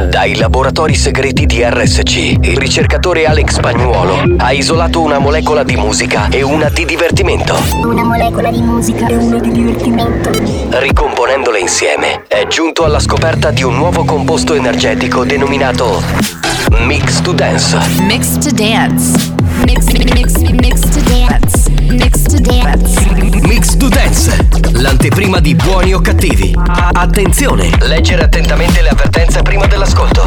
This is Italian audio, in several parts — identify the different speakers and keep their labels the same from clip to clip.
Speaker 1: Dai laboratori segreti di RSC, il ricercatore Alex Spagnuolo ha isolato una molecola di musica e una di divertimento.
Speaker 2: Una molecola di musica e una di divertimento.
Speaker 1: Ricomponendole insieme, è giunto alla scoperta di un nuovo composto energetico denominato Mix to Dance.
Speaker 3: Mix to Dance. Mix to Dance. Mix to Dance.
Speaker 1: Mix to Dance, l'anteprima di Buoni o Cattivi. Attenzione, leggere attentamente le avvertenze prima dell'ascolto.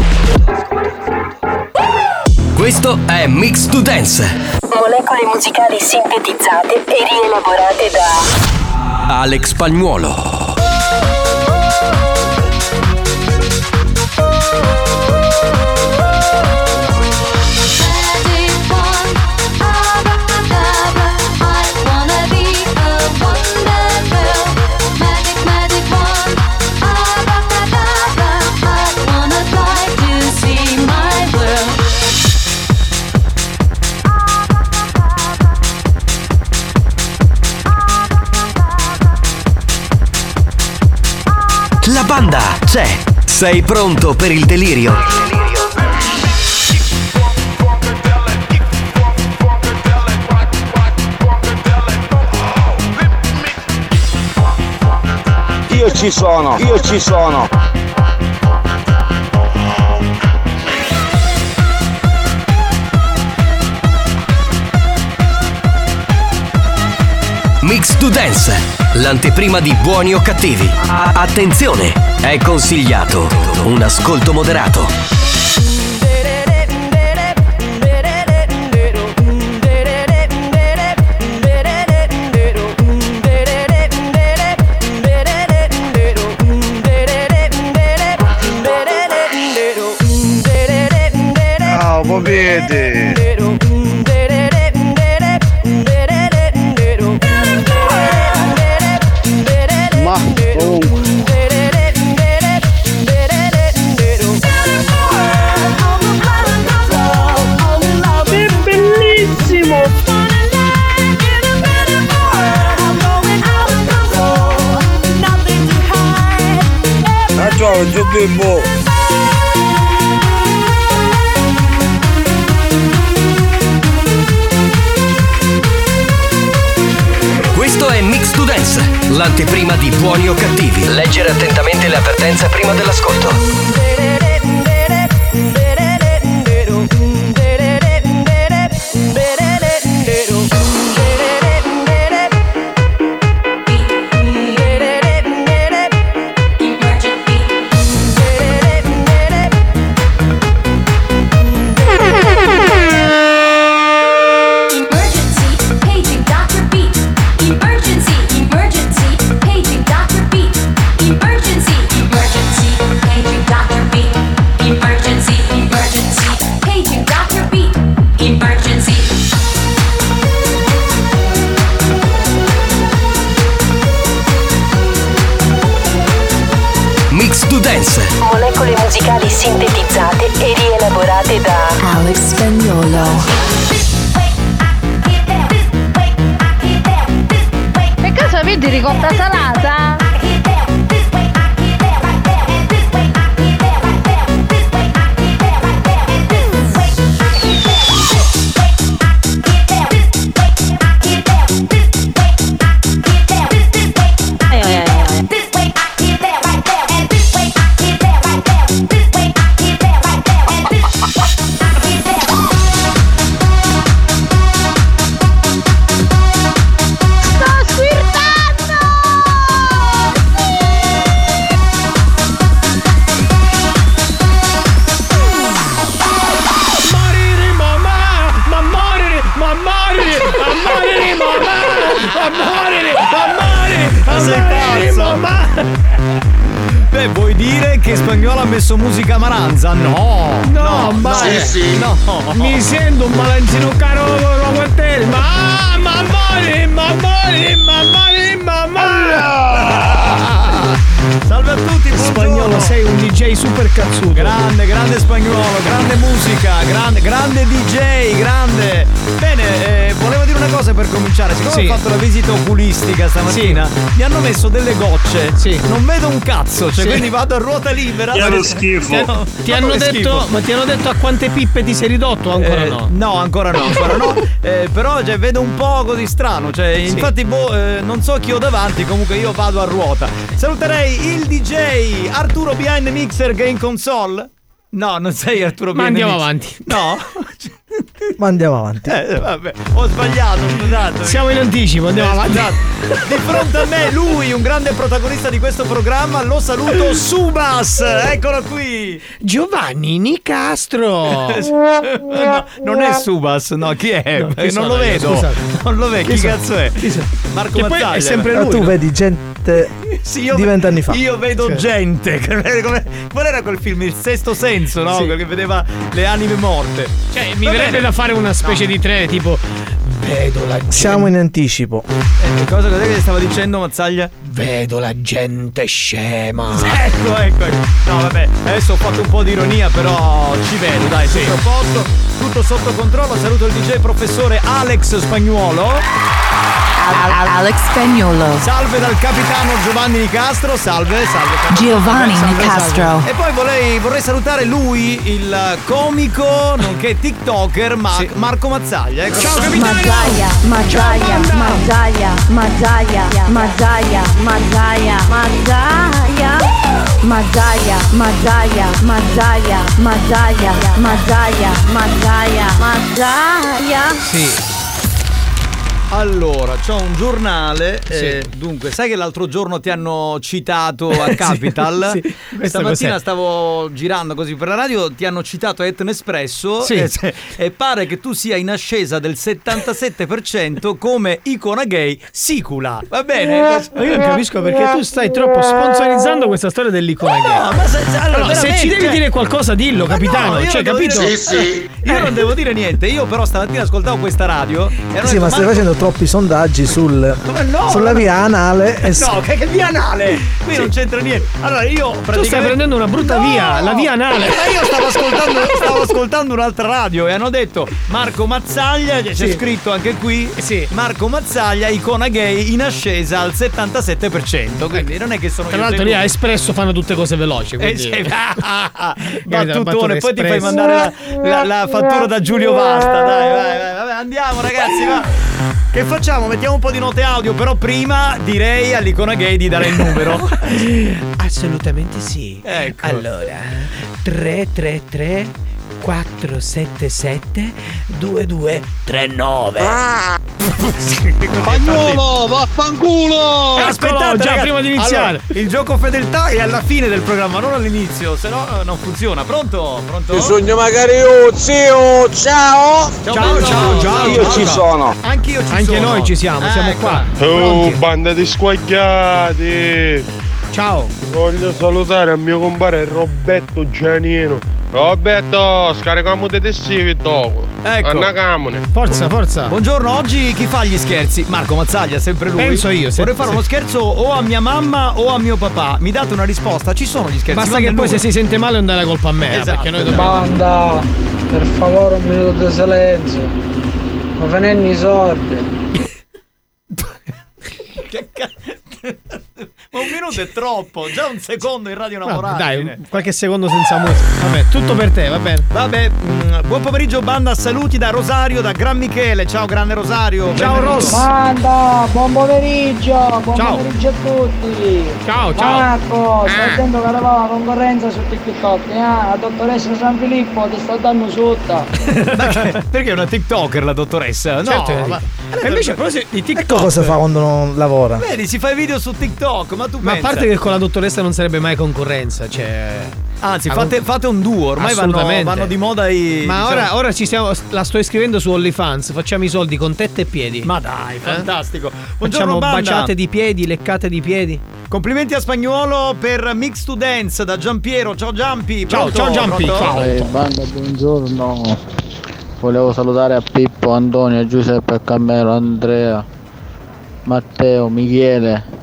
Speaker 1: Questo è Mix to Dance.
Speaker 2: Molecole musicali sintetizzate e rielaborate da
Speaker 1: Alex Spagnuolo. La banda c'è. Sei pronto per il delirio?
Speaker 4: Io ci sono.
Speaker 1: Mix to Dance, l'anteprima di Buoni o Cattivi. Attenzione, è consigliato un ascolto moderato.
Speaker 4: Ciao, vedi. Ma bellissimo. Ciao, bimbo.
Speaker 1: Questo è Mix to Dance, l'anteprima di Buoni o Cattivi. Leggere attentamente le avvertenze prima dell'ascolto. Mix to Dance.
Speaker 2: Molecole musicali sintetizzate e rielaborate da
Speaker 3: Alex Spagnuolo.
Speaker 5: Per caso avete ricotta salata?
Speaker 6: Beh, vuoi dire che Spagnuolo ha messo musica Maranza? No,
Speaker 4: Sì, sì.
Speaker 6: no. Mi sento un valentino caro con te. Salve salve a tutti, buongiorno.
Speaker 7: Spagnolo, sei un DJ super cazzuto.
Speaker 6: Grande Spagnolo, grande musica, grande DJ, grande. Bene, volevo dire una cosa per cominciare. Siccome ho fatto la visita oculistica stamattina, mi hanno messo delle gocce. Non vedo un cazzo, quindi vado a ruota libera.
Speaker 8: Che lo schifo.
Speaker 7: Ti hanno detto a quante pippe ti sei ridotto o ancora no?
Speaker 6: No, ancora no. Però vedo un po' così strano, infatti non so chi ho davanti, comunque io vado a ruota. Saluterei il DJ Arturo Behind the Mixer che è in console. No, non sei Arturo Behind the Mixer.
Speaker 7: Ma andiamo avanti.
Speaker 6: No.
Speaker 9: Ma andiamo avanti.
Speaker 6: Vabbè, ho sbagliato, scusate.
Speaker 7: Siamo in anticipo, andiamo avanti.
Speaker 6: Di fronte a me lui, un grande protagonista di questo programma, lo saluto, Subas. Eccolo qui.
Speaker 7: Giovanni Nicastro.
Speaker 6: No, non è Subas, no, chi è? Non lo vedo.
Speaker 7: Scusate.
Speaker 6: Non lo vedo, chi cazzo è? Marco
Speaker 7: Che poi
Speaker 6: Mazzaglia.
Speaker 7: è sempre lui.
Speaker 9: Tu vedi gente di 20 anni fa.
Speaker 6: Io vedo gente. Qual era quel film? Il Sesto Senso, no? Quello che vedeva le anime morte.
Speaker 7: Mi verrebbe da fare una specie di treno tipo vedo la gente.
Speaker 9: Siamo in anticipo.
Speaker 6: Cosa che stava dicendo Mazzaglia?
Speaker 7: Vedo la gente scema.
Speaker 6: Ecco. No, vabbè, adesso ho fatto un po' di ironia, però ci vedo, dai, tutto a posto, tutto sotto controllo. Saluto il DJ professore Alex Spagnuolo.
Speaker 3: Alex Spagnuolo.
Speaker 6: Salve dal capitano Giovanni Nicastro. Salve.
Speaker 3: Giovanni Nicastro.
Speaker 6: E poi vorrei salutare lui, il comico nonché TikToker Marco Mazzaglia. Ecco.
Speaker 7: Ciao capitano.
Speaker 3: Mazzaglia.
Speaker 6: Sì. Allora, c'ho un giornale. Dunque, sai che l'altro giorno ti hanno citato a Capital? Stamattina stavo girando così per la radio, ti hanno citato a Etna Espresso e pare che tu sia in ascesa del 77% come icona gay sicula. Va bene?
Speaker 7: Ma io non capisco perché tu stai troppo sponsorizzando questa storia dell'icona gay.
Speaker 6: No, ma
Speaker 7: se ci devi dire qualcosa dillo, capitano. Capito?
Speaker 6: Sì. Io non devo dire niente. Io però stamattina ascoltavo questa radio e
Speaker 9: ma stai facendo troppi sondaggi sulla via anale.
Speaker 6: No, che via anale? Qui non c'entra niente. Allora io praticamente...
Speaker 7: Tu stai prendendo una brutta via, la via anale.
Speaker 6: Ma io stavo ascoltando un'altra radio e hanno detto Marco Mazzaglia, c'è scritto anche qui, Marco Mazzaglia, icona gay in ascesa al 77%. Quindi non è che sono...
Speaker 7: Tra l'altro lì a Espresso fanno tutte cose veloci.
Speaker 6: Battutone, poi ti fai mandare la fattura da Giulio Vasta. Dai, vai, andiamo ragazzi, va. Che facciamo? Mettiamo un po' di note audio, però prima direi all'icona gay di dare il numero.
Speaker 7: Assolutamente sì.
Speaker 6: Ecco.
Speaker 7: Allora, 333 477 2239.
Speaker 4: Spagnolo, vaffanculo!
Speaker 6: Aspettate
Speaker 7: già
Speaker 6: ragazzi.
Speaker 7: prima di iniziare.
Speaker 6: Allora, il gioco fedeltà è alla fine del programma, non all'inizio, se no non funziona. Pronto?
Speaker 4: Bisogna magari zio, ciao!
Speaker 6: Ciao.
Speaker 4: Io ci sono.
Speaker 6: Anch'io ci sono.
Speaker 7: Anche noi ci siamo qua.
Speaker 8: Oh, banda di squagliati!
Speaker 7: Ciao.
Speaker 8: Voglio salutare il mio compare Roberto Gianino. Roberto, scarichiamo dei tessivi dopo.
Speaker 6: Ecco.
Speaker 8: Annacamone.
Speaker 7: Forza.
Speaker 6: Buongiorno, oggi chi fa gli scherzi? Marco Mazzaglia, sempre lui.
Speaker 7: Penso io.
Speaker 6: Vorrei fare uno scherzo o a mia mamma o a mio papà. Mi date una risposta? Ci sono gli scherzi.
Speaker 7: Basta che poi se si sente male non dai la colpa a me.
Speaker 6: Esatto.
Speaker 7: Perché noi dobbiamo...
Speaker 10: Banda, per favore un minuto di silenzio. Ma venendo i sordi.
Speaker 6: Che cazzo? Ma un minuto è troppo, già un secondo in radio innamorati.
Speaker 7: Dai, qualche secondo senza musica. Vabbè, tutto per te, va bene.
Speaker 6: Vabbè, buon pomeriggio banda, saluti da Rosario, da Gran Michele. Ciao grande Rosario.
Speaker 7: Ciao Ross.
Speaker 10: Banda, buon pomeriggio pomeriggio a tutti.
Speaker 7: Ciao.
Speaker 10: Marco, stai attento che arriva la concorrenza su TikTok, la dottoressa San Filippo ti sta dando sotto.
Speaker 6: Perché è una TikToker la dottoressa? No,
Speaker 7: certo, ma invece però di TikTok.
Speaker 9: Ecco cosa fa quando non lavora.
Speaker 6: Vedi, si fa i video su TikTok, ma tu
Speaker 7: Ma
Speaker 6: pensa.
Speaker 7: a parte che con la dottoressa non sarebbe mai concorrenza, cioè.
Speaker 6: Anzi, fate un duo, ormai vanno di moda i.
Speaker 7: Ma ora ci siamo. La sto iscrivendo su OnlyFans. Facciamo i soldi con tette e piedi.
Speaker 6: Ma dai, fantastico.
Speaker 7: Facciamo
Speaker 6: banda.
Speaker 7: baciate di piedi, leccate di piedi.
Speaker 6: Complimenti a Spagnuolo per Mix to Dance da Giampiero. Ciao Giampi.
Speaker 7: Ciao Giampi. Ciao.
Speaker 10: Banda, buongiorno. Volevo salutare a Pippo, Antonio, Giuseppe, Cammelo, Andrea, Matteo, Michele,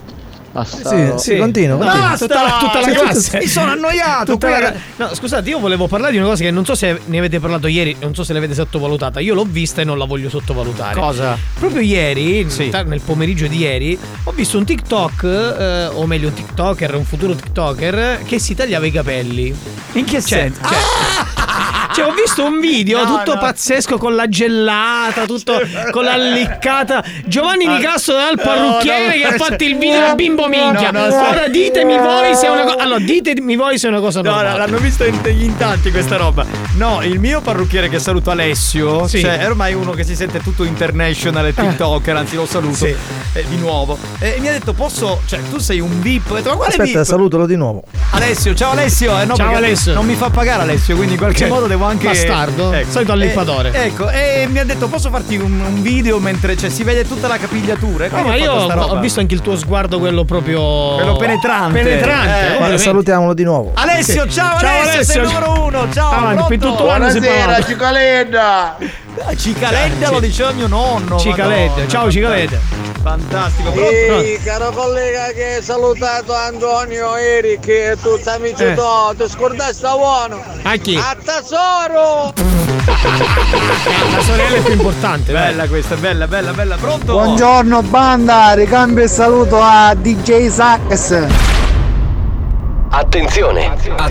Speaker 9: Sì, continua.
Speaker 7: Tutta la classe.
Speaker 6: Mi sono annoiato.
Speaker 7: No, scusate, io volevo parlare di una cosa che non so se ne avete parlato ieri, non so se l'avete sottovalutata. Io l'ho vista e non la voglio sottovalutare.
Speaker 6: Cosa?
Speaker 7: Proprio ieri, nel pomeriggio di ieri, ho visto un TikTok, o meglio un TikToker, un futuro TikToker, che si tagliava i capelli.
Speaker 6: In che senso?
Speaker 7: Cioè, ho visto un video tutto pazzesco con la gellata, tutto con la liccata. Giovanni Nicastro dal parrucchiere che ha fatto il video da bimbo minchia. Ora ditemi voi se è una cosa. Allora, ditemi voi se è una cosa normale.
Speaker 6: No, l'hanno visto in tanti questa roba. No, il mio parrucchiere, che saluto, Alessio, cioè è ormai uno che si sente tutto international e TikToker, anzi lo saluto di nuovo. E mi ha detto, posso, cioè tu sei un VIP. Ho detto, ma quale
Speaker 9: Aspetta,
Speaker 6: VIP?
Speaker 9: Salutalo di nuovo.
Speaker 6: Alessio, ciao Alessio. No,
Speaker 7: ciao Alessio.
Speaker 6: Non mi fa pagare Alessio, quindi in qualche modo devo anche.
Speaker 7: Bastardo, solito allippadore.
Speaker 6: Ecco, e mi ha detto, posso farti un video mentre si vede tutta la capigliatura?
Speaker 7: Ma io ho visto anche il tuo sguardo, quello proprio.
Speaker 6: Quello penetrante.
Speaker 9: Salutiamolo di nuovo.
Speaker 6: Alessio, ciao Alessio, sei il numero uno. Ciao,
Speaker 7: avanti, tutto
Speaker 4: buonasera, Cicaletta.
Speaker 6: Cicaletta lo diceva mio nonno.
Speaker 7: Cicaletta, ciao Cicaletta.
Speaker 6: Fantastico.
Speaker 4: Ehi, caro collega che hai salutato Antonio, Eric e tutti amici tuoi, ti scordai sta buono.
Speaker 7: A chi?
Speaker 4: A tesoro.
Speaker 7: La sorella è più importante.
Speaker 6: Bella questa, bella. Pronto?
Speaker 10: Buongiorno banda, ricambio e saluto a DJ Sax.
Speaker 1: Attenzione.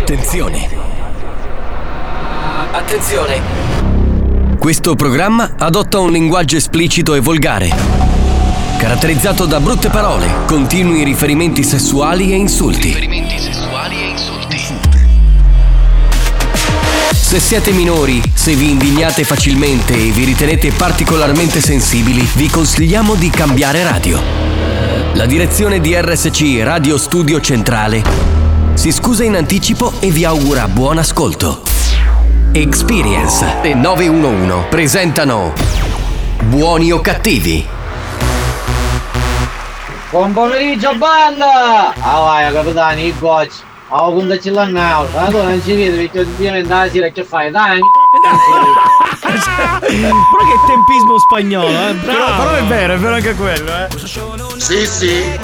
Speaker 1: Questo programma adotta un linguaggio esplicito e volgare, caratterizzato da brutte parole, continui riferimenti sessuali e insulti. Se siete minori, se vi indignate facilmente e vi ritenete particolarmente sensibili, vi consigliamo di cambiare radio. La direzione di RSC Radio Studio Centrale si scusa in anticipo e vi augura buon ascolto. Experience e 911 presentano Buoni o Cattivi.
Speaker 10: Buon pomeriggio banda! Ah vai capitani, il coach. Quando ci l'hanno, allora non ci vede perché ovviamente la sera che fai, dai.
Speaker 7: Però che tempismo spagnolo,
Speaker 6: Però è vero anche quello,
Speaker 4: Sì.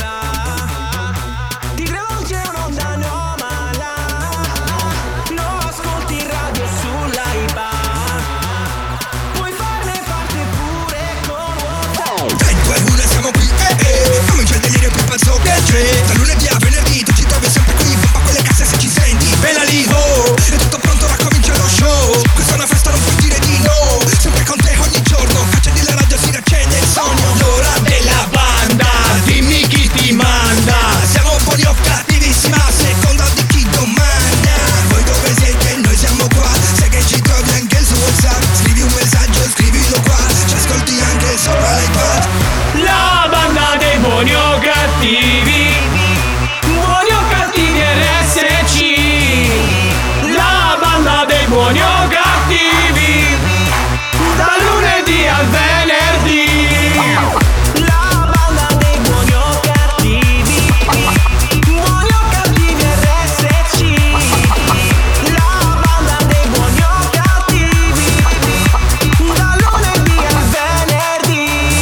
Speaker 11: Da lunedì a venerdì tu ci trovi sempre qui, pompa quelle casse se ci senti. Bella lì, è tutto pronto, ora comincia lo show. Questa è una festa, non puoi dire di no. Sempre con te ogni giorno, accendi la radio, si riaccende il sogno. L'ora della banda, dimmi chi ti manda. Siamo buoni o cattivissima, a seconda di chi domanda. Voi dove siete? Noi siamo qua. Sai che ci trovi anche su WhatsApp. Scrivi un messaggio, scrivilo qua. Ci ascolti anche sopra l'iPad.
Speaker 7: La banda dei buoni o cattivi. Buoni o cattivi RSC. La banda dei buoni o cattivi. Da lunedì al venerdì. La banda dei buoni o cattivi. Buoni o cattivi RSC. La banda dei buoni o cattivi. Da lunedì al venerdì.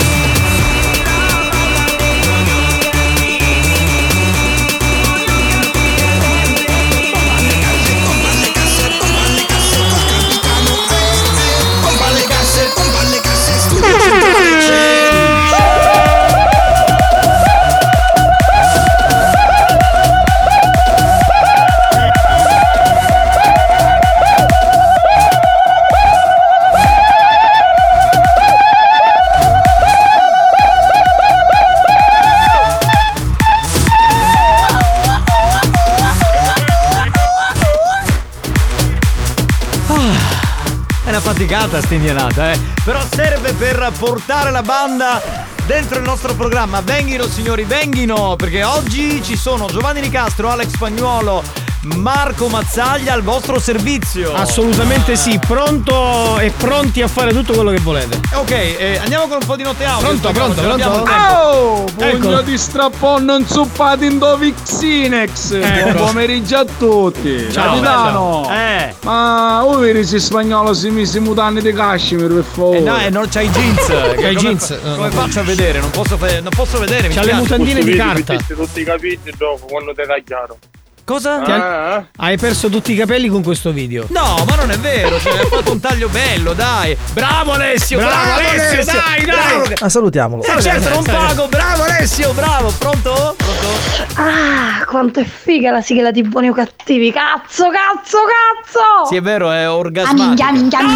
Speaker 6: È una faticata sta indianata, Però serve per portare la banda dentro il nostro programma. Venghino signori, venghino, perché oggi ci sono Giovanni Nicastro, Alex Spagnuolo, Marco Mazzaglia al vostro servizio.
Speaker 7: Assolutamente sì, pronto e pronti a fare tutto quello che volete.
Speaker 6: Ok, andiamo con un po' di note audio.
Speaker 7: Pronto.
Speaker 12: Oh, pugno di strappon non zuppati in Dovixinex. Buon pomeriggio a tutti.
Speaker 7: Ciao,
Speaker 12: capitano. Ma vedi se spagnolo si mise i mutanti di cashmere, per favore.
Speaker 6: Non c'hai jeans. Come faccio a vedere? Non posso vedere.
Speaker 7: C'ha le mutandine di carta.
Speaker 8: Tutti i capelli dopo quando te tagliano.
Speaker 6: Cosa?
Speaker 7: Hai perso tutti i capelli con questo video.
Speaker 6: No, ma non è vero, cioè, hai fatto un taglio bello, dai. Bravo Alessio, dai.
Speaker 9: Ma salutiamolo.
Speaker 6: Certo, non pago. Bravo Alessio, bravo. Pronto?
Speaker 5: Ah, quanto è figa la sigla di Buoni o Cattivi. Cazzo.
Speaker 6: Sì, è vero, è orgasmatica.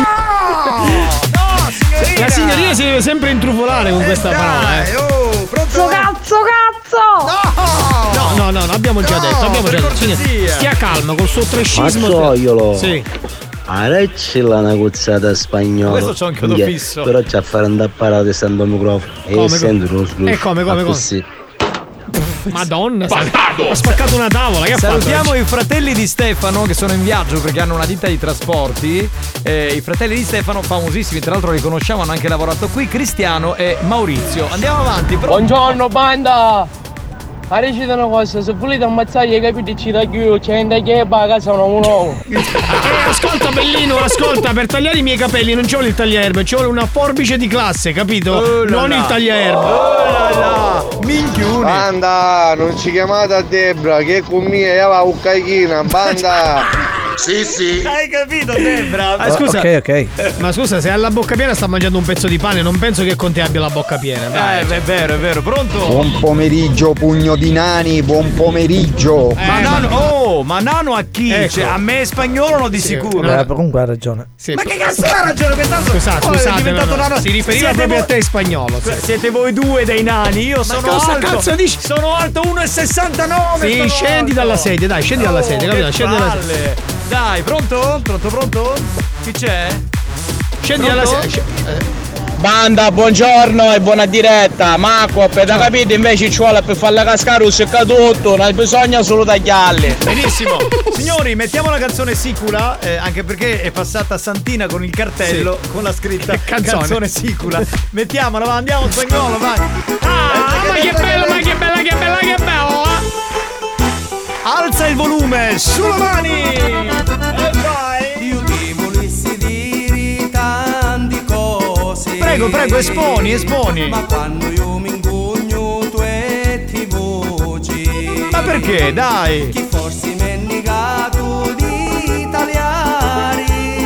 Speaker 7: La signorina si deve sempre intrufolare con questa parola.
Speaker 6: Pronto?
Speaker 5: Cazzo.
Speaker 7: No, abbiamo già detto. Stia calma col suo trescismo.
Speaker 13: Mazzoiolo.
Speaker 7: Sì.
Speaker 13: Arecci la una cuzzata spagnolo.
Speaker 6: Questo c'ho un chiodo fisso.
Speaker 13: Però c'ha a fare andare a parare stando il microfono. E sento uno slusso.
Speaker 7: E come?
Speaker 13: Sì.
Speaker 7: Madonna, ha spaccato una tavola. Che
Speaker 6: salutiamo i fratelli di Stefano che sono in viaggio perché hanno una ditta di trasporti. I fratelli di Stefano, famosissimi, tra l'altro li conosciamo, hanno anche lavorato qui, Cristiano e Maurizio. Andiamo avanti.
Speaker 14: Buongiorno banda. A recita una cosa, se volete ammazzare i capiti ci da chiudo, c'è in da che a casa uno.
Speaker 7: Ascolta bellino, per tagliare i miei capelli non ci vuole il tagliaerba, ci vuole una forbice di classe, capito? Non il tagliaerba.
Speaker 6: Minchione.
Speaker 4: Banda, non ci chiamate a Debra che con me va un caichina, banda.
Speaker 6: Sì. Hai capito, Debra?
Speaker 7: Scusa.
Speaker 9: Ok.
Speaker 7: Ma scusa, se ha la bocca piena sta mangiando un pezzo di pane, non penso che con te abbia la bocca piena. Dai.
Speaker 6: È vero, pronto?
Speaker 15: Buon pomeriggio, pugno di nani, buon pomeriggio.
Speaker 6: Ma nano a chi?
Speaker 7: Ecco.
Speaker 6: Cioè, a me è spagnolo di sicuro.
Speaker 9: Comunque ha ragione.
Speaker 7: Sì.
Speaker 6: Ma che cazzo ha ragione?
Speaker 7: Scusate,
Speaker 6: nano.
Speaker 7: Si riferiva proprio a te in spagnolo.
Speaker 6: Siete voi due dei nani, io sono alto.
Speaker 7: Cazzo dici?
Speaker 6: Sono alto 1,69.
Speaker 7: Sì, scendi dalla sedia, dai, scendi dalla sedia, capito? Scendi dalla sedia.
Speaker 6: Dai, pronto? Chi c'è?
Speaker 7: Scendi dalla sedia.
Speaker 14: Banda, buongiorno e buona diretta. Marco, per da capire invece ci vuole per farla cascare un seccatutto, non bisogna solo tagliarli.
Speaker 6: Benissimo. Signori, mettiamo la canzone Sicula, anche perché è passata Santina con il cartello con la scritta canzone Sicula. Mettiamola, va, andiamo spagnolo, vai.
Speaker 7: Ma che bello!
Speaker 6: Alza il volume, sulle mani! E vai!
Speaker 11: Io ti volessi dire tante cose.
Speaker 6: Prego, esponi.
Speaker 11: Ma quando io mi ingogno tu e ti voci.
Speaker 6: Ma perché? Dai!
Speaker 11: Chi forse mi è negato di tagliare.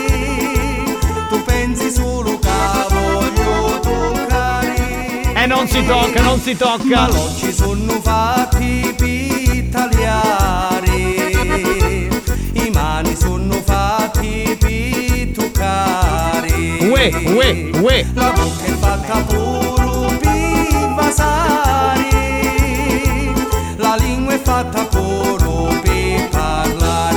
Speaker 11: Tu pensi solo che voglio toccare.
Speaker 6: Non si tocca.
Speaker 11: Ma oggi sono fatti per tagliare. I mani sono fatti per toccare.
Speaker 7: Uè.
Speaker 11: La bocca è fatta pure per vasare. La lingua è fatta pure per parlare.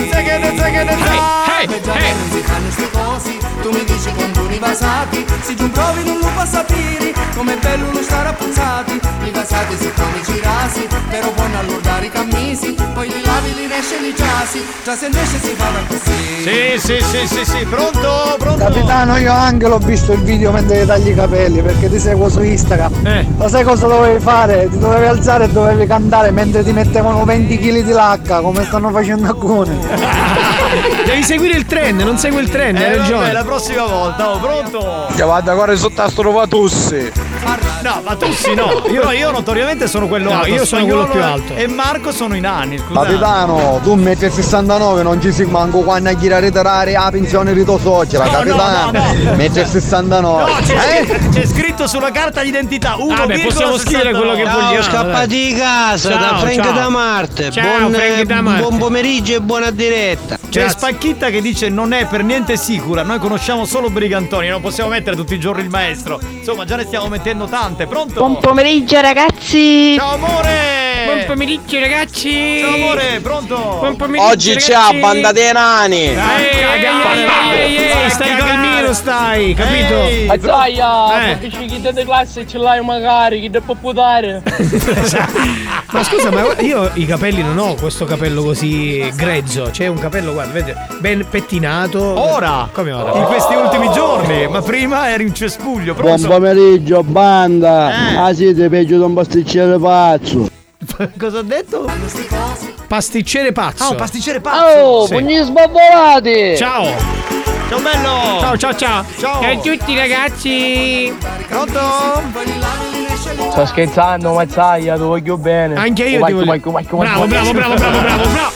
Speaker 6: Hey.
Speaker 11: Non si fanno ste cose. Tu mi dici condoni vasati. Se giù provi non lo puoi sapere. Com'è bello non stare appunzati. I vasati si come girasi. Però buono allordare i cammisi. Poi li lavi, li resce e li giasi. Già se ne si fa così.
Speaker 6: Sì. Pronto?
Speaker 9: Capitano, io anche l'ho visto il video mentre tagli i capelli, perché ti seguo su Instagram. Ma sai cosa dovevi fare? Ti dovevi alzare e dovevi cantare mentre ti mettevano 20 kg di lacca, come stanno facendo alcuni.
Speaker 7: Devi seguire il trend, non segui il trend, hai ragione.
Speaker 6: Vabbè, la prossima volta, pronto?
Speaker 4: Chiamate ancora sotto a sto Tussi.
Speaker 6: No, ma Tussi no. Io notoriamente sono quello alto.
Speaker 7: Io sono quello più alto.
Speaker 6: E Marco sono i nani, scusate.
Speaker 15: Capitano, tu 1,69 m non ci si manco quando a girare terare la pensione rito sociale, capitano. 1,69 m.
Speaker 6: C'è scritto sulla carta d'identità 1,69.
Speaker 7: Vabbè, possiamo scrivere quello che vogliamo.
Speaker 16: Scappati di casa da Frank da Marte. Buon pomeriggio e buona diretta.
Speaker 6: C'è Spacchitta che dice non è per niente sicura, noi conosciamo solo Brigantoni, non possiamo mettere tutti i giorni il maestro. Insomma, già ne stiamo mettendo tante. Pronto?
Speaker 5: Buon pomeriggio ragazzi.
Speaker 6: Ciao amore.
Speaker 7: Buon pomeriggio ragazzi.
Speaker 6: Ciao amore, pronto?
Speaker 7: Buon pomeriggio.
Speaker 14: Oggi c'è la banda dei nani.
Speaker 7: Stai calmino. meglio stai, capito?
Speaker 17: Azzaia, chi di classe ce l'hai magari, chi può putare.
Speaker 7: Ma scusa, ma io i capelli non ho questo capello così grezzo. C'è un capello, guarda, vedete, ben pettinato.
Speaker 6: Ora?
Speaker 7: Come ora?
Speaker 6: In questi ultimi giorni, ma prima eri un cespuglio.
Speaker 13: Buon pomeriggio, banda. Ah, siete peggio di un pasticcere pazzo.
Speaker 6: Cosa ho detto?
Speaker 7: Pasticcere pazzo.
Speaker 6: Ah, un pasticcere pazzo.
Speaker 17: Oh, pugni sbabbolati.
Speaker 7: Ciao.
Speaker 6: Ciao bello.
Speaker 7: Ciao. Ciao a tutti ragazzi.
Speaker 6: Pronto?
Speaker 17: Sto scherzando, Mazzaia, ti voglio bene.
Speaker 7: Anche io ti voglio. Bravo.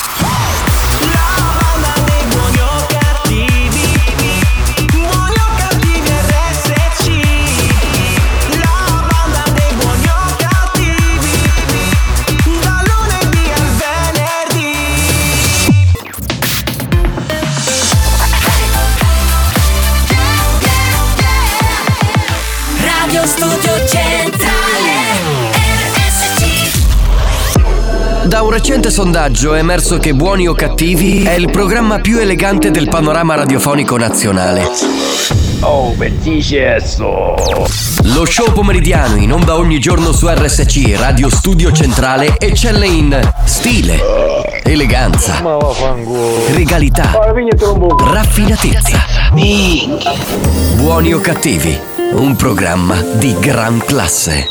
Speaker 2: Studio Centrale RSC.
Speaker 1: Da un recente sondaggio è emerso che Buoni o Cattivi è il programma più elegante del panorama radiofonico nazionale.
Speaker 18: Oh, bellissimo!
Speaker 1: Lo show pomeridiano in onda ogni giorno su RSC Radio Studio Centrale eccelle in stile, eleganza, regalità, raffinatezza. Buoni o Cattivi, un programma di gran classe.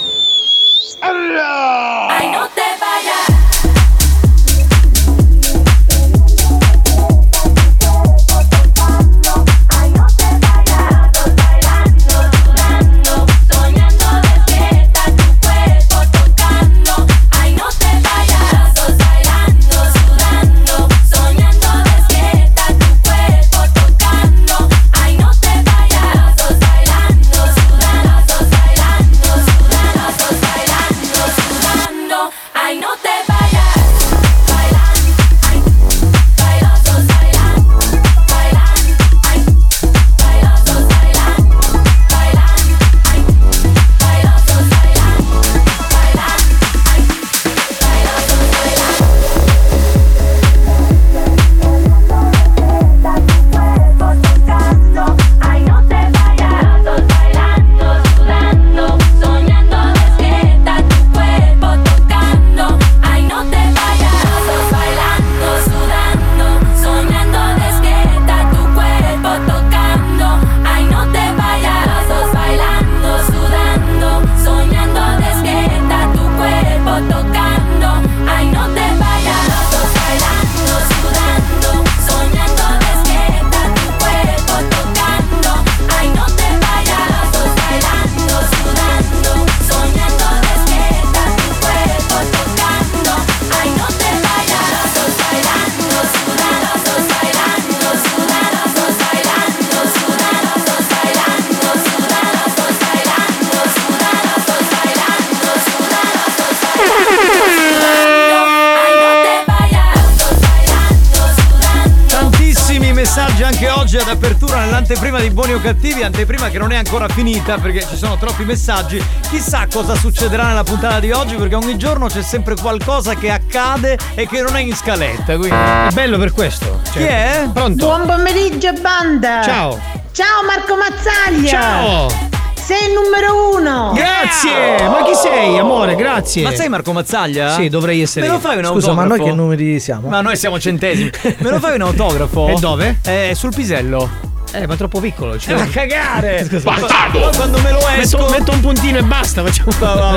Speaker 6: Ad apertura nell'anteprima di Buoni o Cattivi, anteprima che non è ancora finita perché ci sono troppi messaggi. Chissà cosa succederà nella puntata di oggi, perché ogni giorno c'è sempre qualcosa che accade e che non è in scaletta, quindi
Speaker 7: è bello per questo.
Speaker 6: Chi è?
Speaker 7: Pronto?
Speaker 19: Buon pomeriggio banda.
Speaker 7: Ciao
Speaker 19: Marco Mazzaglia.
Speaker 7: Ciao.
Speaker 19: Sei il numero 1.
Speaker 7: Grazie. Ma chi sei, amore? Grazie.
Speaker 6: Ma sei Marco Mazzaglia?
Speaker 7: Sì, dovrei essere.
Speaker 6: Me lo fai un
Speaker 9: Scusa,
Speaker 6: autografo?
Speaker 9: ma noi che numeri siamo?
Speaker 6: Ma noi siamo centesimi. Me lo fai un autografo?
Speaker 7: E dove?
Speaker 6: Sul pisello.
Speaker 7: Ma troppo piccolo.
Speaker 6: A cagare!
Speaker 7: Bastardo!
Speaker 6: Poi quando me lo esco
Speaker 7: metto un puntino e basta. Facciamo.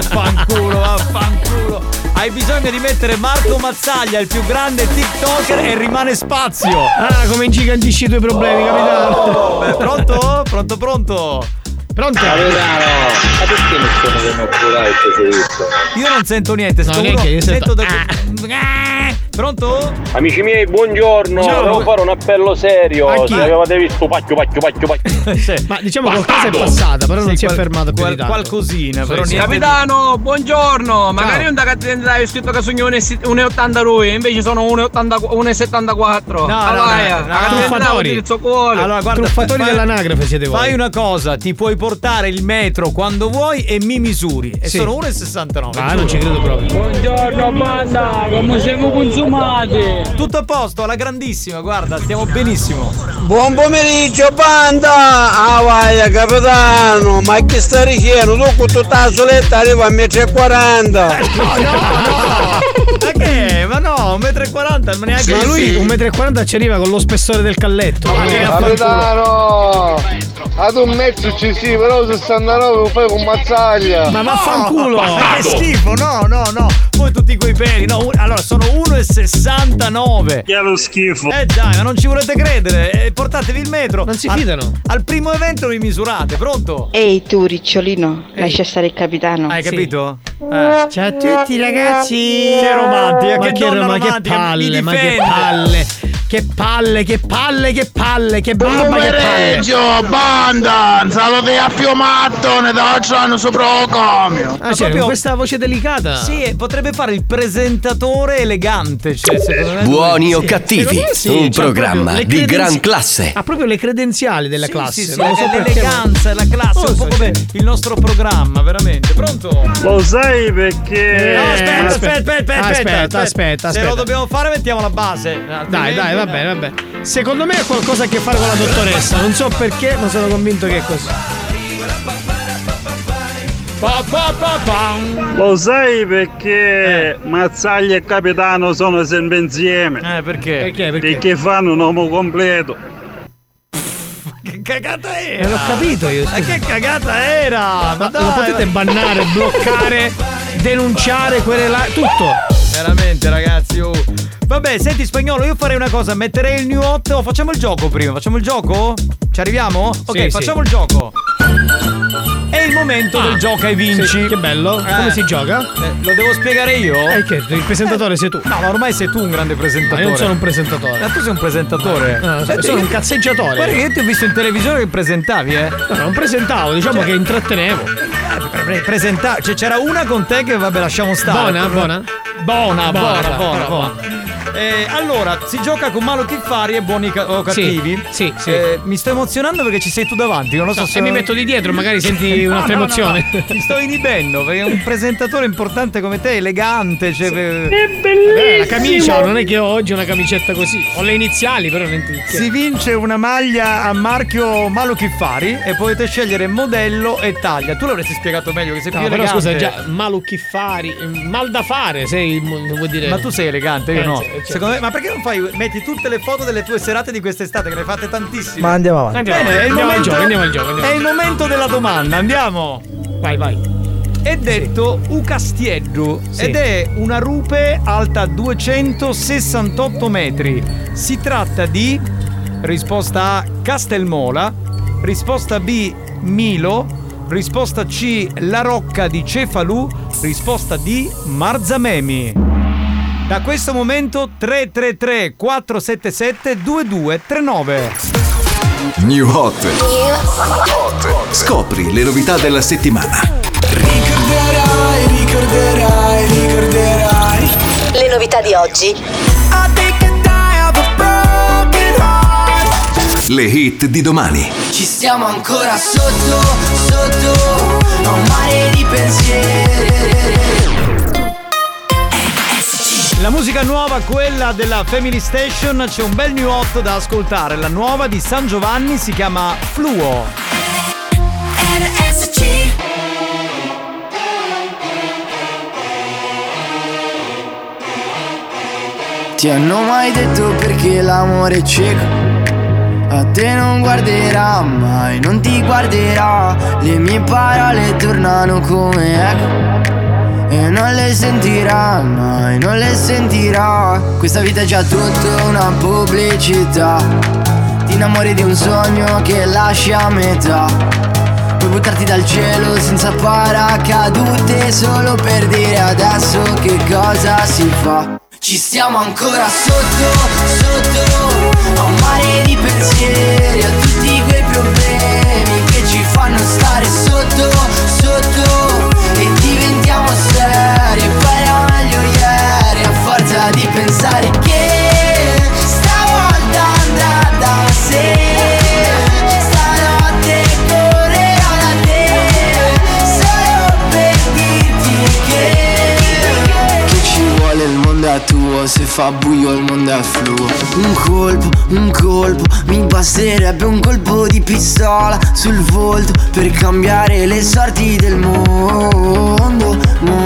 Speaker 6: Vaffanculo. Hai bisogno di mettere Marco Mazzaglia, il più grande TikToker, e rimane spazio.
Speaker 7: Ah, come ingigantisci i tuoi problemi, capitano.
Speaker 6: Pronto? Pronto?
Speaker 18: Capitano, ma perché mi sono venuto là?
Speaker 6: Io non sento niente, sento da... Pronto?
Speaker 18: Amici miei, buongiorno. Devo fare un appello serio. Se avevate visto pacchio.
Speaker 7: Ma diciamo qualcosa è passata, però non si è fermato più di tanto.
Speaker 6: Qualcosina, però niente.
Speaker 17: Capitano, buongiorno. Magari un da hai scritto che sogno 1,80 lui, invece sono 1,74.
Speaker 7: Truffatori.
Speaker 6: Allora, guarda,
Speaker 7: truffatori dell'anagrafe siete voi.
Speaker 6: Fai una cosa, ti puoi portare il metro quando vuoi e mi misuri. E sono 1,69.
Speaker 7: Ah, non ci credo proprio.
Speaker 17: Buongiorno banda, come siamo con
Speaker 12: consumate.
Speaker 6: Tutto a posto, alla grandissima, guarda, stiamo benissimo.
Speaker 16: Buon pomeriggio banda! Ah vai capitano, ma che sta dicendo? Tu con tutta la soletta arriva a 1,40 m.
Speaker 6: Ma che? Ma no, 1,40 m, ma neanche.
Speaker 7: Ma lui 1,40 m ci arriva con lo spessore del calletto.
Speaker 8: Capitano! Ad un mezzo ci sì, però 69 lo fai con mazzaglia.
Speaker 7: Ma vaffanculo!
Speaker 6: Che schifo, no. Poi tutti quei peli, no. Allora sono 1,69.
Speaker 12: Che è lo schifo.
Speaker 6: Dai, ma non ci volete credere. Portatevi il metro.
Speaker 7: Non si fidano.
Speaker 6: Al primo evento vi misurate, pronto?
Speaker 5: Ehi tu ricciolino, lascia stare il capitano.
Speaker 6: Hai capito?
Speaker 7: Ciao a tutti ragazzi.
Speaker 6: Che romantica,
Speaker 7: ma
Speaker 6: che donna romantica.
Speaker 7: palle, ma che palle. Che palle, che barba, che palle.
Speaker 16: Banda! Salute a più mattone, da c'hanno sopra comio.
Speaker 7: Ah, c'è proprio questa voce delicata.
Speaker 6: Sì, potrebbe fare il presentatore elegante. Cioè,
Speaker 1: Buoni o cattivi, un programma di gran classe.
Speaker 7: Ha proprio le credenziali della classe.
Speaker 6: Sì, l'eleganza e la classe, un po' come il nostro programma, veramente. Pronto?
Speaker 12: Lo sai perché?
Speaker 7: Aspetta.
Speaker 6: Se lo dobbiamo fare, mettiamo la base.
Speaker 7: Dai, va bene. Secondo me ha qualcosa a che fare con la dottoressa. Non so perché, ma sono convinto che è così.
Speaker 12: Lo sai perché Mazzaglia e Capitano sono sempre insieme?
Speaker 6: Perché?
Speaker 12: Perché fanno un uomo completo.
Speaker 6: Che cagata era?
Speaker 7: L'ho capito io.
Speaker 6: Ma che cagata era?
Speaker 7: Ma lo potete bannare, bloccare, denunciare, querelare, tutto.
Speaker 6: Veramente ragazzi, Vabbè, senti Spagnolo, io farei una cosa, metterei il new hot o facciamo il gioco prima? Facciamo il gioco? Ci arriviamo? Ok, facciamo il gioco. È il momento del gioca e vinci.
Speaker 7: Sì, che bello. Come si gioca?
Speaker 6: Lo devo spiegare io?
Speaker 7: Che il presentatore sei tu.
Speaker 6: No, ma ormai sei tu un grande presentatore.
Speaker 7: Ma io non sono un presentatore.
Speaker 6: Ma tu sei un presentatore.
Speaker 7: No, sono un cazzeggiatore.
Speaker 6: Guarda che io ti ho visto in televisione che presentavi,
Speaker 7: No, non presentavo, diciamo che intrattenevo.
Speaker 6: Presentare, cioè c'era una con te che vabbè lasciamo stare. Buona. Allora, si gioca con Malo Chiffari e buoni o cattivi.
Speaker 7: Sì.
Speaker 6: Mi sto emozionando perché ci sei tu davanti. Non lo so
Speaker 7: se mi metto di dietro, magari senti un'altra emozione.
Speaker 6: No. Mi sto inibendo perché un presentatore importante come te, elegante. Cioè,
Speaker 12: è bellissimo.
Speaker 7: La camicia, non è che ho oggi una camicetta così. Ho le iniziali, però non ti.
Speaker 6: Si vince una maglia a marchio Malo Chiffari e potete scegliere modello e taglia. Tu l'avresti spiegato meglio che sei più elegante.
Speaker 7: Però scusa, già Malo Chiffari, mal da fare, sei, vuol dire.
Speaker 6: Ma tu sei elegante, io no. Secondo me, ma perché non metti tutte le foto delle tue serate di quest'estate, che ne hai fatte tantissime?
Speaker 9: Ma andiamo avanti.
Speaker 7: Andiamo al gioco.
Speaker 6: È il momento della domanda, andiamo.
Speaker 7: Vai.
Speaker 6: È detto Ucastieddu ed è una rupe alta 268 metri. Si tratta di risposta A Castelmola, risposta B Milo, risposta C La Rocca di Cefalù, risposta D Marzamemi. Da questo momento 333 477 2239.
Speaker 11: New Hot. Scopri le novità della settimana.
Speaker 2: Ricorderai le novità di oggi.
Speaker 11: Le hit di domani.
Speaker 20: Ci stiamo ancora sotto a un mare di pensieri.
Speaker 6: La musica nuova, quella della Family Station, c'è un bel new hot da ascoltare. La nuova di San Giovanni si chiama Fluo.
Speaker 20: RSC. Ti hanno mai detto perché l'amore è cieco? A te non guarderà mai, non ti guarderà. Le mie parole tornano come eco e non le sentirà mai, non le sentirà. Questa vita è già tutta una pubblicità. Ti innamori di un sogno che lasci a metà. Puoi buttarti dal cielo senza paracadute solo per dire adesso che cosa si fa. Ci stiamo ancora sotto a un mare di pensieri, a tutti quei problemi che ci fanno stare sotto e diventiamo seri. E poi era meglio ieri, a forza di pensare che stavolta andrà da sé. Stanotte correrò da te solo per dirti che ci vuole, il mondo è tuo, se fa un colpo, mi basterebbe un colpo di pistola sul volto per cambiare le sorti del mondo.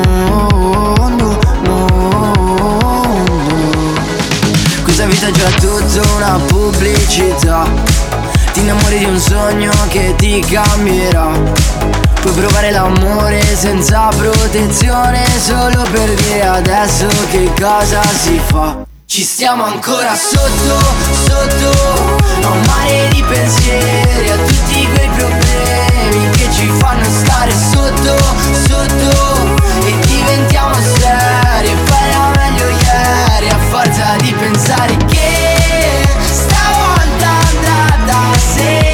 Speaker 20: Questa vita è già tutta una pubblicità, ti innamori di un sogno che ti cambierà. Puoi provare l'amore senza protezione, solo per dire adesso che cosa si fa. Ci stiamo ancora sotto, a un mare di pensieri, a tutti quei problemi che ci fanno stare sotto, e diventiamo seri, e poi era meglio ieri, a forza di pensare che stavolta andrà da sé.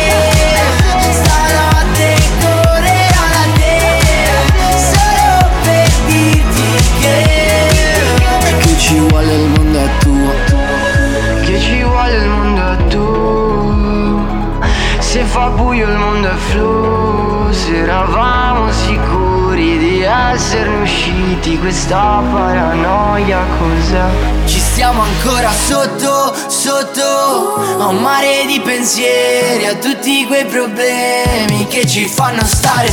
Speaker 20: Stanotte correrò da te, solo per dirti che ci vuole il mondo è tuo, che ci vuole il mondo è tuo. Se fa buio il mondo è flu, se eravamo sicuri di esserne usciti, questa paranoia cos'è? Ci stiamo ancora sotto, a un mare di pensieri, a tutti quei problemi che ci fanno stare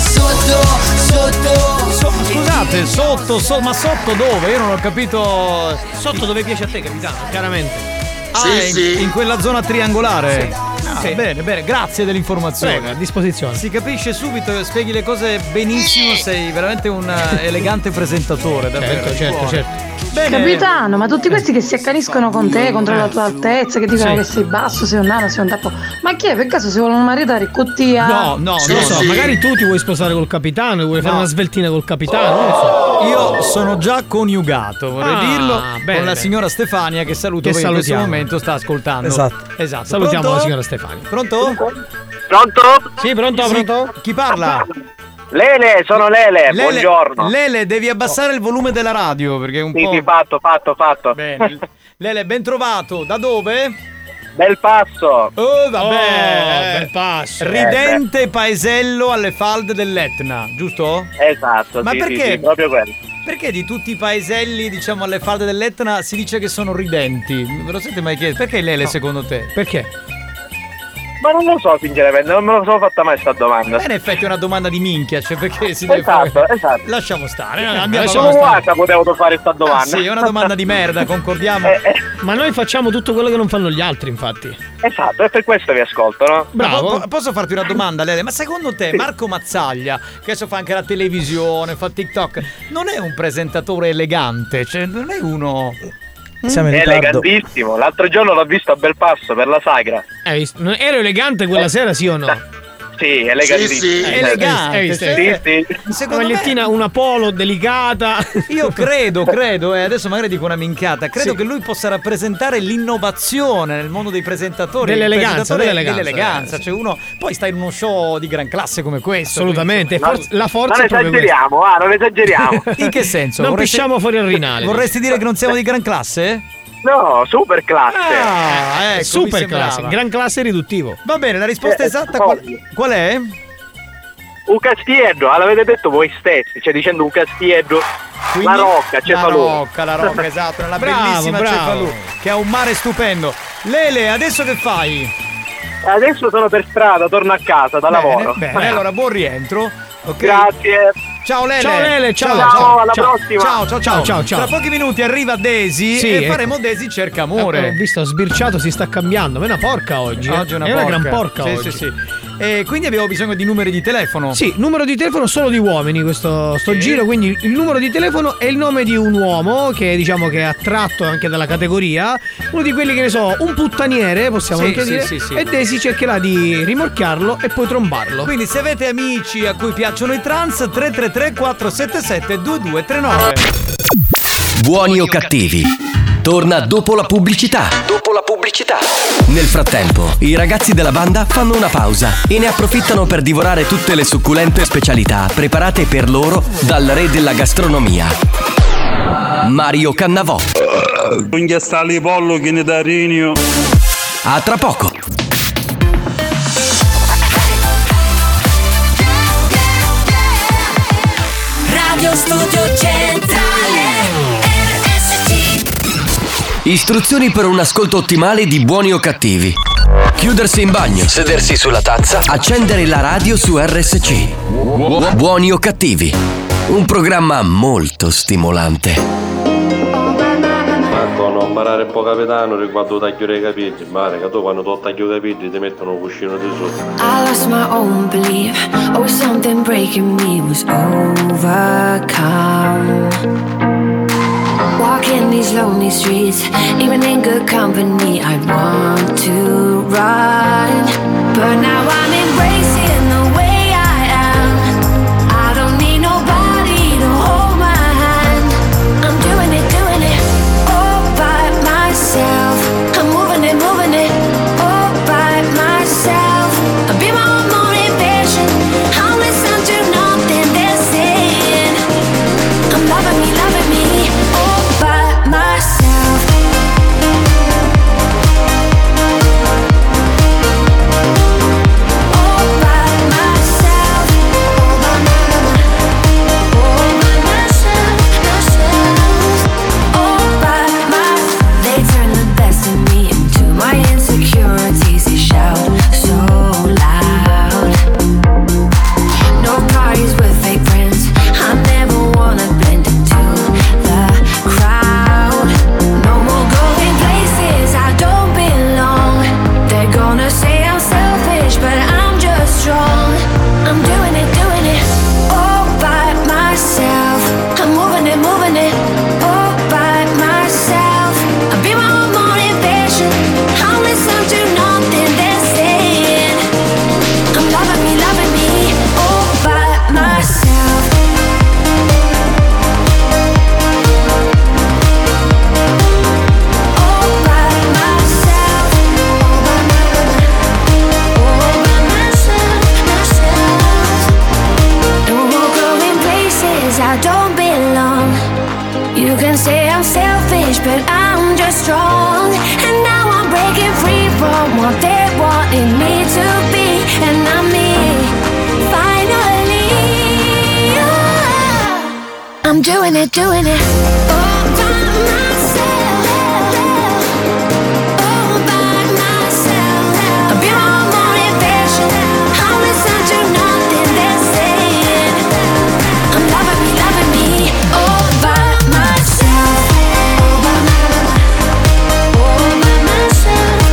Speaker 20: sotto.
Speaker 6: Scusate, ma sotto dove? Io non ho capito.
Speaker 7: Sotto dove piace a te, capitano, chiaramente.
Speaker 6: In quella zona triangolare.
Speaker 7: Sì.
Speaker 6: Sì. Bene, grazie dell'informazione.
Speaker 7: Prego, a disposizione.
Speaker 6: Si capisce subito, spieghi le cose benissimo, sei veramente un elegante presentatore, davvero.
Speaker 7: Certo.
Speaker 6: Bene.
Speaker 5: Capitano, ma tutti questi che si accaniscono con te contro la tua altezza, che dicono che sei basso, sei un nano, sei un tappo. Ma chi è? Per caso si vogliono maritare Cottia?
Speaker 7: No, non lo so. Magari tu ti vuoi sposare col capitano, vuoi fare una sveltina col capitano, non lo so.
Speaker 6: Io sono già coniugato, vorrei dirlo, con la signora Stefania che saluto, che in questo momento sta ascoltando. Esatto.
Speaker 7: Salutiamo
Speaker 6: Pronto?
Speaker 7: la signora Stefania.
Speaker 6: Pronto?
Speaker 18: Pronto?
Speaker 7: Sì, pronto?
Speaker 6: Chi parla?
Speaker 18: Lele, sono Lele, buongiorno.
Speaker 6: Lele, devi abbassare il volume della radio perché è un po'.
Speaker 18: Sì, fatto.
Speaker 6: Bene. Lele, ben trovato. Da dove?
Speaker 18: Bel Passo.
Speaker 6: Oh, vabbè.
Speaker 7: Bel Passo.
Speaker 6: Ridente paesello alle falde dell'Etna, giusto?
Speaker 18: Esatto,
Speaker 6: ma perché?
Speaker 18: Sì, proprio quello.
Speaker 6: Perché di tutti i paeselli, diciamo, alle falde dell'Etna si dice che sono ridenti? Ve lo siete mai chiesto? Perché Lele, secondo te?
Speaker 7: Perché?
Speaker 18: Ma non lo so sinceramente, non me lo sono fatta mai sta domanda.
Speaker 6: In effetti è una domanda di minchia, cioè perché si deve fare.
Speaker 18: Esatto.
Speaker 6: Lasciamo stare, andiamo
Speaker 18: avanti. Potevo fare sta domanda.
Speaker 6: Sì, è una domanda di merda, concordiamo.
Speaker 7: Ma noi facciamo tutto quello che non fanno gli altri, infatti.
Speaker 18: Esatto, e per questo vi ascolto, no?
Speaker 6: Bravo. Posso farti una domanda, Lele? Ma secondo te Marco Mazzaglia, che adesso fa anche la televisione, fa TikTok, non è un presentatore elegante? Cioè, non è uno...
Speaker 18: È elegantissimo. L'altro giorno l'ho visto a Bel Passo per la sagra.
Speaker 7: Ero elegante quella sera, sì o no?
Speaker 18: Sì, elegantissimo.
Speaker 6: Sì. Elegante.
Speaker 18: Sì.
Speaker 7: Una magliettina, una polo delicata.
Speaker 6: Io credo, adesso magari dico una minchiata, credo che lui possa rappresentare l'innovazione nel mondo dei presentatori.
Speaker 7: Dell'eleganza.
Speaker 6: Cioè uno poi sta in uno show di gran classe come questo.
Speaker 7: Assolutamente. La forza
Speaker 18: non
Speaker 7: è proprio
Speaker 18: esageriamo, non esageriamo.
Speaker 6: In che senso?
Speaker 7: Non pisciamo fuori al Rinale.
Speaker 6: Vorresti dire che non siamo di gran classe?
Speaker 18: No, super classe.
Speaker 6: Ecco,
Speaker 7: super classe, gran classe riduttivo.
Speaker 6: Va bene, la risposta esatta qual è?
Speaker 18: Un castiello, l'avete detto voi stessi, cioè dicendo un castiello. Quindi, la Rocca, Cefalù.
Speaker 6: La Rocca, esatto, nella bellissima Cefalù, che ha un mare stupendo. Lele, adesso che fai?
Speaker 18: Adesso sono per strada, torno a casa da lavoro.
Speaker 6: Bene, allora buon rientro. Okay.
Speaker 18: Grazie.
Speaker 6: Ciao Lele.
Speaker 18: Ciao, alla prossima.
Speaker 6: Ciao. Tra pochi minuti arriva Daisy e faremo Daisy cerca amore.
Speaker 7: Ho visto sbirciato, si sta cambiando. Ma è una porca oggi.
Speaker 6: Oggi è una
Speaker 7: gran porca oggi.
Speaker 6: Sì. E quindi abbiamo bisogno di numeri di telefono.
Speaker 7: Sì, numero di telefono solo di uomini sto giro, quindi il numero di telefono è il nome di un uomo che diciamo che è attratto anche dalla categoria, uno di quelli che ne so, un puttaniere, possiamo anche dire. Sì. E Daisy cercherà di rimorchiarlo e poi trombarlo.
Speaker 6: Quindi se avete amici a cui piacciono i trans, 333 477 2239.
Speaker 1: Buoni o cattivi, torna dopo la pubblicità. Nel frattempo, i ragazzi della banda fanno una pausa e ne approfittano per divorare tutte le succulente specialità preparate per loro dal re della gastronomia, Mario Cannavò.
Speaker 21: Un ghiastale pollo che ne da Rinio.
Speaker 1: A tra poco.
Speaker 11: Radio Studio Centrale RSC.
Speaker 1: Istruzioni per un ascolto ottimale di Buoni o Cattivi. Chiudersi in bagno, sedersi sulla tazza, accendere la radio su RSC. Buoni o Cattivi, un programma molto stimolante.
Speaker 8: Marco, non imparare un po' capitano riguardo tagliare i capelli, mare che tu quando tu taglio i capelli ti mettono un cuscino di sotto.
Speaker 3: I lost my own belief. Oh, something breaking me was overcome. Walking these lonely streets, even in good company, I want to run. But now I'm embracing the way I am. I don't need nobody to hold my hand. I'm doing it all by myself. I'm moving it all by myself. I'll be my own motivation. I'll listen to nothing they're saying. I'm loving me all by myself. All by myself. All by myself. All by myself. They turn the best in me into my insecurities. They shout so loud. No parties with fake friends. I never wanna blend into the crowd. No more going places I don't belong. They're gonna say I'm selfish, but I'm just strong. I'm doing it all by myself. I'm moving it all by myself. I'll be my own motivation. I'll listen to nothing they're saying. I'm loving me all by myself. All by myself. All by myself. No more going places I don't belong. You can say I'm selfish, but I'm just strong. And now I'm breaking free from what they wanted me to be. And I'm me, finally. I'm doing it all by myself. All by myself. I'll be my own motivation. I'll listen to nothing they're saying. I'm loving me all by myself. All by myself.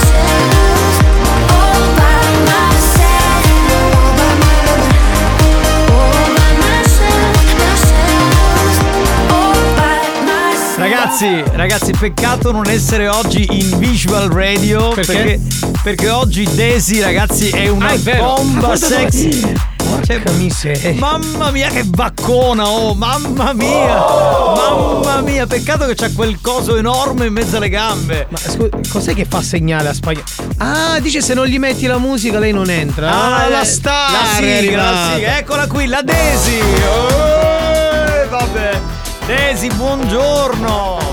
Speaker 3: All by myself.
Speaker 6: Ragazzi, peccato non essere oggi in visual radio. Perché oggi Daisy, ragazzi, è una bomba sexy. Mamma mia che baccona, mamma mia, peccato che c'ha quel coso enorme in mezzo alle gambe.
Speaker 7: Ma cos'è che fa segnale a spagnolo? Ah, dice se non gli metti la musica lei non entra. La star,
Speaker 6: la sigla, eccola qui, la Daisy. Vabbè. Daisy, buongiorno.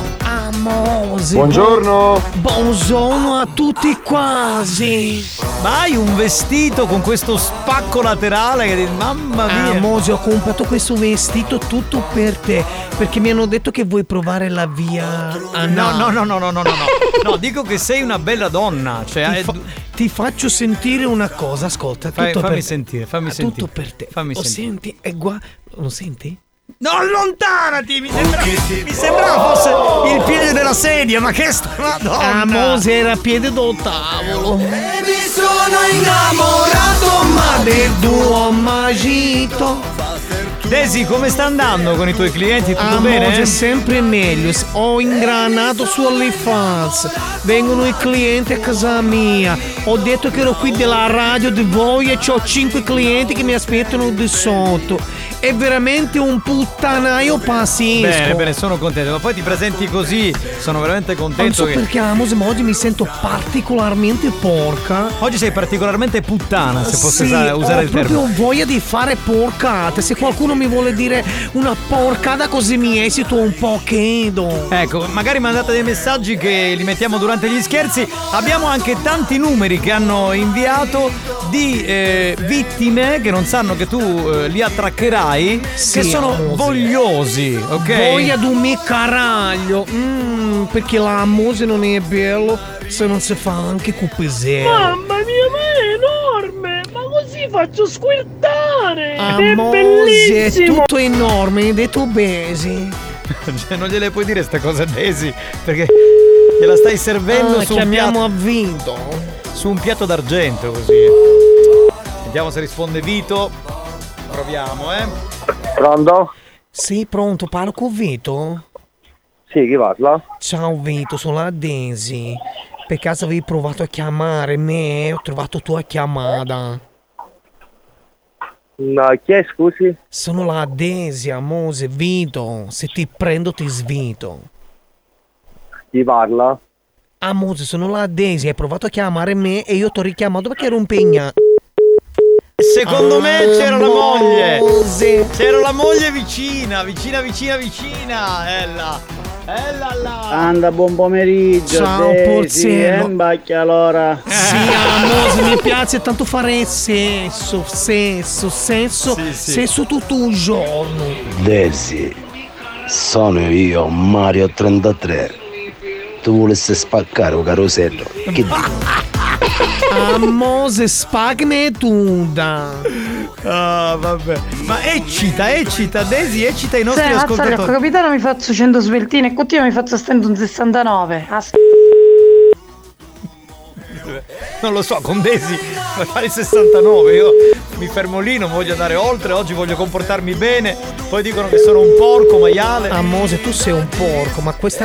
Speaker 7: Buongiorno a tutti quasi.
Speaker 6: Ma hai un vestito con questo spacco laterale che mamma mia.
Speaker 7: Mose, ho comprato questo vestito tutto per te, perché mi hanno detto che vuoi provare la via.
Speaker 6: No, dico che sei una bella donna, cioè
Speaker 7: ti faccio sentire una cosa, ascolta,
Speaker 6: fammi sentire.
Speaker 7: Tutto per te. Senti, è lo senti?
Speaker 6: No, allontanati! Mi sembrava fosse il piede della sedia, ma che Madonna!
Speaker 7: Mose era piede del tavolo.
Speaker 11: E mi sono innamorato, ma del tuo magito.
Speaker 6: Daisy, come sta andando con i tuoi clienti? Tutto bene?
Speaker 7: Mose, sempre meglio. Ho ingranato su OnlyFans. Vengono i clienti a casa mia. Ho detto che ero qui della radio di voi e ho 5 clienti che mi aspettano di sotto. È veramente un puttanaio pazzesco.
Speaker 6: Bene, sono contento. Ma poi ti presenti così, sono veramente contento.
Speaker 7: Non so perché Mose, ma oggi mi sento particolarmente porca.
Speaker 6: Oggi sei particolarmente puttana, se posso usare il termine.
Speaker 7: Ho proprio voglia di fare porcate. Se qualcuno mi mi vuole dire una porcata così mi esito un pochetto.
Speaker 6: Ecco, magari mandate dei messaggi che li mettiamo durante gli scherzi. Abbiamo anche tanti numeri che hanno inviato di vittime che non sanno che tu li attraccherai,
Speaker 7: Sì,
Speaker 6: che sono
Speaker 7: amore.
Speaker 6: vogliosi, ok?
Speaker 7: Voglia di un mio caraglio. Perché la mose non è bello se non si fa anche cupesello.
Speaker 10: Mamma mia, ma è enorme! Ma così faccio squirtare! È
Speaker 7: Amose, è
Speaker 10: bellissimo!
Speaker 7: tutto enorme, hai detto obesi.
Speaker 6: Cioè, non gliele puoi dire ste cose, Daisy, perché gliela stai servendo su un
Speaker 7: chiamiamo
Speaker 6: piatto
Speaker 7: a Vito.
Speaker 6: su un piatto d'argento, così. Vediamo se risponde Vito. Proviamo,
Speaker 22: Pronto?
Speaker 7: Sì, pronto, parlo con Vito?
Speaker 22: Sì, chi parla?
Speaker 7: Ciao Vito, sono la Daisy. Per caso avevi provato a chiamare me? Ho trovato tua chiamata.
Speaker 22: No, chi è, scusi?
Speaker 7: Sono la Daisy, amose, Vito. Se ti prendo ti svito.
Speaker 22: Chi parla?
Speaker 7: Amose, sono la Daisy. Hai provato a chiamare me e io ti ho richiamato perché ero impegnato.
Speaker 6: Secondo me c'era la moglie. C'era la moglie vicina. Ella là.
Speaker 13: Anda, buon pomeriggio.
Speaker 7: Ciao,
Speaker 13: Daisy,
Speaker 7: Porziello.
Speaker 13: Imbacchia allora.
Speaker 7: Sì, amose, mi piace tanto fare sesso tutto il giorno.
Speaker 23: Daisy, sono io, Mario 33. Tu volessi spaccare un carosello. Che dico?
Speaker 7: Amose, spagne tutta.
Speaker 6: Ah, vabbè. Ma eccita, Daisy, eccita i nostri ascoltatori.
Speaker 5: Ecco, capitano, mi faccio 100 sveltine e continuo mi faccio stendo un 69.
Speaker 6: Non lo so, con Daisy per fare il 69 io mi fermo lì, non voglio andare oltre, oggi voglio comportarmi bene. Poi dicono che sono un porco maiale.
Speaker 7: Amose, tu sei un porco, ma questa...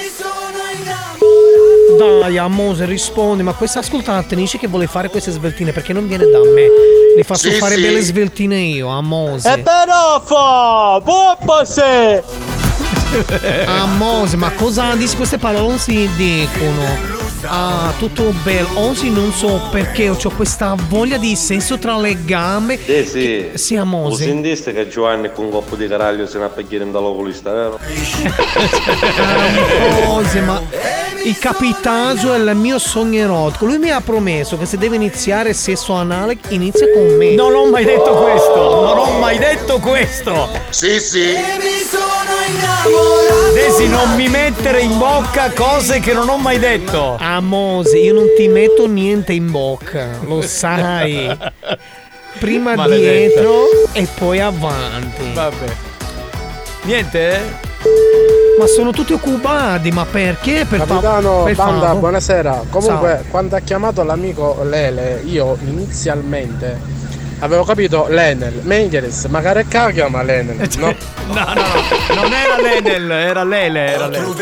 Speaker 7: Dai, Amose, rispondi, ma questa ascoltatrice che vuole fare queste sveltine perché non viene da me? Le faccio fare belle sveltine io, Amose.
Speaker 16: E però se!
Speaker 7: Amose, ma cosa dici? Queste parole non si dicono. Ah, tutto bello. Oggi non so perché ho questa voglia di sesso tra le gambe.
Speaker 24: Sì.
Speaker 7: Sì, Amose.
Speaker 24: Lo sentiste che Giovanni con un coppo di caraglio se ne appaghiera dall'oculista, vero?
Speaker 7: Amose, ma il capitaggio è il mio sogno erotico. Lui mi ha promesso che se deve iniziare sesso anale inizia con me.
Speaker 6: Non ho mai detto questo.
Speaker 24: Sì.
Speaker 6: Daisy, non mi mettere in bocca cose che non ho mai detto.
Speaker 7: Amose, io non ti metto niente in bocca, lo sai. Prima
Speaker 6: Maledetta.
Speaker 7: dietro e poi avanti.
Speaker 6: Vabbè. Niente?
Speaker 7: Ma sono tutti occupati, ma perché?
Speaker 25: Capitano,
Speaker 7: per
Speaker 25: banda,
Speaker 7: favore.
Speaker 25: buonasera. Comunque,
Speaker 7: Ciao.
Speaker 25: quando ha chiamato l'amico Lele, io inizialmente avevo capito l'Enel. Mengeres, magari chiama l'Enel, no?
Speaker 6: No, non era l'Enel, era Lele.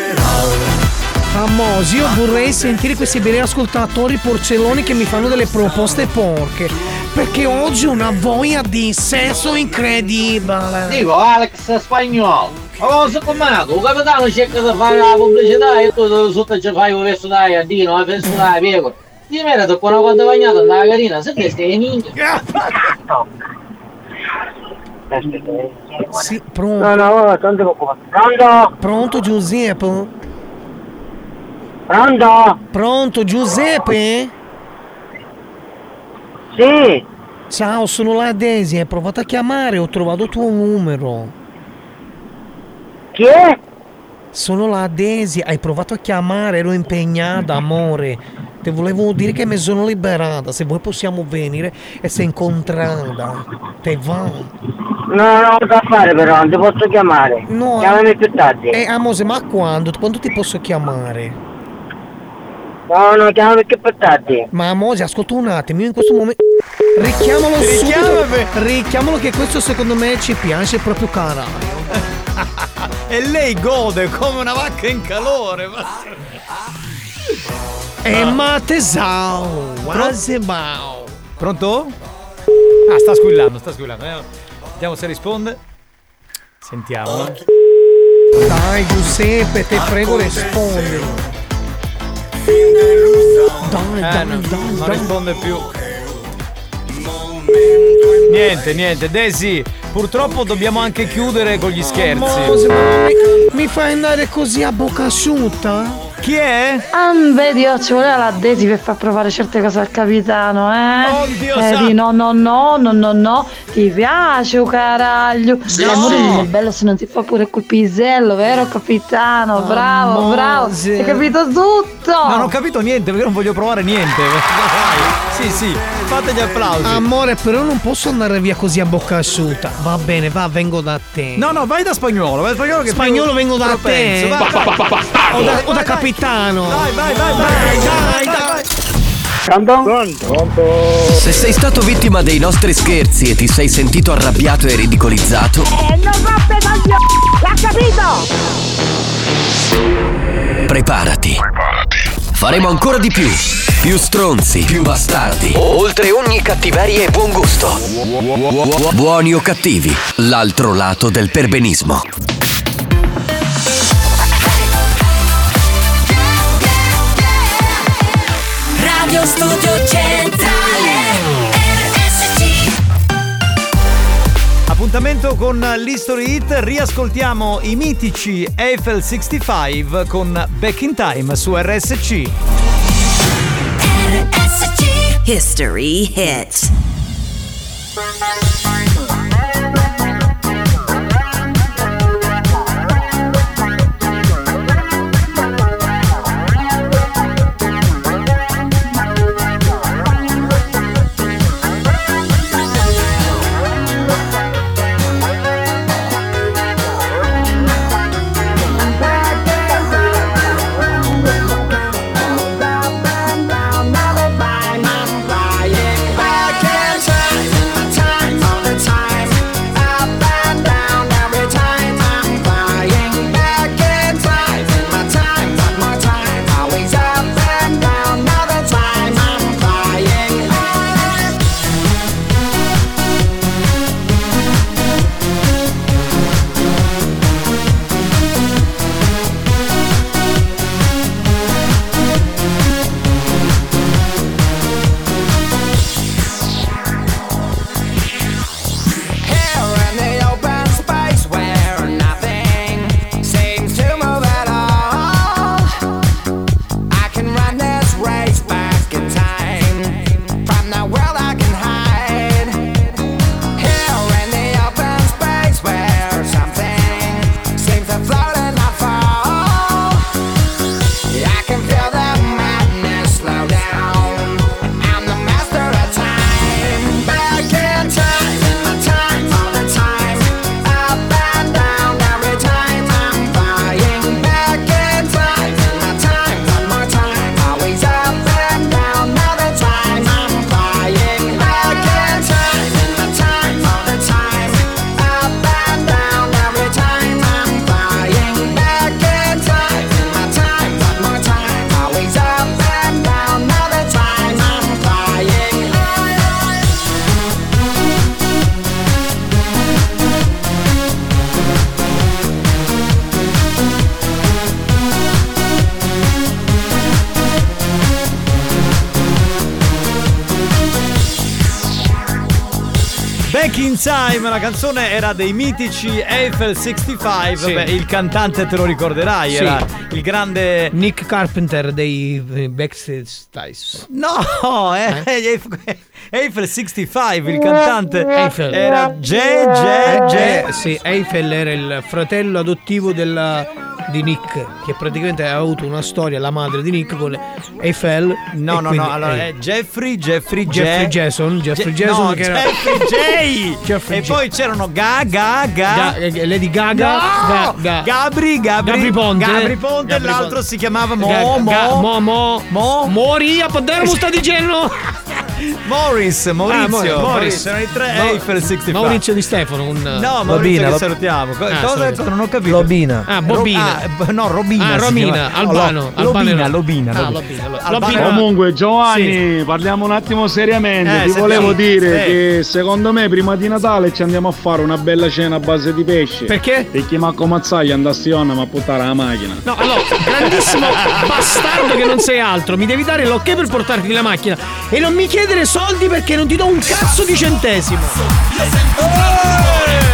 Speaker 7: Amose, io vorrei sentire questi bei ascoltatori porcelloni che mi fanno delle proposte porche. Perché oggi ho una voglia di sesso incredibile.
Speaker 26: Dico, Alex Spagnolo. Ma cosa combinato? Il capitano cerca di fare la pubblicità e tu sotto ci fai un verso dai a Dino, un verso dai Piego. Ti merito con una coda bagnata andava carina, se te stai minchia.
Speaker 7: Sì, pronto.
Speaker 25: No, tanto pronto?
Speaker 7: Pronto Giuseppe?
Speaker 25: Pronto?
Speaker 7: Pronto Giuseppe?
Speaker 25: Sì.
Speaker 7: Ciao, sono la Daisy, hai provato a chiamare, ho trovato il tuo numero.
Speaker 25: Chi è?
Speaker 7: Sono la Daisy, hai provato a chiamare, ero impegnata, amore. Ti volevo dire che mi sono liberata, se vuoi possiamo venire e se incontrata. Te va?
Speaker 25: No, ho da fare però, non ti posso chiamare.
Speaker 7: No.
Speaker 25: Chiamami più tardi.
Speaker 7: Amose, ma quando? Quando ti posso chiamare?
Speaker 25: No, chiamami più tardi.
Speaker 7: Ma Amose, ascolta un attimo, io in questo momento... Richiamalo subito. Richiamalo che questo secondo me ci piace proprio caraglio.
Speaker 6: E lei gode come una vacca in calore.
Speaker 7: Ma tesao, wasebao.
Speaker 6: Pronto? Ah, sta squillando. Vediamo se risponde. Sentiamo.
Speaker 7: Dai Giuseppe, te prego rispondi. Dai.
Speaker 6: Non risponde più. Niente, Daisy, purtroppo dobbiamo anche chiudere con gli scherzi.
Speaker 7: Mi fai andare così a bocca asciutta?
Speaker 6: Chi è?
Speaker 5: Vedi, ci voleva la Desi per far provare certe cose al capitano,
Speaker 6: Oddio,
Speaker 5: no, ti piace un caraglio. L'amore non è bello se non ti fa pure col pisello, vero capitano? Bravo, hai capito tutto.
Speaker 6: Non ho capito niente perché non voglio provare niente. Sì, fate gli applausi.
Speaker 7: Amore, però non posso andare via così a bocca asciutta. Va bene, vengo da te.
Speaker 6: No, vai da Spagnolo. Vai da Spagnolo che
Speaker 7: Spagnolo vengo da te. O da capitano. Vai.
Speaker 1: Se sei stato vittima dei nostri scherzi e ti sei sentito arrabbiato e ridicolizzato,
Speaker 10: non roppe coglioni! L'ha capito!
Speaker 1: preparati. Faremo ancora di più. Più stronzi, più bastardi. Oltre ogni cattiveria e buon gusto. Buoni o cattivi, l'altro lato del perbenismo.
Speaker 3: Radio Studio Centrale RSC.
Speaker 6: Appuntamento con l'History Hit, riascoltiamo i mitici Eiffel 65 con Back in Time su RSC.
Speaker 3: History Hit.
Speaker 6: Back in Time, la canzone era dei mitici Eiffel 65.
Speaker 7: Sì.
Speaker 6: Beh, il cantante te lo ricorderai,
Speaker 7: Sì.
Speaker 6: era il grande
Speaker 7: Nick Carpenter dei Backstreet Boys.
Speaker 6: No, Eiffel 65, il cantante
Speaker 7: Eiffel.
Speaker 6: era
Speaker 7: Sì, Eiffel era il fratello adottivo di Nick, che praticamente ha avuto una storia, la madre di Nick con Eiffel.
Speaker 6: No, allora è Jeffrey
Speaker 7: Jason
Speaker 6: no,
Speaker 7: che era
Speaker 6: Jeffrey J.
Speaker 7: Jeffrey
Speaker 6: E
Speaker 7: J.
Speaker 6: poi c'erano
Speaker 7: Lady Gaga,
Speaker 6: no! Gabri Ponte e l'altro si chiamava
Speaker 7: Moria, potremmo sta dicendo
Speaker 6: Maurizio.
Speaker 7: Morris.
Speaker 6: Erano i tre Eiffel 65.
Speaker 7: Maurizio Di Stefano.
Speaker 6: No, Maurizio che salutiamo. Cosa non ho capito?
Speaker 13: Lobina.
Speaker 7: Bobina.
Speaker 6: Romina.
Speaker 7: Romina, Albano.
Speaker 6: Lobina.
Speaker 8: Comunque Giovanni, parliamo un attimo seriamente. Ti volevo dire che secondo me prima di Natale ci andiamo a fare una bella cena a base di pesce.
Speaker 7: Perché?
Speaker 8: Perché Marco Mazzaglia andasse a ma puttare la macchina.
Speaker 7: No, allora, grandissimo bastardo che non sei altro. Mi devi dare l'ok per portarti la macchina e non mi chiedere soldi perché non ti do un cazzo di centesimo.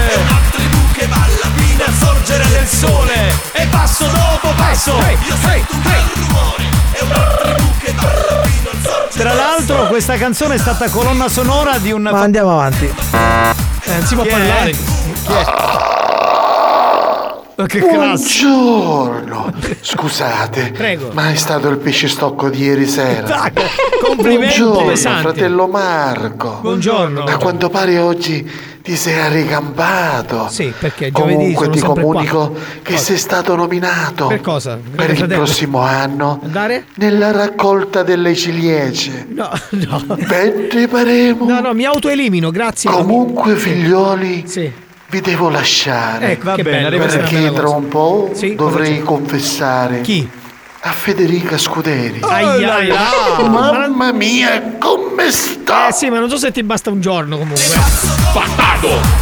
Speaker 6: che balla fino al sorgere del sole. E passo dopo passo, io sento un gran rumore. È una tribù che balla fino al sorgere. Tra l'altro questa canzone è stata colonna sonora di un...
Speaker 4: Ma andiamo avanti.
Speaker 7: Non si può parlare.
Speaker 6: Chi è? Che
Speaker 12: buongiorno, scusate,
Speaker 7: prego.
Speaker 12: ma è stato il pesce stocco di ieri sera.
Speaker 7: Complimenti.
Speaker 12: Buongiorno,
Speaker 7: Pesante.
Speaker 12: fratello Marco.
Speaker 7: Buongiorno.
Speaker 12: A quanto pare oggi ti sei arricampato.
Speaker 7: Sì, perché giovedì
Speaker 12: comunque
Speaker 7: sono
Speaker 12: ti
Speaker 7: sempre
Speaker 12: comunico
Speaker 7: qua.
Speaker 12: che
Speaker 7: Cosa?
Speaker 12: sei stato nominato
Speaker 7: Per cosa?
Speaker 12: per il
Speaker 7: Fratello.
Speaker 12: prossimo anno
Speaker 7: Andare?
Speaker 12: nella raccolta delle ciliegie.
Speaker 7: No.
Speaker 12: Beh, paremo.
Speaker 7: No, mi autoelimino, grazie.
Speaker 12: Comunque, figlioli,
Speaker 7: sì.
Speaker 12: vi devo lasciare.
Speaker 7: Ecco, va bene,
Speaker 12: perché tra un po'
Speaker 7: Sì,
Speaker 12: dovrei confessare.
Speaker 7: Chi?
Speaker 12: A Federica Scuderi.
Speaker 7: Mamma
Speaker 12: mia, come sta?
Speaker 7: Sì, ma non so se ti basta un giorno comunque.
Speaker 12: Bastardo!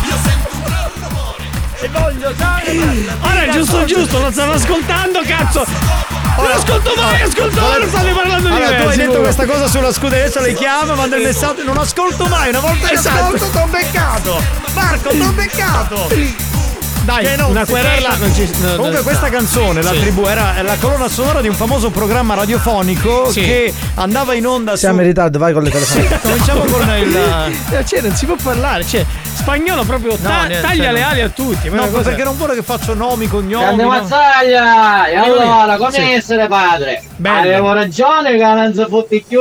Speaker 7: Ora giusto, non stavo ascoltando, cazzo! Non ascolto mai, non stavi parlando di me.
Speaker 6: Tu hai detto questa cosa sulla Scuderi, adesso le chiamo, manda il messaggio, non ascolto mai, una volta che ascolto t'ho beccato! Marco, t'ho beccato!
Speaker 7: Dai, una querela non ci...
Speaker 6: Comunque questa canzone, La Tribù, era la colonna sonora di un famoso programma radiofonico che andava in onda
Speaker 4: Siamo in ritardo, vai con le telefonate.
Speaker 6: Cominciamo con il...
Speaker 7: Cioè, non si può parlare, cioè, spagnolo proprio taglia le ali a tutti.
Speaker 6: No, perché non vuole che faccio nomi, cognomi.
Speaker 26: Grande Mazzaglia! E allora, come essere padre? Avevo ragione che non si fotti più.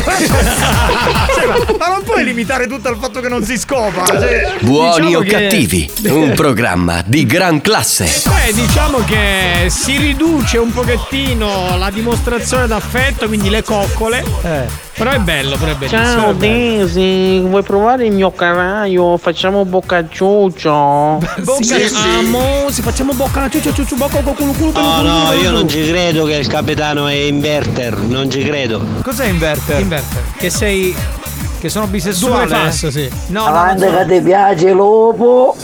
Speaker 6: Ma non puoi limitare tutto al fatto che non si scopa.
Speaker 1: Buoni
Speaker 7: diciamo
Speaker 1: o
Speaker 7: che-
Speaker 1: cattivi, un programma di gran classe.
Speaker 7: Diciamo che si riduce un pochettino la dimostrazione d'affetto, quindi le coccole. Però è bello, però è bellissimo.
Speaker 14: Ciao
Speaker 7: è bello.
Speaker 14: Daisy, vuoi provare il mio caraio? Facciamo boccacciuccio.
Speaker 7: Si facciamo bocca bocca culo.
Speaker 15: No, io non ci credo che il capitano è inverter, non ci credo.
Speaker 6: Cos'è inverter?
Speaker 7: Che sei...
Speaker 6: Che sono bisessuale?
Speaker 7: Stupefasso, sì.
Speaker 6: No,
Speaker 9: Avanti
Speaker 6: no,
Speaker 9: che ti piace lupo.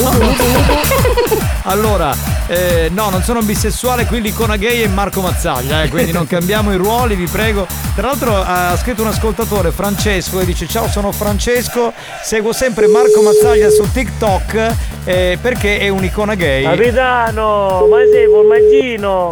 Speaker 6: Allora, no, non sono bisessuale, qui l'icona gay è Marco Mazzaglia, quindi non cambiamo i ruoli, vi prego. Tra l'altro ha scritto un ascoltatore, Francesco, e dice: ciao, sono Francesco, seguo sempre Marco Mazzaglia su TikTok perché è un'icona gay.
Speaker 10: Capitano, ma sei formaggino?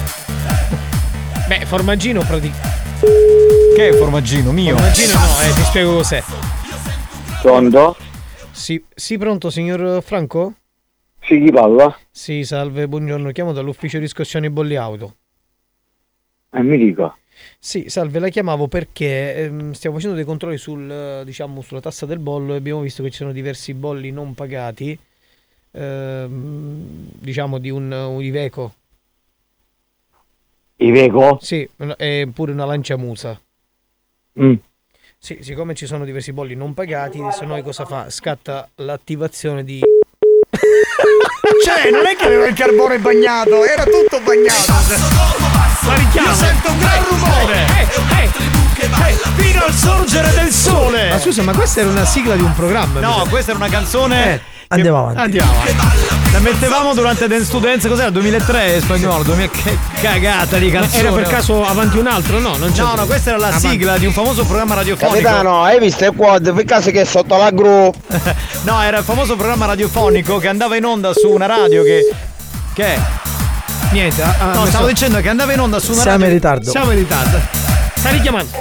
Speaker 7: Beh, formaggino praticamente.
Speaker 6: Che è formaggino mio?
Speaker 7: Formaggino no, ti spiego cos'è.
Speaker 22: Pronto?
Speaker 7: Sì, pronto, signor Franco?
Speaker 22: Sì, chi parla?
Speaker 7: Sì, salve, buongiorno, chiamo dall'ufficio riscossione bolli auto.
Speaker 22: Mi dica.
Speaker 7: Sì, salve, la chiamavo perché stiamo facendo dei controlli sulla tassa del bollo e abbiamo visto che ci sono diversi bolli non pagati, di un Iveco.
Speaker 22: Iveco?
Speaker 7: Sì, e pure una Lanciamusa. Sì, siccome ci sono diversi bolli non pagati, adesso noi cosa fa? Scatta l'attivazione di...
Speaker 6: Cioè, non è che aveva il carbone bagnato, era tutto bagnato.
Speaker 7: La richiamo.
Speaker 6: Io sento un gran rumore. Fino al sorgere del sole.
Speaker 7: Ma scusa, ma questa era una sigla di un programma?
Speaker 6: No, questa era una canzone.
Speaker 4: Andiamo avanti.
Speaker 6: La mettevamo durante Dance to Dance, cos'era? 2003 spagnolo, che cagata di canzone.
Speaker 7: Era per caso avanti un altro? No, non c'è.
Speaker 6: No, questa era la sigla di un famoso programma radiofonico.
Speaker 13: Capitano, hai visto il quad? Per caso che è sotto la gru?
Speaker 6: No, era il famoso programma radiofonico che andava in onda su una radio che è?
Speaker 7: Niente.
Speaker 6: No, stavo dicendo che andava in onda su una radio.
Speaker 4: Siamo in ritardo.
Speaker 7: Siamo in ritardo. Sta richiamando.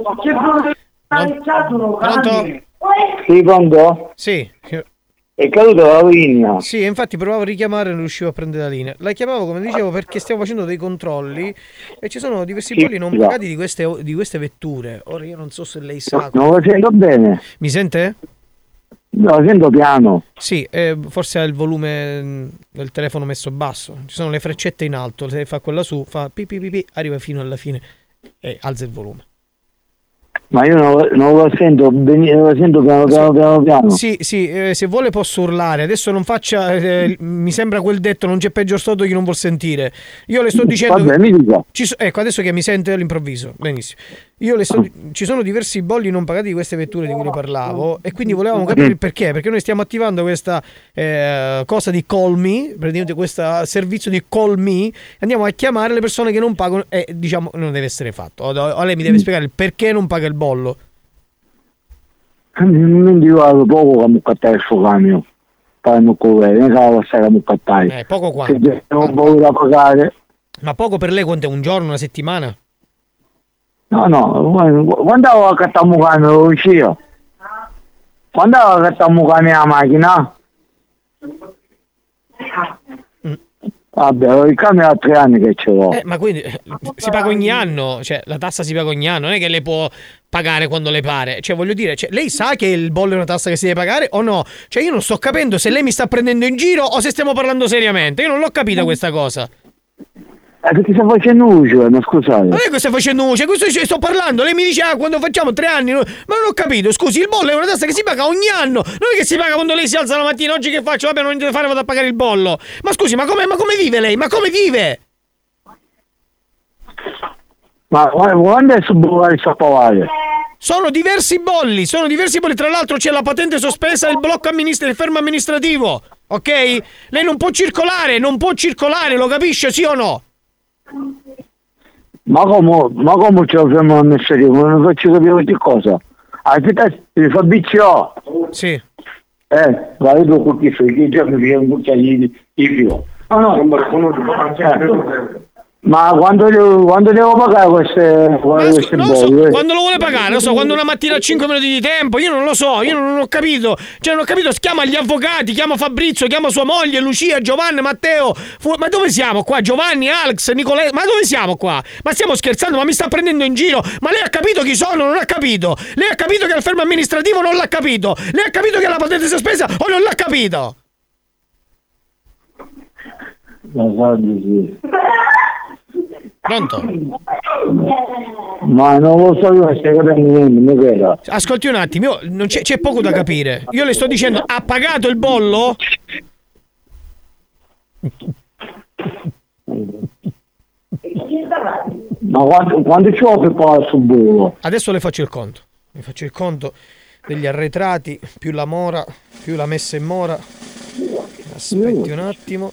Speaker 7: Pronto?
Speaker 22: Sì, pronto?
Speaker 7: Sì.
Speaker 22: È caduta la linea.
Speaker 7: Sì, infatti provavo a richiamare e non riuscivo a prendere la linea. La chiamavo, come dicevo, perché stiamo facendo dei controlli e ci sono diversi bolli non pagati di queste vetture. Ora io non so se lei sa.
Speaker 22: Non lo sento bene.
Speaker 7: Mi sente?
Speaker 22: No, lo sento piano.
Speaker 7: Sì, forse ha il volume del telefono messo basso. Ci sono le freccette in alto, se fa quella su, fa pi, arriva fino alla fine e alza il volume.
Speaker 22: Ma io non lo sento lo sento piano.
Speaker 7: Sì, se vuole posso urlare. Adesso non faccia mi sembra quel detto, non c'è peggior sordo chi non vuol sentire. Io le sto dicendo.
Speaker 22: Vabbè, mi dica.
Speaker 7: Ecco, adesso che mi sente all'improvviso. Benissimo. Ci sono diversi bolli non pagati di queste vetture di cui ne parlavo e quindi volevamo capire il perché. Perché noi stiamo attivando questa cosa di Call Me, praticamente questo servizio di Call Me. Andiamo a chiamare le persone che non pagano e diciamo non deve essere fatto. O lei mi deve spiegare il perché non paga il bollo.
Speaker 22: Non ti vado poco a bucare il suo camion. fanno come, non la sera mi cattare.
Speaker 7: Poco quanto.
Speaker 22: Se non voglio da pagare.
Speaker 7: Ma poco per lei quanto è? Un giorno, una settimana?
Speaker 22: No, quando avevo cattato mucane lo uscito? Quando avevo cattato mucane la macchina? Vabbè, il cambio da 3 anni che ce l'ho.
Speaker 7: Ma quindi si paga ogni anno, cioè la tassa si paga ogni anno, non è che lei può pagare quando le pare. Cioè voglio dire, lei sa che il bollo è una tassa che si deve pagare o no? Cioè io non sto capendo se lei mi sta prendendo in giro o se stiamo parlando seriamente. Io non l'ho capita questa cosa.
Speaker 22: Che ti sta facendo luce, ma scusate.
Speaker 7: Non è che sta facendo luce, questo sto parlando. Lei mi dice quando facciamo 3 anni, ma non ho capito. Scusi, il bollo è una tassa che si paga ogni anno. Non è che si paga quando lei si alza la mattina. Oggi che faccio? Vabbè, non devo fare, vado a pagare il bollo. Ma scusi, ma come vive lei? Ma come vive?
Speaker 22: Ma quando è sul bollo di Sappovale?
Speaker 7: Sono diversi bolli. Tra l'altro c'è la patente sospesa e il blocco il fermo amministrativo. Ok? Lei non può circolare, lo capisce, sì o no?
Speaker 22: Ma come ce lo fermo amministrativo? Non faccio capire che cosa. Aspetta, il Fabrizio.
Speaker 7: Sì.
Speaker 22: Vai tu con chi sei, che già mi viene un cucchiaino di più. Ma quando devo pagare queste bolle?
Speaker 7: Quando lo vuole pagare, lo so, quando una mattina ha 5 minuti di tempo, io non lo so, io non ho capito. Cioè non ho capito, chiama gli avvocati, chiama Fabrizio, chiama sua moglie, Lucia, Giovanni, Matteo. Ma dove siamo qua? Giovanni, Alex, Nicolè, ma dove siamo qua? Ma stiamo scherzando, ma mi sta prendendo in giro? Ma lei ha capito chi sono? Non ha capito? Lei ha capito che è il fermo amministrativo? Non l'ha capito? Lei ha capito che è la patente sospesa o non l'ha capito? Pronto?
Speaker 22: Ma non lo so, io non stai capendo niente.
Speaker 7: Ascolti un attimo, c'è poco da capire. Io le sto dicendo, ha pagato il bollo?
Speaker 22: Ma quando ci ho per pagare sul bollo?
Speaker 7: Adesso le faccio il conto. Mi faccio il conto degli arretrati, più la mora, più la messa in mora. Aspetti un attimo.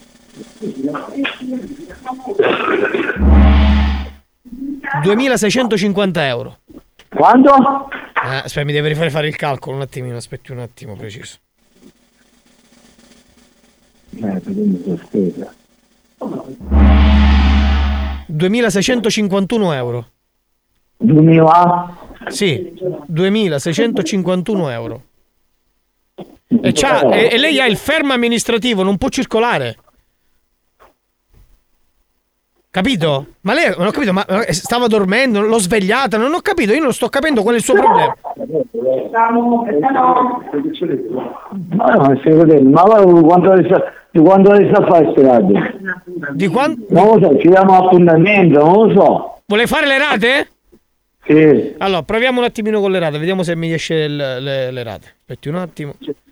Speaker 7: 2.650 euro.
Speaker 22: Quanto?
Speaker 7: Aspetta, mi deve rifare fare il calcolo un attimino, aspetti un attimo preciso. 2.651 euro.
Speaker 22: 2000?
Speaker 7: Sì, 2.651 euro. E lei ha il fermo amministrativo, non può circolare. Capito? Ma lei non ho capito, ma stava dormendo, l'ho svegliata, non ho capito, io non sto capendo qual è il suo problema.
Speaker 22: Ma quando le sta a fare queste rate?
Speaker 7: Di quando?
Speaker 22: Non lo so, ci diamo appuntamento, non lo so.
Speaker 7: Vuole fare le rate?
Speaker 22: Sì.
Speaker 7: Allora, proviamo un attimino con le rate, vediamo se mi esce le rate. Aspetti un attimo.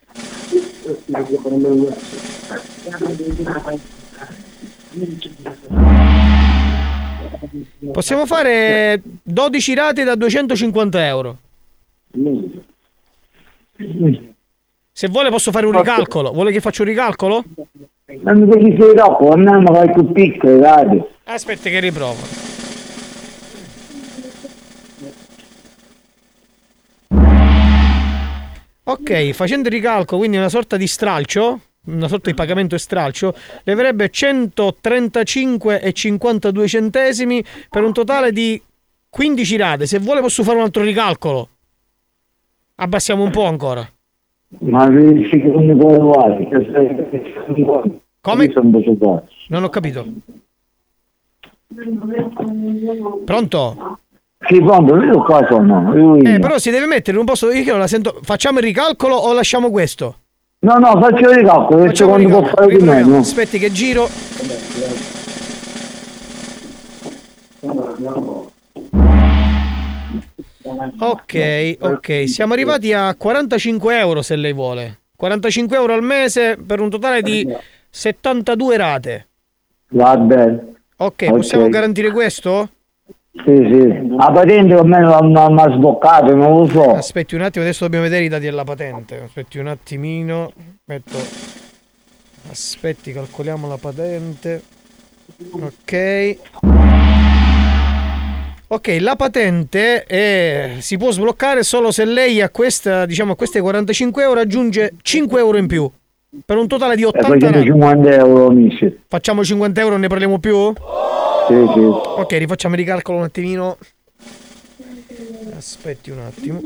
Speaker 7: Possiamo fare 12 rate da 250 euro. Se vuole posso fare un ricalcolo. Vuole che faccio un ricalcolo?
Speaker 22: Non mi piace se dopo, andiamo a fare più piccole rate.
Speaker 7: Aspetta che riprovo. Ok, facendo il ricalcolo, quindi una sorta di stralcio, una sorta di pagamento e stralcio, le verrebbe 135,52 centesimi per un totale di 15 rate. Se vuole posso fare un altro ricalcolo. Abbassiamo un po' ancora.
Speaker 22: Ma secondo voi uguali?
Speaker 7: Come? Non ho capito. Pronto?
Speaker 22: Sì, pronto, io qua sono.
Speaker 7: Però si deve mettere in un posto. Io la sento. Facciamo il ricalcolo o lasciamo questo?
Speaker 22: No, faccio il ricalcolo, perché quando può fare di meno.
Speaker 7: Aspetti che giro. Ok, siamo arrivati a 45 euro se lei vuole. 45 euro al mese per un totale di 72 rate.
Speaker 22: Va bene.
Speaker 7: Ok, possiamo garantire questo?
Speaker 22: Sì. La patente almeno mi ha sboccato, non lo so.
Speaker 7: Aspetti un attimo, adesso dobbiamo vedere i dati della patente. Aspetti un attimino. Aspetti, calcoliamo la patente. Ok, la patente si può sbloccare solo se lei a questa, diciamo, a queste 45 euro aggiunge 5 euro in più. Per un totale di 80
Speaker 22: rate. 50 euro, amici.
Speaker 7: Facciamo 50 euro, ne parliamo più?
Speaker 22: Sì.
Speaker 7: Ok, rifacciamo il ricalcolo un attimino. Aspetti un attimo.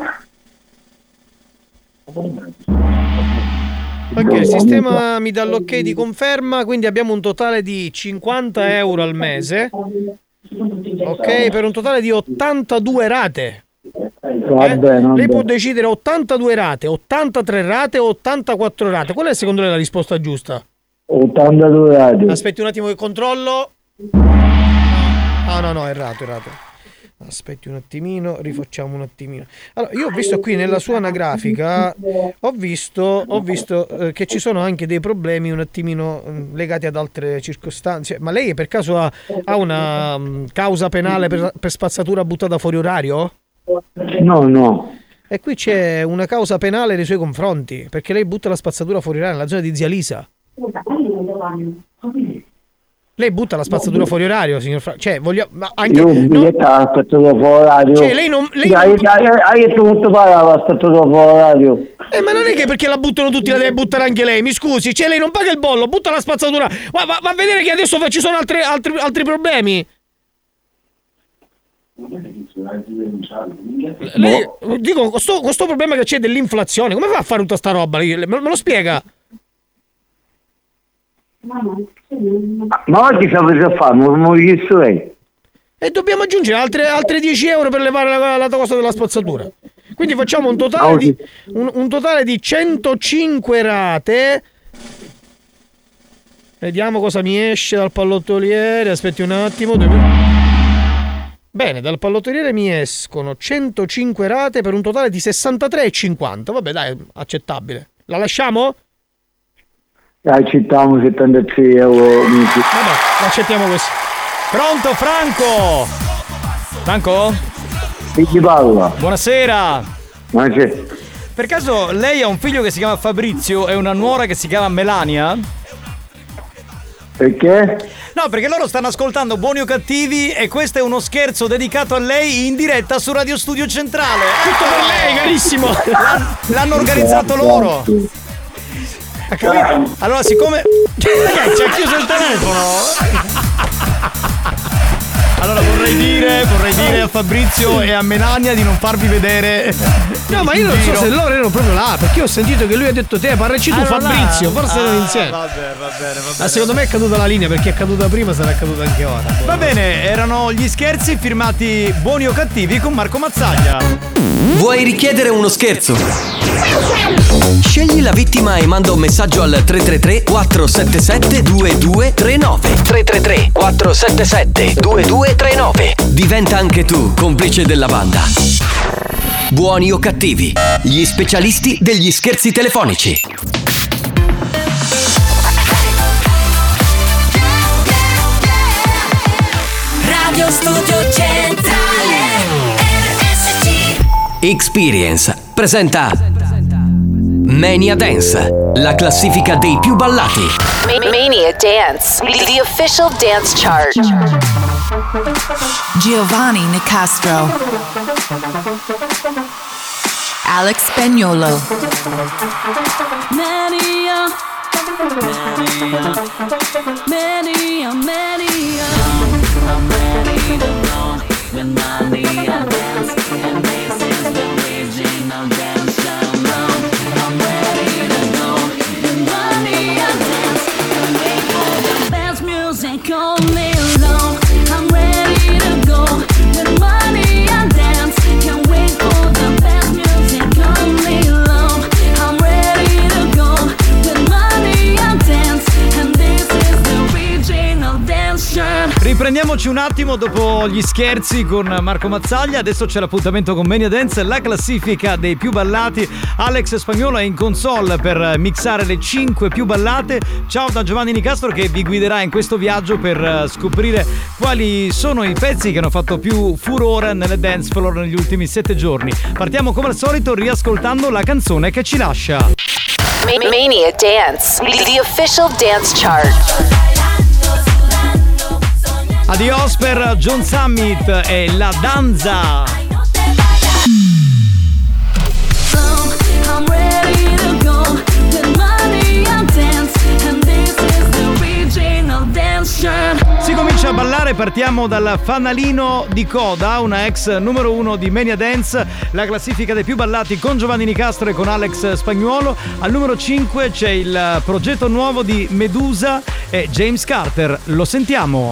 Speaker 7: Ok, il sistema mi dà l'ok di conferma, quindi abbiamo un totale di 50 euro al mese. Ok, per un totale di 82 rate. Lei può decidere 82 rate, 83 rate o 84 rate. Qual è secondo lei la risposta giusta?
Speaker 22: 82 rate.
Speaker 7: Aspetti un attimo che controllo. No, è errato. Aspetti un attimino, rifacciamo un attimino. Allora, io ho visto qui nella sua anagrafica, ho visto che ci sono anche dei problemi un attimino legati ad altre circostanze. Ma lei per caso ha una causa penale per spazzatura buttata fuori orario?
Speaker 22: No.
Speaker 7: E qui c'è una causa penale nei suoi confronti, perché lei butta la spazzatura fuori orario nella zona di Zia Lisa. Lei butta la spazzatura fuori orario, signor Cioè, anche...
Speaker 22: Io la spazzatura fuori orario.
Speaker 7: Cioè, lei non...
Speaker 22: Hai detto molto male la spazzatura fuori orario.
Speaker 7: Ma non è che perché la buttano tutti la deve buttare anche lei, mi scusi. Cioè, lei non paga il bollo, butta la spazzatura. Va a vedere che adesso ci sono altri problemi. Lei, dico, questo problema che c'è dell'inflazione, come fa a fare tutta sta roba? Me lo spiega?
Speaker 22: Ma oggi sapete a fare? Non ho chiesto lei.
Speaker 7: E dobbiamo aggiungere altre 10 euro per levare la costa della spazzatura. Quindi facciamo un totale di 105 rate. Vediamo cosa mi esce dal pallottoliere. Aspetti un attimo. Bene, dal pallottoliere mi escono 105 rate per un totale di 63,50. Vabbè, dai, accettabile. La lasciamo?
Speaker 22: Accettiamo 73 euro.
Speaker 7: Vabbè, accettiamo così. Pronto, Franco? Franco?
Speaker 22: Chi parla?
Speaker 7: Buonasera.
Speaker 22: Buonasera.
Speaker 6: Per caso lei ha un figlio che si chiama Fabrizio e una nuora che si chiama Melania?
Speaker 22: Perché?
Speaker 6: No, perché loro stanno ascoltando Buoni o Cattivi e questo è uno scherzo dedicato a lei in diretta su Radio Studio Centrale.
Speaker 7: Tutto per lei, carissimo.
Speaker 6: L'hanno organizzato loro. Ha capito? Allora, siccome ci ha chiuso il telefono. Allora vorrei dire a Fabrizio e a Melania di non farvi vedere.
Speaker 7: No, ma io non so se loro erano proprio là, perché io ho sentito che lui ha detto te parlaci tu Fabrizio, forse erano insieme.
Speaker 6: Va bene.
Speaker 7: Ma secondo me è caduta la linea, perché è caduta prima, sarà caduta anche ora.
Speaker 6: Va bene, erano gli scherzi firmati Buoni o Cattivi con Marco Mazzaglia.
Speaker 1: Vuoi richiedere uno scherzo? Scegli la vittima e manda un messaggio al 333 477 2239. 333 477 2239. Diventa anche tu complice della banda. Buoni o Cattivi, gli specialisti degli scherzi telefonici.
Speaker 3: Radio Studio Centrale RSC.
Speaker 1: Experience presenta Mania Dance, la classifica dei più ballati.
Speaker 2: Mania Dance, the official dance chart.
Speaker 17: Giovanni Nicastro, Alex Spagnolo,
Speaker 3: Mania. I'm ready to know when Mania dance, and this is the original dance sound. I'm ready to know when Mania dance, and wait for the dance music all day long. I'm ready to go when Mania dance, can't wait for the dance music all day long. I'm ready to go when Mania dance, and this is the original dance sound.
Speaker 6: Riprendiamoci un attimo dopo gli scherzi con Marco Mazzaglia. Adesso c'è l'appuntamento con Mania Dance, la classifica dei più ballati. Alex Spagnolo è in console per mixare le 5 più ballate. Ciao da Giovanni Nicastro che vi guiderà in questo viaggio per scoprire quali sono i pezzi che hanno fatto più furore nelle dance floor negli ultimi 7 giorni. Partiamo come al solito riascoltando la canzone che ci lascia.
Speaker 2: Mania Dance, the official dance chart.
Speaker 6: Adios per John Summit e La Danza.
Speaker 3: I'm ready to go with Mania dance.
Speaker 6: settimanale. Partiamo dal fanalino di coda, una ex numero 1 di Mania Dance, la classifica dei più ballati con Giovanni Nicastro e con Alex Spagnuolo. Al numero 5 c'è il progetto nuovo di Medusa e James Carter. Lo sentiamo.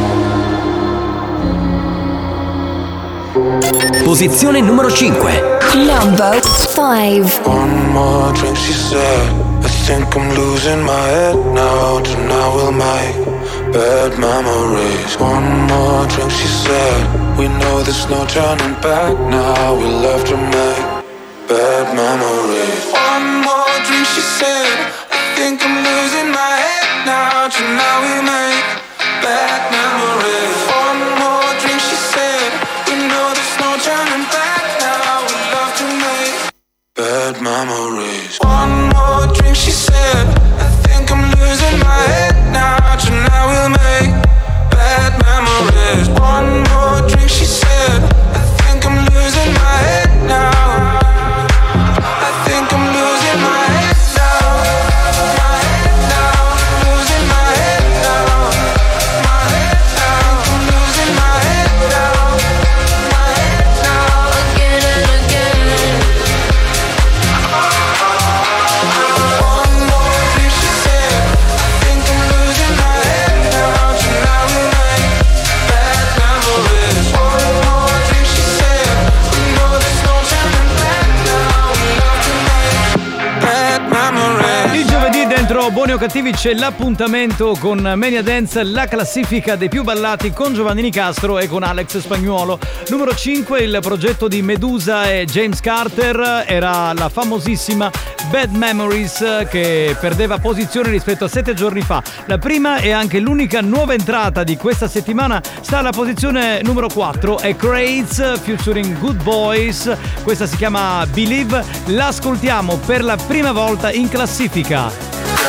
Speaker 1: Posizione numero 5.
Speaker 3: Number 5.
Speaker 11: One more drink, she said. I think I'm losing my head now. Tonight we'll make bad memories. One more drink, she said. We know there's no turning back now. We love to make bad memories. One more drink, she said. I think I'm losing my head now. Tonight we make bad memories. One more drink, she said. We know there's no turning back now. We love to make bad memories. One more drink, she said. I think I'm losing my head now. Tonight we'll make bad memories. One more drink, she said. I think I'm losing my head now. I think I'm losing my head now. My head now. Losing my head now. My head now. I'm losing my head now. My head now. Again and again. One more drink, she said. I think I'm losing my head now. Tonight we make bad memories. One more drink, she said. We know there's no turning back now. We love to make bad memories.
Speaker 6: Il giovedì dentro Buoni o Cattivi c'è l'appuntamento con Mania Dance, la classifica dei più ballati con Giovanni Nicastro e con Alex Spagnuolo. Numero 5, il progetto di Medusa e James Carter, era la famosissima Bad Memories che perdeva posizione rispetto a 7 giorni fa. La prima e anche l'unica nuova entrata di questa settimana sta alla posizione numero 4, è Crates featuring Good Boys, questa si chiama Believe, l'ascoltiamo per la prima volta in classifica.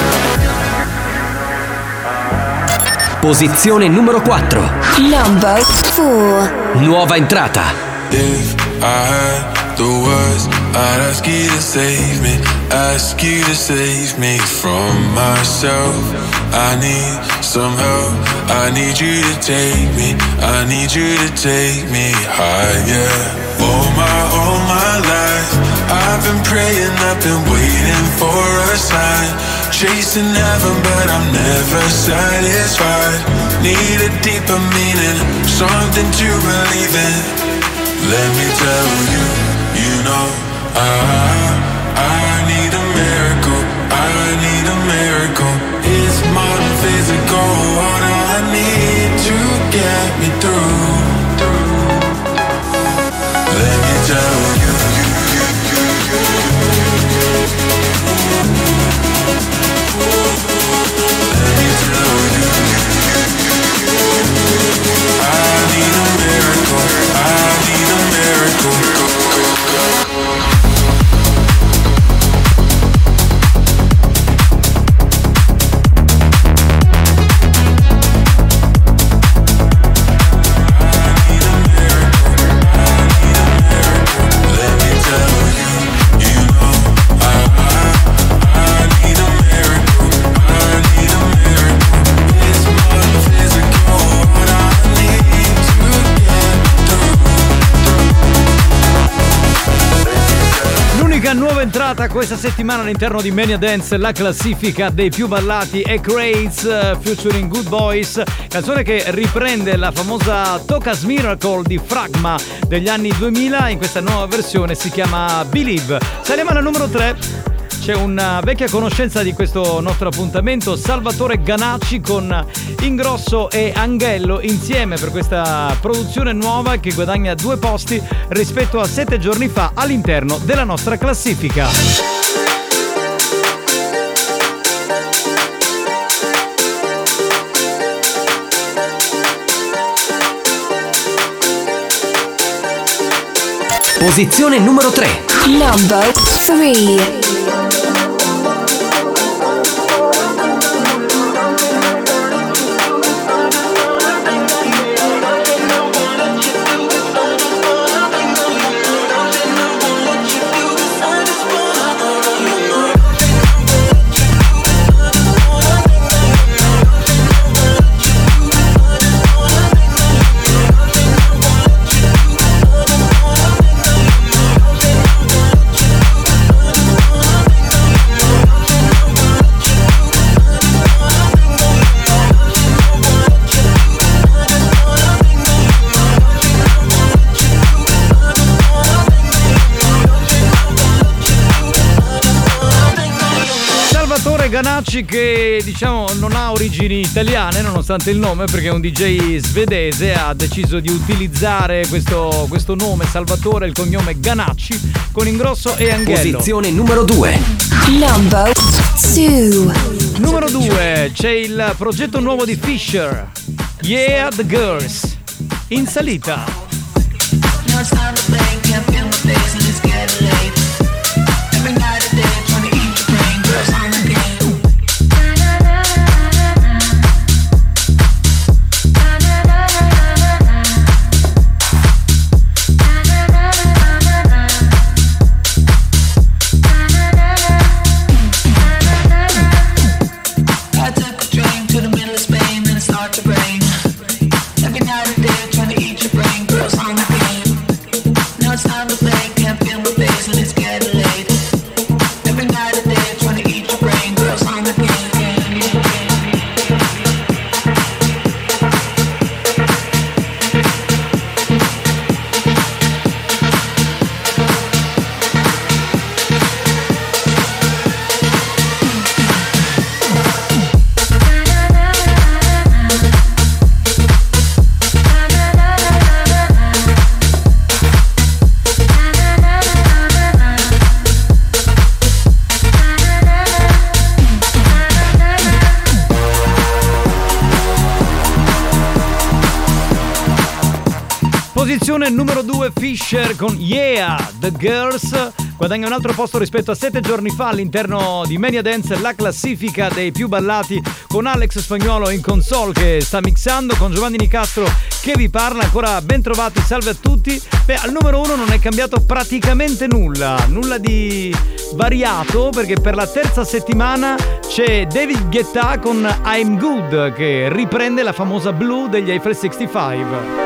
Speaker 1: Posizione numero 4.
Speaker 3: Number 4.
Speaker 1: Nuova entrata.
Speaker 11: If I had the words, I'd ask you to save me. Ask you to save me from myself. I need some help. I need you to take me. I need you to take me higher. All my life I've been praying, I've been waiting for a sign. Chasing heaven, but I'm never satisfied. Need a deeper meaning, something to believe in. Let me tell you, you know, I need a miracle. I need a miracle. It's more than physical. What I need to get me through. Let me tell you. Let me tell you. I need a miracle. I need a miracle. Go, go, go.
Speaker 6: Nuova entrata questa settimana all'interno di Mania Dance, la classifica dei più ballati è Crates featuring Good Boys, canzone che riprende la famosa Toca's Miracle di Fragma degli anni 2000, in questa nuova versione si chiama Believe. Saliamo alla numero 3. C'è una vecchia conoscenza di questo nostro appuntamento, Salvatore Ganacci con Ingrosso e Anghello insieme per questa produzione nuova che guadagna 2 posti rispetto a 7 giorni fa all'interno della nostra classifica.
Speaker 1: Posizione numero 3.
Speaker 3: Number 3.
Speaker 6: Ganacci, che diciamo non ha origini italiane nonostante il nome, perché un DJ svedese ha deciso di utilizzare questo nome Salvatore, il cognome Ganacci, con Ingrosso e Anghello.
Speaker 1: Posizione numero 2.
Speaker 3: Number 2.
Speaker 6: Numero 2 c'è il progetto nuovo di Fisher, Yeah the Girls, in salita. Posizione numero 2 Fisher con Yeah the Girls, guadagna un altro posto rispetto a 7 giorni fa all'interno di Mania Dance, la classifica dei più ballati, con Alex Spagnuolo in console che sta mixando, con Giovanni Nicastro che vi parla. Ancora ben trovati, salve a tutti. Beh, al numero 1 non è cambiato praticamente nulla di variato, perché per la terza settimana c'è David Guetta con I'm Good, che riprende la famosa Blue degli Eiffel 65.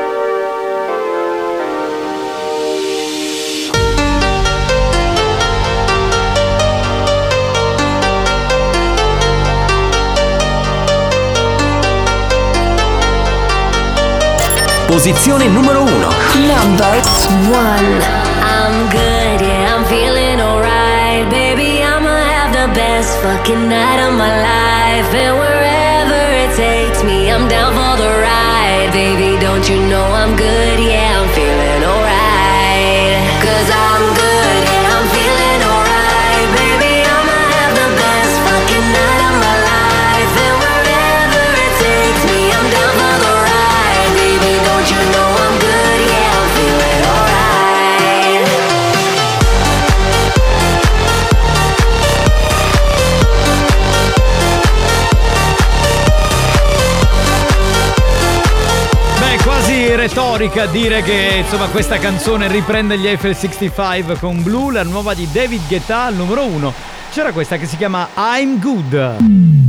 Speaker 1: Posizione numero 1.
Speaker 3: Number 1.
Speaker 16: I'm good, yeah, I'm feeling alright. Baby, I'ma have the best fucking night of my life. And wherever it takes me, I'm down for the ride. Baby, don't you know I'm good, yeah, I'm feeling alright. 'Cause I'm good, yeah, I'm feeling alright. Baby, I'ma have the best fucking night of my life. And wherever it takes me, I'm down for the ride. Baby, don't you know I'm good, yeah, I'm feeling alright.
Speaker 6: Beh, quasi retorica dire che insomma questa canzone riprende gli Eiffel 65 con Blue, la nuova di David Guetta al numero 1. C'era questa che si chiama I'm Good.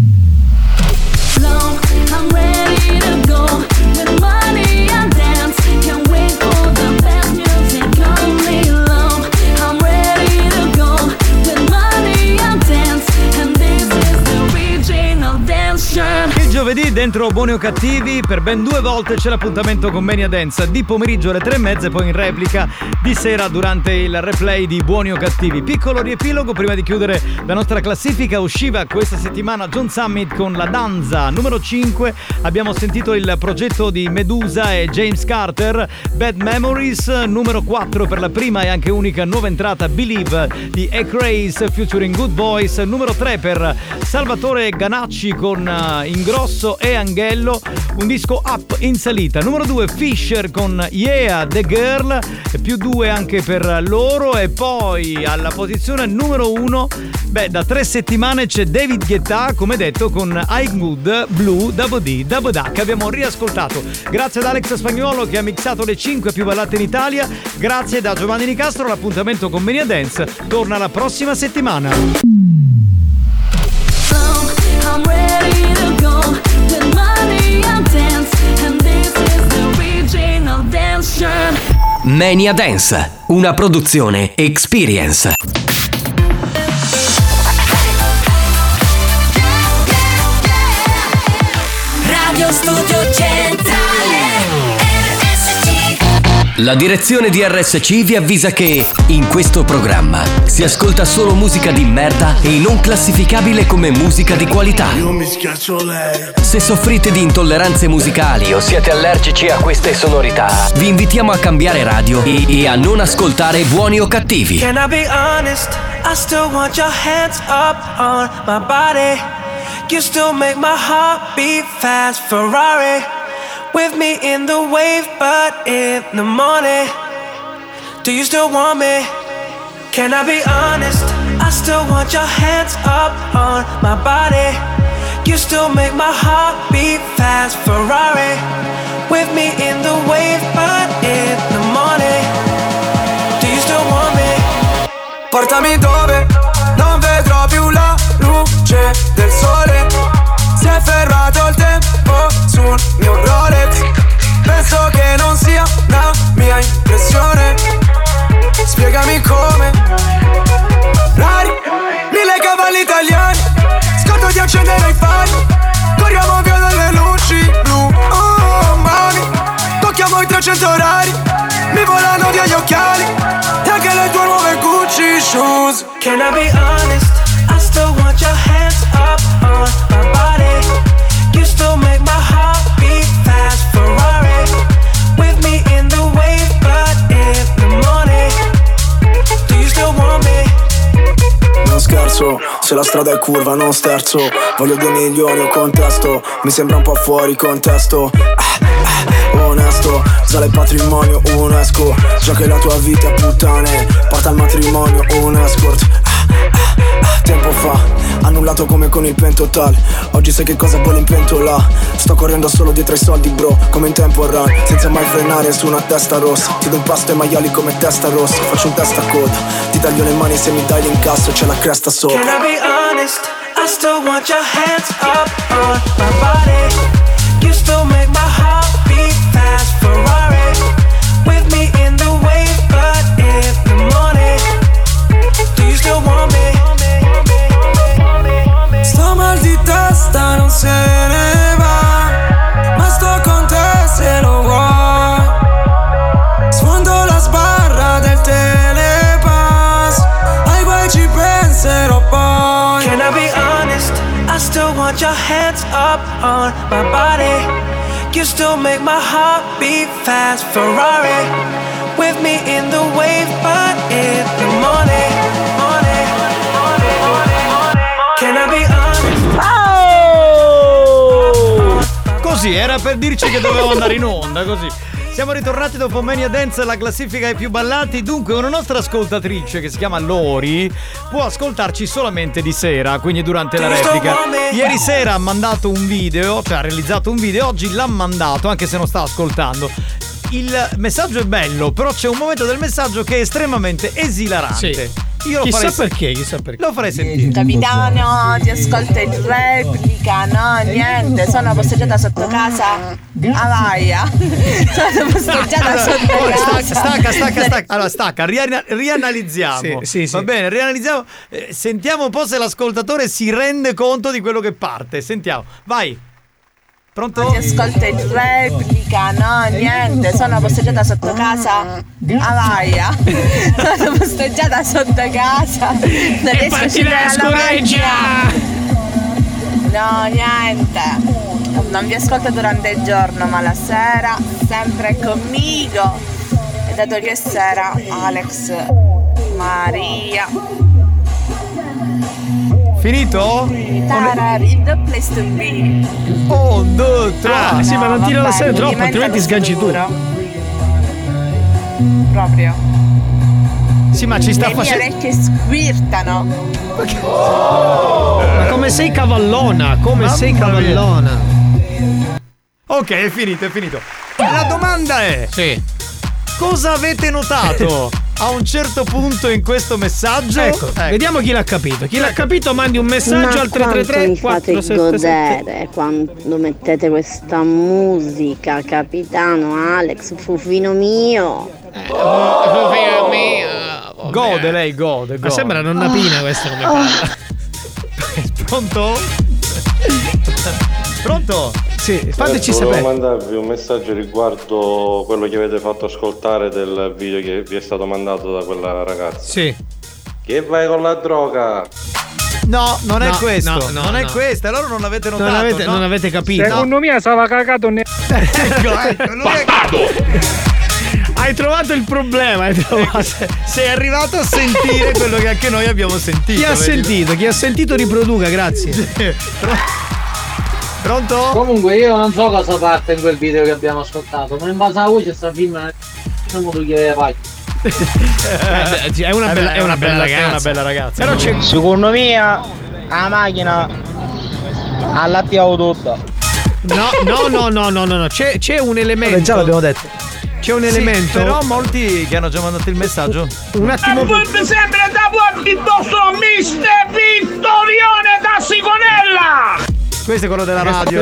Speaker 16: I'm ready to go with money and dance. Can't wait for the best music only love. I'm ready to go with money and dance. And this is the original dance show.
Speaker 6: Il giovedì dentro Buoni o Cattivi per ben 2 volte c'è l'appuntamento con Mania Dance, di pomeriggio alle 3:30 e poi in replica di sera durante il replay di Buoni o Cattivi. Piccolo riepilogo prima di chiudere la nostra classifica. Usciva questa settimana John Summit con La Danza. Numero 5 abbiamo sentito il progetto di Medusa e James Carter, Bad Memories. Numero 4 per la prima e anche unica nuova entrata, Believe di Ecraze featuring Good Boys. Numero 3 per Salvatore Ganacci con Ingrosso e Anghello, un disco up in salita. Numero 2 Fisher con Yeah the Girl, più 2 anche per loro. E poi alla posizione numero 1, beh, da 3 settimane c'è David Guetta, come detto, con I'm Good, Blue, Double D, Double Da, che abbiamo riascoltato. Grazie ad Alex Spagnuolo che ha mixato le 5 più ballate in Italia. Grazie da Giovanni Nicastro. L'appuntamento con Mania Dance torna la prossima settimana.
Speaker 16: I'm ready to go with money and dance. And this is the original dance show.
Speaker 1: Mania Dance, una produzione Experience.
Speaker 16: Radio Studio Centrale RSC.
Speaker 1: La direzione di RSC vi avvisa che in questo programma si ascolta solo musica di merda e non classificabile come musica di qualità.
Speaker 12: Io mi schiaccio lei.
Speaker 1: Se soffrite di intolleranze musicali o siete allergici a queste sonorità, vi invitiamo a cambiare radio e a non ascoltare Buoni o Cattivi.
Speaker 18: Can I be honest? I still want your hands up on my body. You still make my heart beat fast, Ferrari. With me in the wave, but in the morning. Do you still want me? Can I be honest? I still want your hands up on my body. You still make my heart beat fast, Ferrari. With me in the wave, but in the morning. Do you still want me?
Speaker 19: Portami dove non vedrò più la luce del sole. Si è fermato il tempo sul mio Rolex. Penso che non sia una mia impressione. Spiegami come. Rari, 1000 cavalli italiani. Scotto di accendere i fari. Corriamo via dalle luci blu. Oh mami, tocchiamo i 300 orari. Mi volano via gli occhiali. E anche le tue nuove Gucci shoes.
Speaker 18: Can I be honest? I still want your hands up on my body. You still make my heart beat fast, Ferrari. With me in the wave, but in the morning. Do you still want me?
Speaker 19: Non scherzo, se la strada è curva non sterzo. Voglio 2 milioni o contesto. Mi sembra un po' fuori contesto. Onesto, sale il patrimonio UNESCO. Già che la tua vita è puttane. Porta al matrimonio un escort. Tempo fa, annullato come con il pentotal. Oggi sai che cosa vuole in pentola. Sto correndo solo dietro ai soldi bro, come in tempo run. Senza mai frenare su una testa rossa. Ti do un pasto ai maiali come testa rossa. Faccio un testa a coda. Ti taglio le mani se mi dai l'incasso. C'è la cresta sopra.
Speaker 18: Can I be honest? I still want your hands up on my body. You still make my heart beat fast, Ferrari. With me in the wave, but in the morning. Do you still want me?
Speaker 19: Sto mal di testa non se ne va, ma sto con te se lo vuoi. Sfondo la sbarra del telepass, ai guai ci penserò poi.
Speaker 18: Can I be honest? I still want your hands up on my body. You still make my heart beat fast, Ferrari. With me in the wave, but in the morning. Can I be honest?
Speaker 6: Così, era per dirci che dovevo andare in onda, così. Siamo ritornati dopo Mania Dance, la classifica ai più ballati. Dunque, una nostra ascoltatrice che si chiama Lori può ascoltarci solamente di sera, quindi durante la replica. Ieri sera ha mandato un video, cioè ha realizzato un video, oggi l'ha mandato, anche se non sta ascoltando. Il messaggio è bello, però c'è un momento del messaggio che è estremamente esilarante.
Speaker 7: Sì.
Speaker 6: Io lo
Speaker 7: chissà
Speaker 6: farei
Speaker 7: perché.
Speaker 6: Lo farei sentire.
Speaker 20: Capitano, ti ascolta in replica, no, niente, sono posteggiata sotto casa. Avaia. Sono posteggiata sotto casa.
Speaker 6: Stacca. Allora stacca, rianalizziamo.
Speaker 7: Sì.
Speaker 6: Va bene, rianalizziamo. Sentiamo un po' se l'ascoltatore si rende conto di quello che parte. Sentiamo, vai. Pronto?
Speaker 20: Ti ascolta in replica, no, niente, sono posteggiata sotto casa. Avaia. Sono posteggiata sotto casa. Non riesco a uscire dalla macchina. No, niente. Non vi ascolto durante il giorno, ma la sera sempre conmigo. E dato che sera, Alex, Maria.
Speaker 6: Finito?
Speaker 20: Tarari, the place to be.
Speaker 6: 1, 2, 3.
Speaker 7: Sì, ma non tira la serie troppo, altrimenti sganci tu.
Speaker 20: Proprio.
Speaker 6: Sì, ma ci sta
Speaker 20: facendo. Le mie orecchie squirtano.
Speaker 7: Ma come sei cavallona?
Speaker 6: Ok, è finito. La domanda è:
Speaker 7: sì.
Speaker 6: Cosa avete notato a un certo punto in questo messaggio?
Speaker 7: Ecco. Vediamo chi l'ha capito. Chi l'ha capito mandi un messaggio al 333
Speaker 21: mi fate godere quando mettete questa musica, capitano Alex, fufino mio.
Speaker 7: Fufino mio.
Speaker 6: Gode lei, gode.
Speaker 7: Ma sembra nonna Pina questa come parla.
Speaker 6: Pronto? Pronto?
Speaker 7: Sì, fateci sapere.
Speaker 5: Volevo mandarvi un messaggio riguardo quello che avete fatto ascoltare del video che vi è stato mandato da quella ragazza.
Speaker 7: Sì.
Speaker 5: Che vai con la droga?
Speaker 6: No, non è questo.
Speaker 7: no,
Speaker 6: non è questo. Allora non l'avete notato.
Speaker 7: Non avete capito.
Speaker 10: Secondo me stava cagato
Speaker 6: ecco, lui
Speaker 7: Hai trovato il problema.
Speaker 6: Sei arrivato a sentire quello che anche noi abbiamo sentito.
Speaker 7: Chi ha sentito riproduca, grazie.
Speaker 6: Pronto?
Speaker 8: Comunque io non so cosa parte in quel video che abbiamo ascoltato, ma in base alla voce sta film
Speaker 7: è una bella ragazza.
Speaker 8: Però c'è... Secondo me la macchina all'attiavo tutta.
Speaker 7: No. C'è un elemento.
Speaker 4: Già l'abbiamo detto.
Speaker 7: C'è un elemento.
Speaker 6: Però molti che hanno già mandato il messaggio.
Speaker 7: Un attimo.
Speaker 10: Mi sembra da porti indosso Mister Vittorione da Sigonella.
Speaker 6: Questo è quello della radio.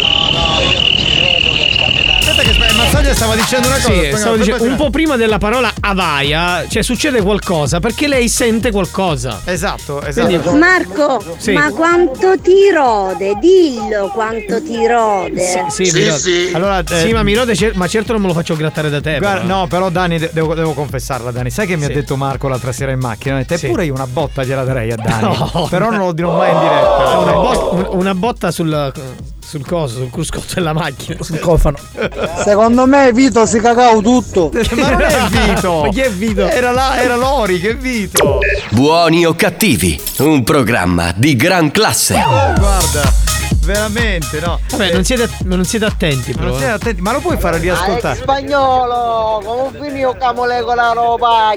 Speaker 6: Aspetta che Mazzaglia stava dicendo una cosa.
Speaker 7: Sì, stavo dicendo, un po' prima della parola avaia, cioè succede qualcosa perché lei sente qualcosa.
Speaker 6: Esatto.
Speaker 21: Quindi, Marco,
Speaker 7: sì.
Speaker 21: Ma quanto ti rode? Dillo quanto ti rode.
Speaker 6: Sì. Allora,
Speaker 7: sì, ma mi rode, ma certo non me lo faccio grattare da te.
Speaker 6: Guarda, no, però Dani, devo confessarla, Dani. Sai che mi ha detto Marco l'altra sera in macchina? Eppure io una botta gliela darei a Dani.
Speaker 7: No.
Speaker 6: Però non lo dirò mai in diretta.
Speaker 7: Una botta sul cruscotto della macchina.
Speaker 4: Sul cofano.
Speaker 9: Secondo me Vito si cagava tutto.
Speaker 6: Ma non è Vito.
Speaker 7: Ma chi è Vito?
Speaker 6: Era Lori, che Vito.
Speaker 1: Buoni o cattivi, un programma di gran classe.
Speaker 6: Guarda, veramente, no.
Speaker 7: Vabbè, non siete attenti, però.
Speaker 6: Non siete attenti, ma lo puoi fare riascoltare?
Speaker 8: Spagnolo, come finito camole con la roba?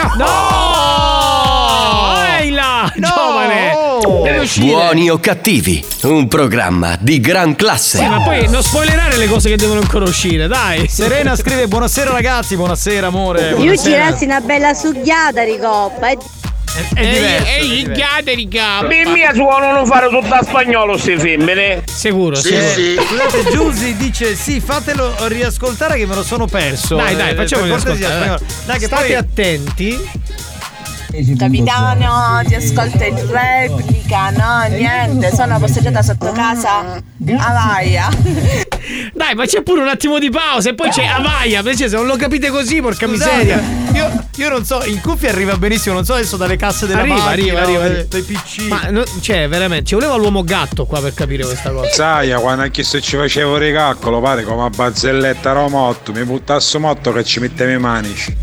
Speaker 7: No! Ehi là, giovane! Deve uscire.
Speaker 1: Buoni o cattivi, un programma di gran classe.
Speaker 7: Sì, ma poi non spoilerare le cose che devono ancora uscire, dai.
Speaker 6: Serena scrive: buonasera ragazzi, buonasera amore.
Speaker 21: Io girassi una bella succhiata di coppa.
Speaker 6: È diverso.
Speaker 7: Riga.
Speaker 10: Mia suonano fare tutto a spagnolo se femmine.
Speaker 7: Sicuro,
Speaker 6: sì. Scusate, Giusy dice: sì, fatelo riascoltare che me lo sono perso.
Speaker 7: Dai, facciamo riascoltare.
Speaker 6: Dai, che
Speaker 7: state
Speaker 6: poi...
Speaker 7: attenti.
Speaker 20: Capitano, ti ascolta in replica, no, niente, sono passeggiata sotto casa, avaia.
Speaker 7: Dai, ma c'è pure un attimo di pausa e poi c'è avaia, se non lo capite così, porca miseria.
Speaker 6: Io non so, in cuffia arriva benissimo, non so adesso dalle casse della
Speaker 7: arriva.
Speaker 6: dai PC.
Speaker 7: Ma cioè, veramente, ci voleva l'uomo gatto qua per capire questa cosa.
Speaker 23: Sai, quando anche se ci facevo ricaccolo, pare come a barzelletta romotto, mi buttasso motto che ci mettevo i manici.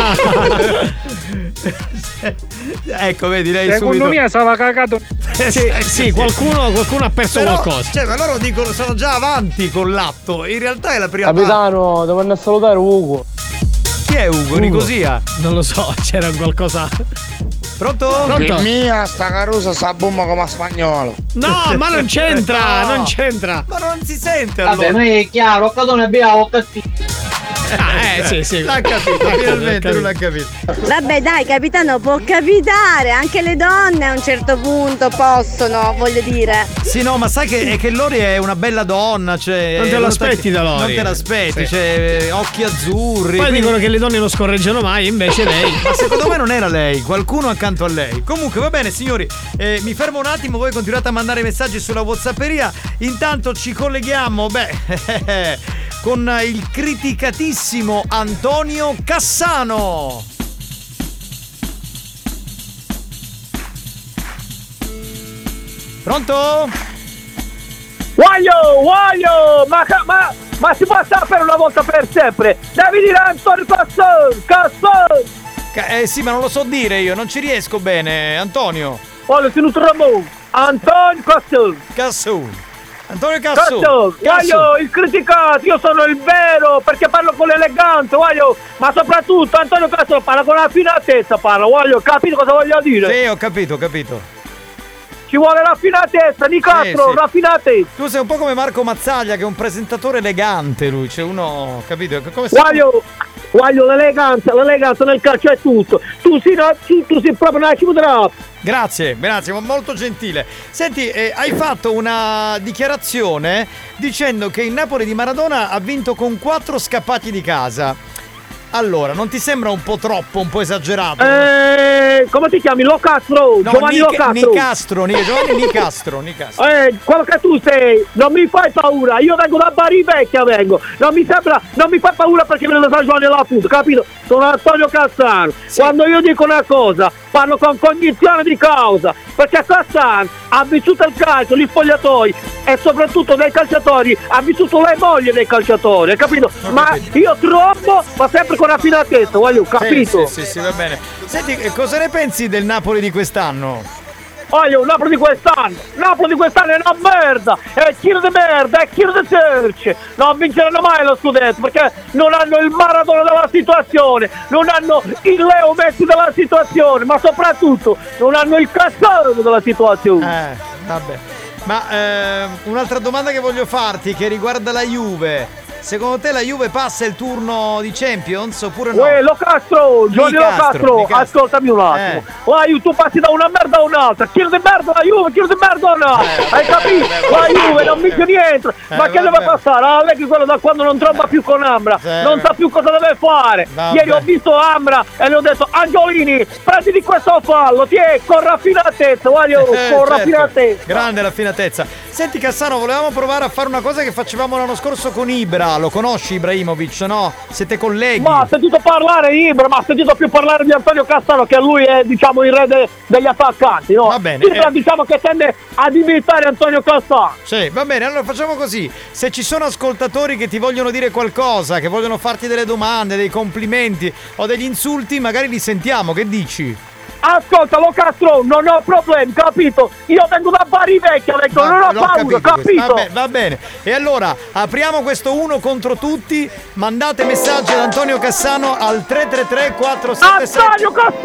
Speaker 6: Ecco, vedi, lei
Speaker 10: secondo me stava cagato.
Speaker 7: Sì, qualcuno ha perso qualcosa.
Speaker 6: Cioè, ma loro dicono sono già avanti con l'atto. In realtà è la prima
Speaker 8: Capitano, devo andare a salutare Ugo.
Speaker 6: Chi è Ugo? Nicosia?
Speaker 7: Non lo so, c'era qualcosa.
Speaker 6: Pronto?
Speaker 12: Mia sta carusa sa bomba come a spagnolo.
Speaker 7: No, ma non c'entra,
Speaker 6: No.
Speaker 7: non c'entra.
Speaker 6: Ma non si sente
Speaker 8: Vabbè,
Speaker 6: allora.
Speaker 8: noi è chiaro, Occatone abbiamo Occatino.
Speaker 7: Sì.
Speaker 6: L'ha capito, finalmente lui l'ha capito.
Speaker 21: Vabbè dai capitano, può capitare, anche le donne a un certo punto possono, voglio dire.
Speaker 6: Sì, no, ma sai che Lori è una bella donna, cioè.
Speaker 7: Non te lo aspetti da Lori.
Speaker 6: Non te l'aspetti,
Speaker 7: Sì.
Speaker 6: cioè occhi azzurri.
Speaker 7: Poi
Speaker 6: quindi...
Speaker 7: dicono che le donne non scorreggiano mai, invece lei.
Speaker 6: Ma secondo me non era lei, qualcuno accanto a lei. Comunque va bene signori, mi fermo un attimo, voi continuate a mandare messaggi sulla WhatsApperia. Intanto ci colleghiamo, con il criticatissimo Antonio Cassano. Pronto?
Speaker 10: Voglio, ma si può sapere una volta per sempre? Devi dire Antonio Cassone.
Speaker 6: Sì, ma non lo so dire io, non ci riesco bene, Antonio.
Speaker 10: Voglio tenuto Ramon. Antonio
Speaker 6: Cassone. Antonio
Speaker 10: Cassone. Voglio il criticato, io sono il vero, perché parlo con l'eleganza, ma soprattutto Antonio Cassone parla con la finatezza, capito cosa voglio dire?
Speaker 6: Sì, ho capito.
Speaker 10: Ci vuole raffinatezza, Nicastro,
Speaker 6: sì.
Speaker 10: raffinatezza.
Speaker 6: Tu sei un po' come Marco Mazzaglia, che è un presentatore elegante lui, c'è uno, capito? Come
Speaker 10: Voglio l'eleganza nel calcio è tutto. Tu sei proprio una cimudrata.
Speaker 6: Grazie, molto gentile. Senti, hai fatto una dichiarazione dicendo che il Napoli di Maradona ha vinto con 4 scappati di casa. Allora, non ti sembra un po' troppo, un po' esagerato?
Speaker 10: come ti chiami? Locastro,
Speaker 6: No,
Speaker 10: Giovanni Locastro.
Speaker 6: Giovanni Nicastro.
Speaker 10: Quello che tu sei, non mi fai paura, io vengo da Bari Vecchia, non mi fai paura perché me ne sa Giovanni Laputo, capito? Sono Antonio Cassano, quando io dico una cosa, parlo con cognizione di causa, perché Cassano ha vissuto il calcio, gli spogliatoi e soprattutto dei calciatori, ha vissuto le mogli dei calciatori, hai capito? Ma io troppo, ma sempre con raffinatezza, voglio, capito?
Speaker 6: Sì, va bene. Senti, cosa ne pensi del Napoli di quest'anno?
Speaker 10: Voglio, Napoli di quest'anno è una merda, è chilo di merda, è chilo di cerce, non vinceranno mai lo scudetto perché non hanno il Maradona della situazione, non hanno il Leo Messi della situazione, ma soprattutto non hanno il Cassano della situazione.
Speaker 6: Vabbè. Ma un'altra domanda che voglio farti che riguarda la Juve. Secondo te la Juve passa il turno di Champions oppure no?
Speaker 10: Giovanni Locastro, ascoltami un attimo. Tu passi da una merda a un'altra. Chilo di merda la Juve, chilo di merda un'altra. Hai capito? La Juve non vince niente. Ma che deve passare? Allegri quello da quando non tromba più con Ambra. Non sa più cosa deve fare. Ieri ho visto Ambra e le ho detto: Angiolini, prenditi questo fallo, con raffinatezza, raffinatezza.
Speaker 6: Grande raffinatezza. Senti Cassano, volevamo provare a fare una cosa che facevamo l'anno scorso con Ibra. Lo conosci Ibrahimovic, no? Siete colleghi?
Speaker 10: Ma ha sentito parlare di Ibra, ma ha sentito più parlare di Antonio Cassano, che lui è, diciamo, il re degli attaccanti, no?
Speaker 6: Va bene.
Speaker 10: Ibra, diciamo che tende ad imitare Antonio Cassano.
Speaker 6: Sì, va bene, allora facciamo così. Se ci sono ascoltatori che ti vogliono dire qualcosa, che vogliono farti delle domande, dei complimenti o degli insulti, magari li sentiamo, che dici?
Speaker 10: Ascolta Locastro, non ho problemi, capito? Io vengo da Bari Vecchia, non ho paura, capito?
Speaker 6: Va bene. E allora apriamo questo uno contro tutti. Mandate messaggi ad Antonio Cassano al 333 477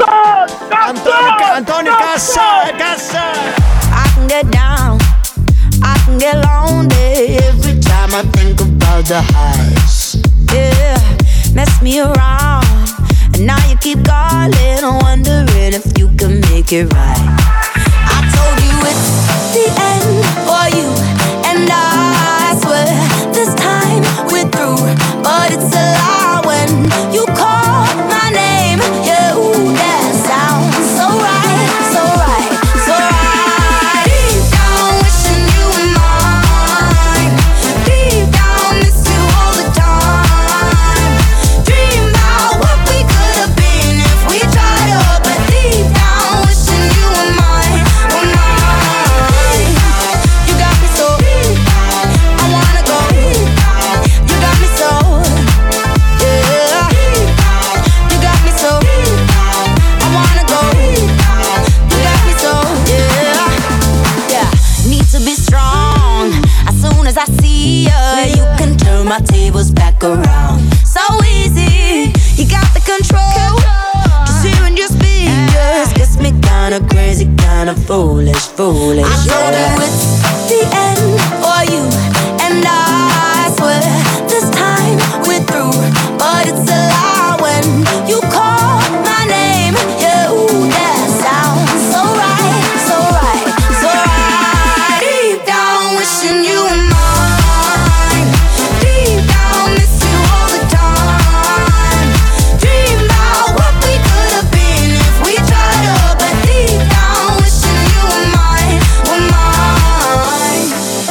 Speaker 6: Antonio Cassano.
Speaker 3: I can get down, I can get lonely every time I think about the highs. Yeah, mess me around. And now you keep calling, wondering if you can make it right. I told you it's the end for you and I swear this time we're through. But it's a lie when you call my name. Yeah, ooh, that sounds so right, so right, so right. Deep down wishing you were mine. Deep down miss you all the time. Dream about what we could have been if we tried up. But deep down wishing you were mine, were mine. You got me so I wanna go. You got me so, yeah. You got me so I wanna go. You got me so, yeah. Yeah, need to be strong. As soon as I see you, you can turn my tables back around. So easy, you got the control. Just hearing your speakers gets me kinda crazy, kinda foolish. I told you it's the end for you and I swear this time we're through. But it's a lie when you call my name. Yeah, ooh, that sounds so right, so right, so right. Deep down wishing you were mine. Deep down miss you all the time. Dream about what we could have been if we tried up. But deep down wishing you were mine, were mine.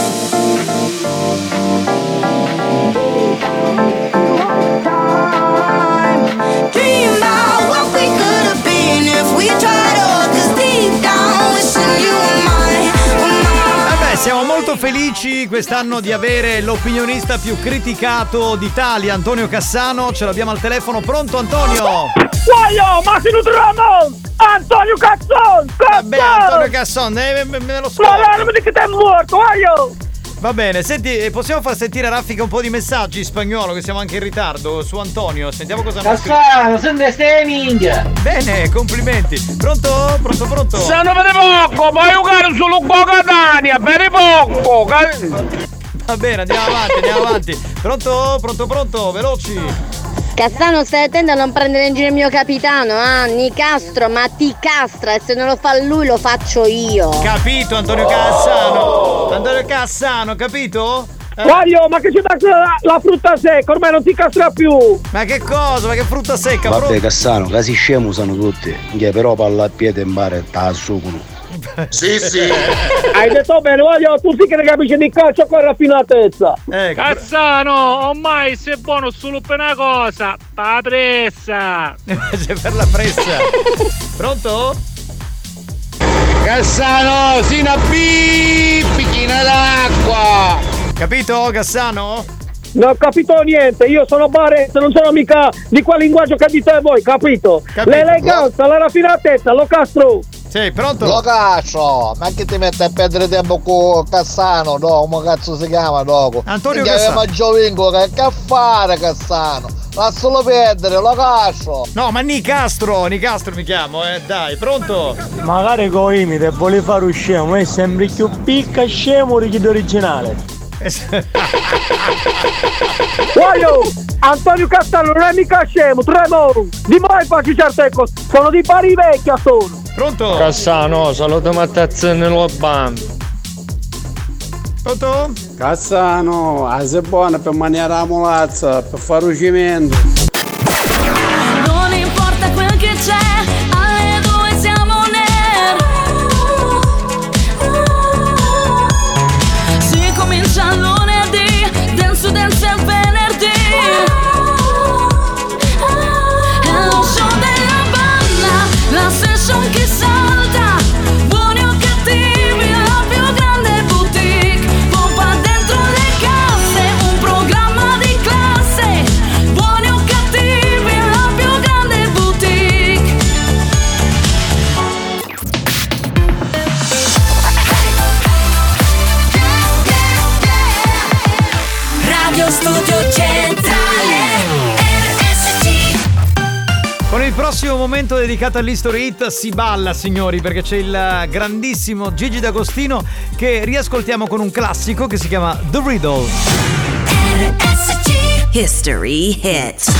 Speaker 3: Dream about what we could have been if we tried up. 'Cause deep down wishing you were mine, were mine.
Speaker 6: Vabbè, siamo molto felici quest'anno di avere l'opinionista più criticato d'Italia, Antonio Cassano. Ce l'abbiamo al telefono. Pronto Antonio?
Speaker 10: Voglio, Massimo Ramon! Antonio Cassano!
Speaker 6: Vabbè, Antonio Cassano, me lo so.
Speaker 10: Non mi dici che te è morto, voglio!
Speaker 6: Va bene, senti, possiamo far sentire a Raffica un po' di messaggi in spagnolo, che siamo anche in ritardo, su Antonio. Sentiamo cosa hanno scritto.
Speaker 8: Cassano, senti ste minchia.
Speaker 6: Bene, complimenti. Pronto?
Speaker 10: Se non vede poco, puoi giocare solo con Catania, per poco.
Speaker 6: Va bene, andiamo avanti. Pronto, veloci.
Speaker 21: Cassano, stai attento a non prendere in giro il mio capitano, Nicastro, ma ti castra e se non lo fa lui lo faccio io.
Speaker 6: Capito, Antonio Cassano, capito?
Speaker 10: Mario, ma che ci dà la frutta secca? Ormai non si castra più.
Speaker 6: Ma che cosa? Ma che frutta secca?
Speaker 13: Vabbè, Cassano, casi scemo sono tutti. Che però palla a piede in mare sta succono.
Speaker 12: Sì.
Speaker 10: Hai detto bene, Mario, tu sì che ne capisci di calcio con raffinatezza.
Speaker 14: Cassano, ormai sei buono solo per una cosa, la pressa.
Speaker 6: C'è per la pressa. Pronto?
Speaker 12: Cassano, si una picchina d'acqua.
Speaker 6: Capito, Cassano?
Speaker 10: Non ho capito niente, io sono barese, non sono mica di quel linguaggio che dite voi, capito? L'eleganza, la raffinatezza, lo castro.
Speaker 6: Sì, pronto?
Speaker 9: Lo cazzo, ma che ti metti a perdere tempo con Cassano, no? Come cazzo si chiama dopo?
Speaker 6: Antonio
Speaker 9: Cassano. Che Giovinco, che fare Cassano? Lascialo perdere, lo cazzo.
Speaker 6: No, ma Nicastro mi chiamo, dai, pronto?
Speaker 8: Magari con imite vuole fare un scemo, è sempre più picca scemo richiede originale.
Speaker 10: Voglio! Antonio Castello non è mica scemo, tremo! Di mai faccio certe cose, sono di pari vecchia sono!
Speaker 6: Pronto?
Speaker 14: Cassano, saluto Mattazzone lo bambi.
Speaker 6: Pronto?
Speaker 15: Cassano, sei buona per mangiare la mulazza, per fare un cimento.
Speaker 3: Non importa quel che c'è, alle 2 siamo si comincia lunedì, dance il venerdì. È lo show della banda, la session che salta. Buoni o cattivi, la più grande boutique. Pompa dentro le casse, un programma di classe. Buoni o cattivi, la più grande boutique.
Speaker 18: Radio Studio Centrale RSC.
Speaker 6: Con il prossimo momento dedicato all'History Hit si balla, signori, perché c'è il grandissimo Gigi D'Agostino che riascoltiamo con un classico che si chiama The Riddle.
Speaker 18: RSC History Hit.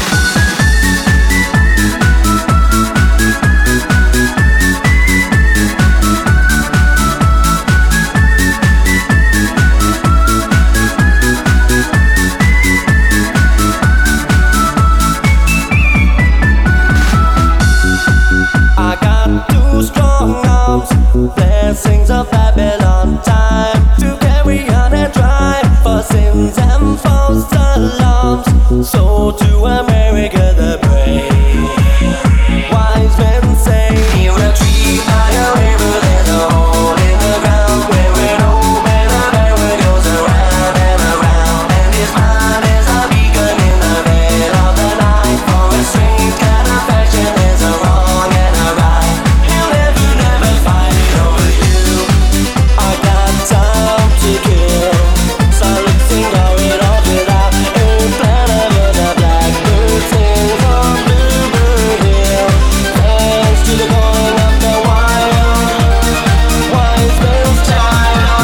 Speaker 24: I got 2 strong arms, blessings of Babylon, time to carry on and drive for sins and false alarms. So to America the brave, wise men say, near a tree by a river, there's a hole in the ground where an old man of error goes around and around, and his mind is a beacon in the veil of the night. For a strange kind of fashion, there's a wrong and a right. He'll never find it over you. I got time to kill, so let's sing it all without a plan of the blackbird sing from Bluebird Hill. Thanks to the going of the wild, wise men's child.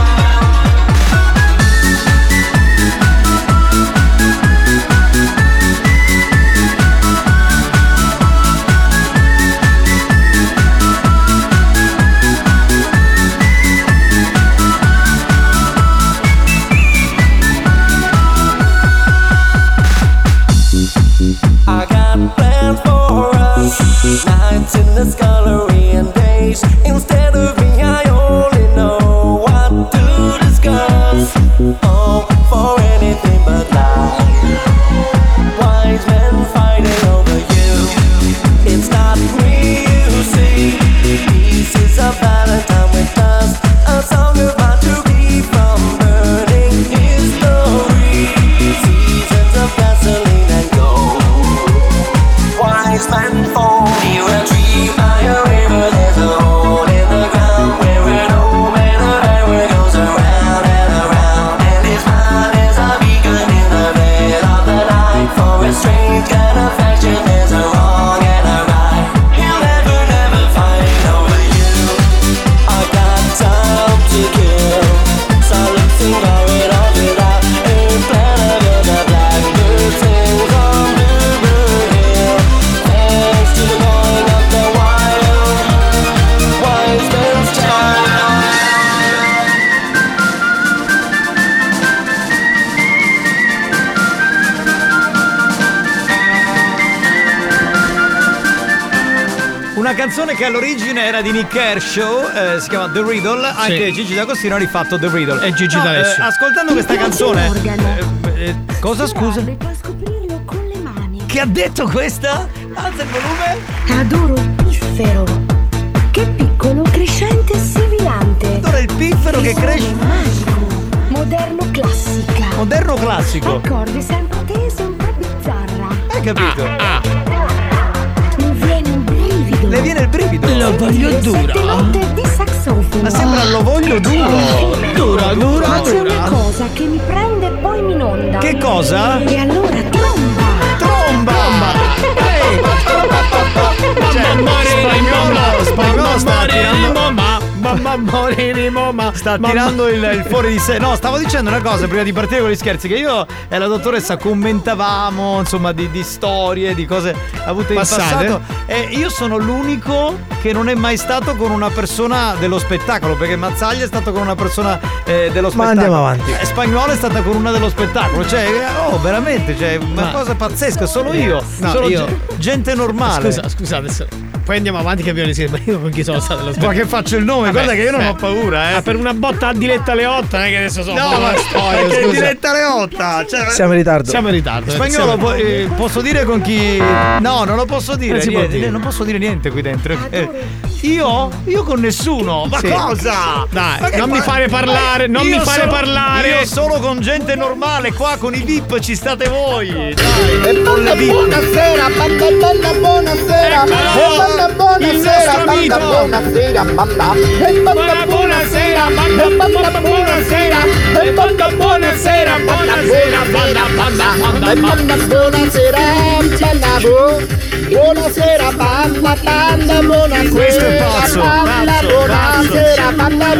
Speaker 24: I got plans for us, nights in the scullery and days. Instead of me, I only know what to discuss. Oh, for anything but life. Wise men fighting over you. It's not me, you see. Pieces of Valentine with dust. A song about to be from burning history. Seasons of gasoline and gold. Wise man fall near a tree by a river. There's a hole in the ground.
Speaker 6: canzone che all'origine era di Nick Kershaw, si chiama The Riddle, anche Gigi D'Agostino ha rifatto The Riddle.
Speaker 7: E Gigi D'Alessio.
Speaker 6: Ascoltando questa canzone, cosa scusa?
Speaker 3: Puoi scoprirlo con le mani.
Speaker 6: Che ha detto questa? Alza il volume.
Speaker 3: Adoro il piffero. Che piccolo, crescente e sibilante.
Speaker 6: Adoro il piffero che cresce.
Speaker 3: Magico. Moderno classica.
Speaker 6: Moderno classico.
Speaker 3: Accordi sempre tesi, un po' bizzarra.
Speaker 6: Hai capito?
Speaker 3: Mi viene un brivido.
Speaker 6: Le viene il brivido.
Speaker 7: Lo voglio dura.
Speaker 3: 7 note di saxofono.
Speaker 6: Ma sembra lo voglio duro. Dura.
Speaker 3: Ma c'è una cosa che mi prende e poi mi inonda.
Speaker 6: Che cosa?
Speaker 3: E allora tromba.
Speaker 6: Spagnolo sta tirando il fuori di sé. No, stavo dicendo una cosa prima di partire con gli scherzi, che io e la dottoressa commentavamo insomma di storie, di cose avute in passato, e io sono l'unico che non è mai stato con una persona dello spettacolo, perché Mazzaglia è stato con una persona dello spettacolo.
Speaker 4: Ma andiamo avanti.
Speaker 6: Spagnolo è stata con una dello spettacolo, cioè veramente, cioè una cosa pazzesca, solo io.
Speaker 7: No,
Speaker 6: sono
Speaker 7: io...
Speaker 6: gente normale.
Speaker 7: Scusate, poi andiamo avanti che abbiamo deciso. Ma io con chi sono stato dello spettacolo?
Speaker 6: Ma che faccio il nome? Guarda che io non ho paura,
Speaker 7: Ma per una botta a Diletta Leotta, non è che adesso sono.
Speaker 6: No, ma perché Diletta Leotta? Cioè,
Speaker 4: Siamo in ritardo.
Speaker 6: Spagnolo, posso dire con chi? No, non lo posso dire. Non posso dire niente qui dentro. Io con nessuno. Ma cosa?
Speaker 7: Dai, non mi fare parlare.
Speaker 6: Io solo con gente normale. Qua con i VIP ci state voi. Dai,
Speaker 8: buonasera, banda, buonasera. Buonasera, banda, buonasera, banda. Buonasera, banda, buonasera. Banda, buonasera, banda, buonasera, buonasera, banda, buonasera.
Speaker 6: Questo è pazzo.
Speaker 8: Buonasera, banda,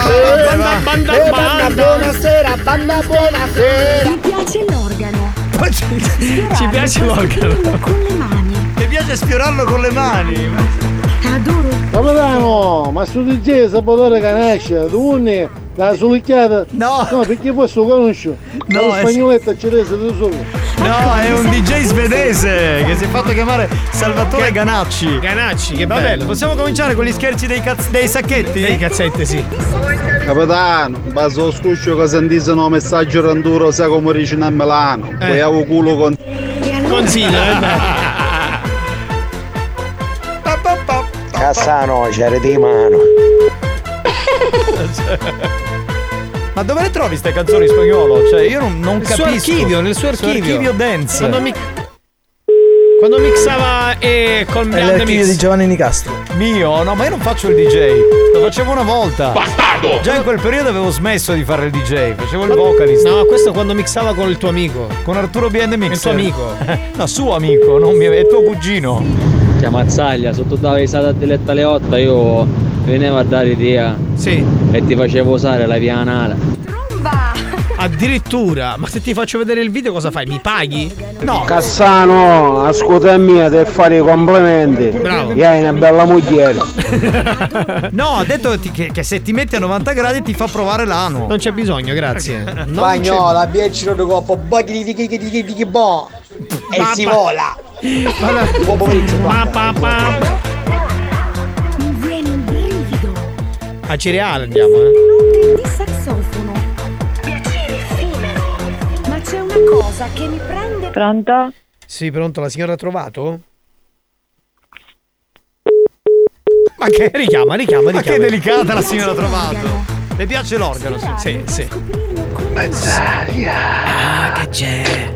Speaker 8: buonasera, banda, buonasera.
Speaker 3: Mi piace l'organo.
Speaker 7: Ci piace l'organo.
Speaker 3: Con le mani.
Speaker 6: Mi piace sfiorarlo con le mani.
Speaker 3: Adoro.
Speaker 9: Capitano, ma su DJ si può dare canaccia, tu ne la sulicchiata?
Speaker 6: No,
Speaker 9: perché questo conosco.
Speaker 6: No,
Speaker 9: è spagnoletta cinese da solo.
Speaker 6: No, è un DJ svedese che si è fatto chiamare Salvatore Ganacci.
Speaker 7: Ganacci, che
Speaker 6: Vabbè,
Speaker 7: bello.
Speaker 6: possiamo cominciare con gli scherzi dei sacchetti?
Speaker 7: Dei cazzetti, sì.
Speaker 15: Capitano, basta lo scuscio che sentissero un messaggio randuro, sai come dicono a Milano. Poi avevo culo con...
Speaker 7: Consiglia,
Speaker 13: Cassano, c'era di mano.
Speaker 6: Ma dove le trovi ste canzoni in spagnolo? Cioè io non capisco.
Speaker 7: Nel suo archivio
Speaker 6: dance.
Speaker 7: Quando mixava con
Speaker 4: È l'archivio di Giovanni Nicastro.
Speaker 6: Mio? No, ma io non faccio il DJ. Lo facevo una volta. Bastardo! Già in quel periodo avevo smesso di fare il DJ. Facevo il vocalist.
Speaker 7: No, questo quando mixava con il tuo amico.
Speaker 6: Con Arturo B&M Mix.
Speaker 7: Il tuo amico.
Speaker 6: No, suo amico, non mio, è tuo cugino.
Speaker 2: Mazzaglia, sotto la risata a Diletta Leotta io venevo a dare idea.
Speaker 6: Sì.
Speaker 2: E ti facevo usare la via anale.
Speaker 7: Addirittura, ma se ti faccio vedere il video cosa fai? Mi paghi?
Speaker 6: No.
Speaker 9: Cassano, ascolta mia, devi fare i complimenti.
Speaker 7: Bravo.
Speaker 9: Hai una bella moglie.
Speaker 6: No, ha detto che se ti metti a 90 gradi ti fa provare l'ano.
Speaker 7: Non c'è bisogno, grazie.
Speaker 8: Spagnola, biecino di coppa, baghi di bo. E si vola. Buon pomeriggio.
Speaker 3: Mi viene un brivido.
Speaker 7: A cereale andiamo,
Speaker 3: Note di saxofono. Piacere fine. Ma c'è una cosa che mi prende.
Speaker 20: Pronto?
Speaker 7: Sì, pronto, la signora ha trovato?
Speaker 6: Ma che
Speaker 7: richiama.
Speaker 6: Ma che delicata la signora ha trovato. Le piace l'organo? Sì.
Speaker 12: Mazzaglia.
Speaker 7: Che c'è?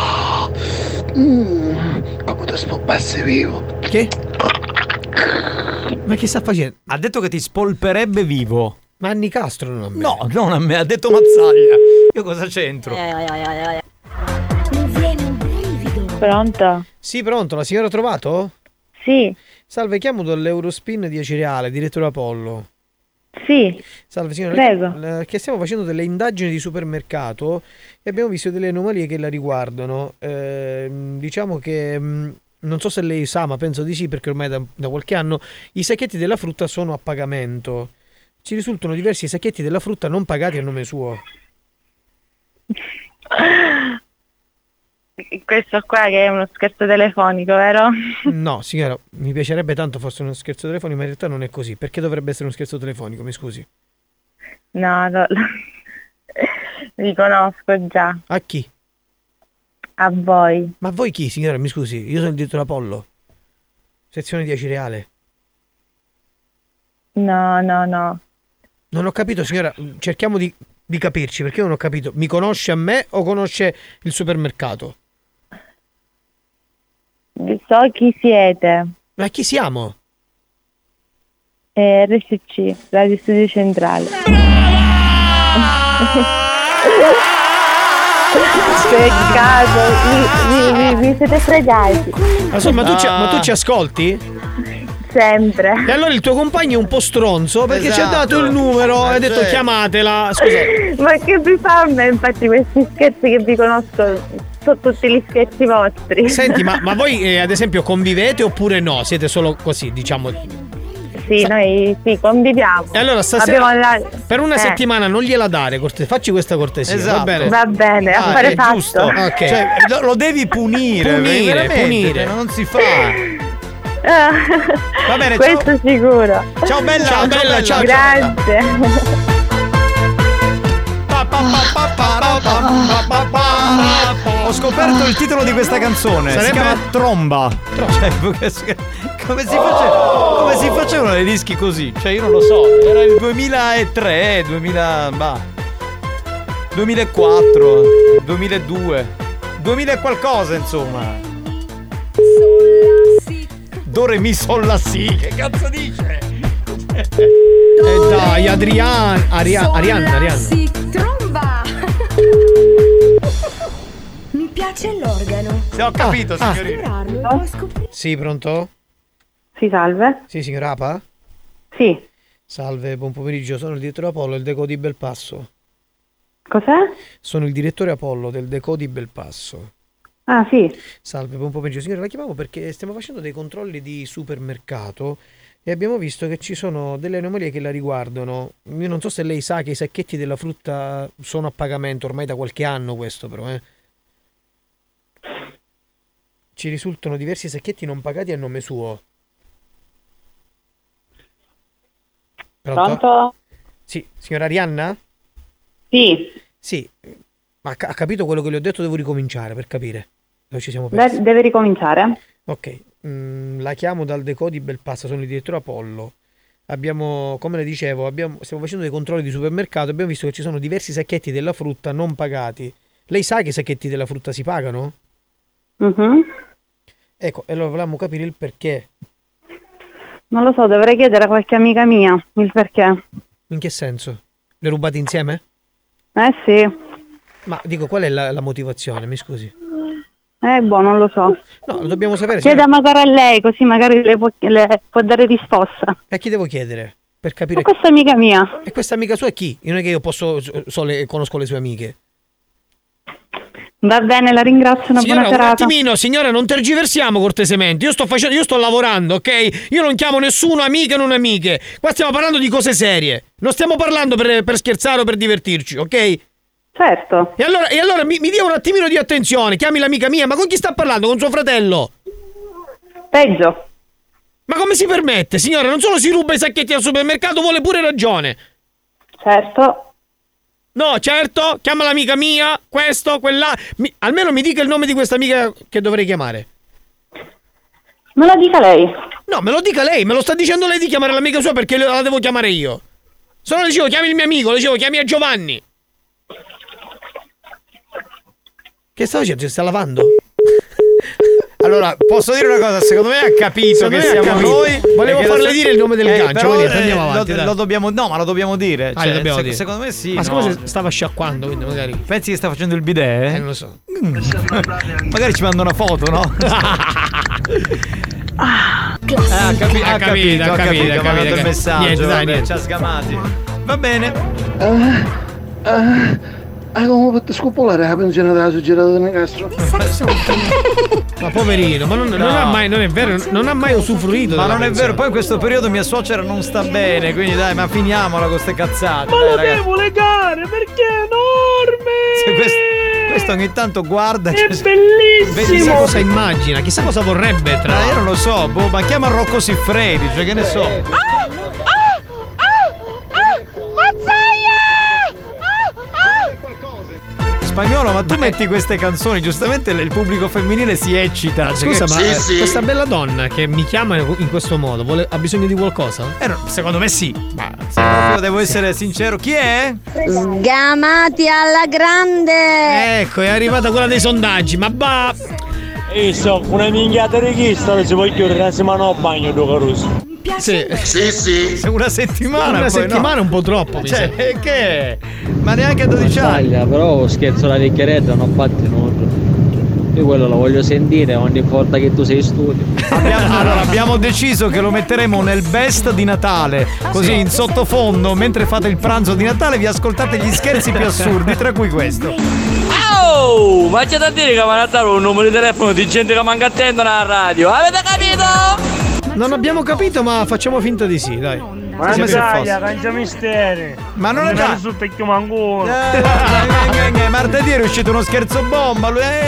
Speaker 12: Come ti spoppasse vivo.
Speaker 7: Che? Ma che sta facendo?
Speaker 6: Ha detto che ti spolperebbe vivo.
Speaker 7: Ma a Nicastro non a me.
Speaker 6: No, non a me, ha detto Mazzaglia. Io cosa c'entro?
Speaker 3: Mi viene un brivido.
Speaker 20: Pronto?
Speaker 7: Sì, pronto, la signora ha trovato?
Speaker 20: Sì.
Speaker 7: Salve, chiamo dall'Eurospin di Acireale, direttore Apollo.
Speaker 20: Sì.
Speaker 7: Salve signora,
Speaker 20: prego.
Speaker 7: che stiamo facendo delle indagini di supermercato e abbiamo visto delle anomalie che la riguardano. Diciamo che non so se lei sa, ma penso di sì, perché ormai da qualche anno i sacchetti della frutta sono a pagamento. Ci risultano diversi sacchetti della frutta non pagati a nome suo.
Speaker 20: Questo qua che è uno scherzo telefonico, vero?
Speaker 7: No, signora, mi piacerebbe tanto fosse uno scherzo telefonico, ma in realtà non è così. Perché dovrebbe essere uno scherzo telefonico, mi scusi?
Speaker 20: No, vi conosco già.
Speaker 7: A chi?
Speaker 20: A voi.
Speaker 7: Ma voi chi, signora? Mi scusi, io sono il direttore Apollo. Sezione 10 Reale.
Speaker 20: No.
Speaker 7: Non ho capito, signora, cerchiamo di capirci, perché io non ho capito. Mi conosce a me o conosce il supermercato?
Speaker 20: So chi siete.
Speaker 7: Ma chi siamo?
Speaker 20: RSC, Radio Studio Centrale. Peccato, vi siete fregati.
Speaker 7: Insomma, ma tu ci ascolti?
Speaker 20: Sempre.
Speaker 7: E allora il tuo compagno è un po' stronzo perché ci ha dato il numero e ha detto chiamatela. Scusa.
Speaker 20: Ma che vi fa a me? Infatti questi scherzi che vi conosco sono tutti gli scherzi vostri.
Speaker 7: Senti, ma voi ad esempio convivete oppure no? Siete solo così, diciamo?
Speaker 20: Sì, noi sì, conviviamo.
Speaker 7: E allora stasera per una settimana non gliela dare, facci questa cortesia.
Speaker 6: Esatto.
Speaker 20: Va bene, affare fatto.
Speaker 6: Giusto.
Speaker 7: Okay.
Speaker 6: Cioè, lo devi punire. Punire. Non si fa. Va bene,
Speaker 20: questo
Speaker 6: ciao.
Speaker 20: Sicuro.
Speaker 6: Ciao bella,
Speaker 7: ciao.
Speaker 20: Grazie.
Speaker 6: Ho scoperto il titolo di questa canzone. Si chiama Tromba. Cioè, come si facevano i dischi così? Cioè, io non lo so. Era il 2003, 2004, 2002, 2000 e qualcosa, insomma. Do re mi sol la si. Che cazzo dice?
Speaker 7: Dai, Arianna.
Speaker 21: Sì, tromba. Mi piace l'organo.
Speaker 6: Ho capito, signorina.
Speaker 7: Sì, pronto?
Speaker 20: Sì, salve.
Speaker 7: Sì, signora Apa?
Speaker 20: Sì.
Speaker 7: Salve, buon pomeriggio, sono il direttore Apollo del Deco di Belpasso.
Speaker 20: Cos'è?
Speaker 7: Sono il direttore Apollo del Deco di Belpasso.
Speaker 20: Ah, sì.
Speaker 7: Salve, buon pomeriggio. Signora, la chiamavo perché stiamo facendo dei controlli di supermercato e abbiamo visto che ci sono delle anomalie che la riguardano. Io non so se lei sa che i sacchetti della frutta sono a pagamento ormai da qualche anno, questo però, Ci risultano diversi sacchetti non pagati a nome suo.
Speaker 20: Pronto?
Speaker 7: Sì, signora Arianna?
Speaker 20: Sì.
Speaker 7: Sì, ma ha capito quello che le ho detto? Devo ricominciare per capire dove ci siamo persi.
Speaker 20: Deve ricominciare.
Speaker 7: Ok, la chiamo dal Deco di Belpasso, sono il direttore Apollo. Abbiamo, come le dicevo, stiamo facendo dei controlli di supermercato e abbiamo visto che ci sono diversi sacchetti della frutta non pagati. Lei sa che i sacchetti della frutta si pagano? Ecco, e allora volevamo capire il perché.
Speaker 20: Non lo so, dovrei chiedere a qualche amica mia il perché.
Speaker 7: In che senso? Le rubate insieme?
Speaker 20: Sì.
Speaker 7: Ma dico, qual è la motivazione? Mi scusi.
Speaker 20: Non lo so.
Speaker 7: No, lo dobbiamo sapere.
Speaker 20: Chieda magari a lei, così magari le può dare risposta.
Speaker 7: E a chi devo chiedere? Per capire.
Speaker 20: A questa amica mia.
Speaker 7: E questa amica sua è chi? Io non è che io conosco le sue amiche.
Speaker 20: Va bene, la ringrazio, una buona serata.
Speaker 7: Un attimino, signora, non tergiversiamo cortesemente. Io sto lavorando, ok? Io non chiamo nessuno amiche o non amiche. Qua stiamo parlando di cose serie. Non stiamo parlando per scherzare o per divertirci, ok?
Speaker 20: Certo.
Speaker 7: E allora mi dia un attimino di attenzione. Chiami l'amica mia, ma con chi sta parlando? Con suo fratello?
Speaker 20: Peggio.
Speaker 7: Ma come si permette, signora? Non solo si ruba i sacchetti al supermercato, vuole pure ragione.
Speaker 20: Certo.
Speaker 7: No, certo, chiama l'amica mia, questo, quella. Almeno mi dica il nome di questa amica che dovrei chiamare.
Speaker 20: Me lo dica lei.
Speaker 7: No, me lo dica lei, me lo sta dicendo lei di chiamare l'amica sua perché la devo chiamare io. Se no le dicevo chiami il mio amico, le dicevo chiami a Giovanni. Che sta facendo? Si sta lavando?
Speaker 6: Allora, posso dire una cosa? Secondo me ha capito che siamo noi.
Speaker 7: Volevo farle dire il nome del gancio.
Speaker 6: Andiamo avanti. Lo dobbiamo dire.
Speaker 7: Lo dobbiamo dire.
Speaker 6: Secondo me sì.
Speaker 7: Ma siccome stava sciacquando, quindi magari.
Speaker 6: Pensi che sta facendo il bidet?
Speaker 7: Non lo so.
Speaker 6: Magari ci manda una foto, no? Ha capito il messaggio. Niente. Ci ha sgamati. Va bene.
Speaker 12: Come potete scopolare la pensione della suggerato del Nicastro?
Speaker 7: Ma poverino, ma non è vero, non ha mai usufruito.
Speaker 6: Ma non è vero, poi in questo periodo mia suocera non sta bene, quindi dai, ma finiamola con ste cazzate.
Speaker 14: Ma lo devo legare perché è enorme!
Speaker 6: Questo ogni tanto guarda.
Speaker 7: È bellissimo. Chissà cosa immagina, chissà cosa vorrebbe tra.
Speaker 6: Io non lo so, ma chiama Rocco Siffredi, cioè che ne so. Spagnolo, ma tu metti queste canzoni, giustamente il pubblico femminile si eccita.
Speaker 7: Scusa, ma questa bella donna che mi chiama in questo modo ha bisogno di qualcosa?
Speaker 6: Secondo me sì. Ma se proprio devo essere sincero, chi è?
Speaker 21: Sgamati alla grande.
Speaker 7: Ecco, è arrivata quella dei sondaggi, ma bah.
Speaker 14: So, una minchiata richiesta, non si può chiudere una settimana al bagno, due carusi.
Speaker 6: Sì. Una settimana.
Speaker 7: Una settimana è un po' troppo.
Speaker 6: Cioè, che? Ma neanche a 12 anni.
Speaker 2: Però scherzo la vecchieretta, non fatti nulla. Io quello lo voglio sentire ogni volta che tu sei in studio.
Speaker 6: Abbiamo deciso che lo metteremo nel best di Natale. Così in sottofondo, mentre fate il pranzo di Natale, vi ascoltate gli scherzi più assurdi, tra cui questo.
Speaker 14: Oh, ma c'è da dire che va a Natale un numero di telefono di gente che manca attento alla radio. Avete capito?
Speaker 7: Non abbiamo capito, ma facciamo finta di sì, dai.
Speaker 14: Ma non cancia misteri.
Speaker 6: Ma non è già
Speaker 14: sul pecchio mangolo.
Speaker 6: Martedì è uscito uno scherzo bomba.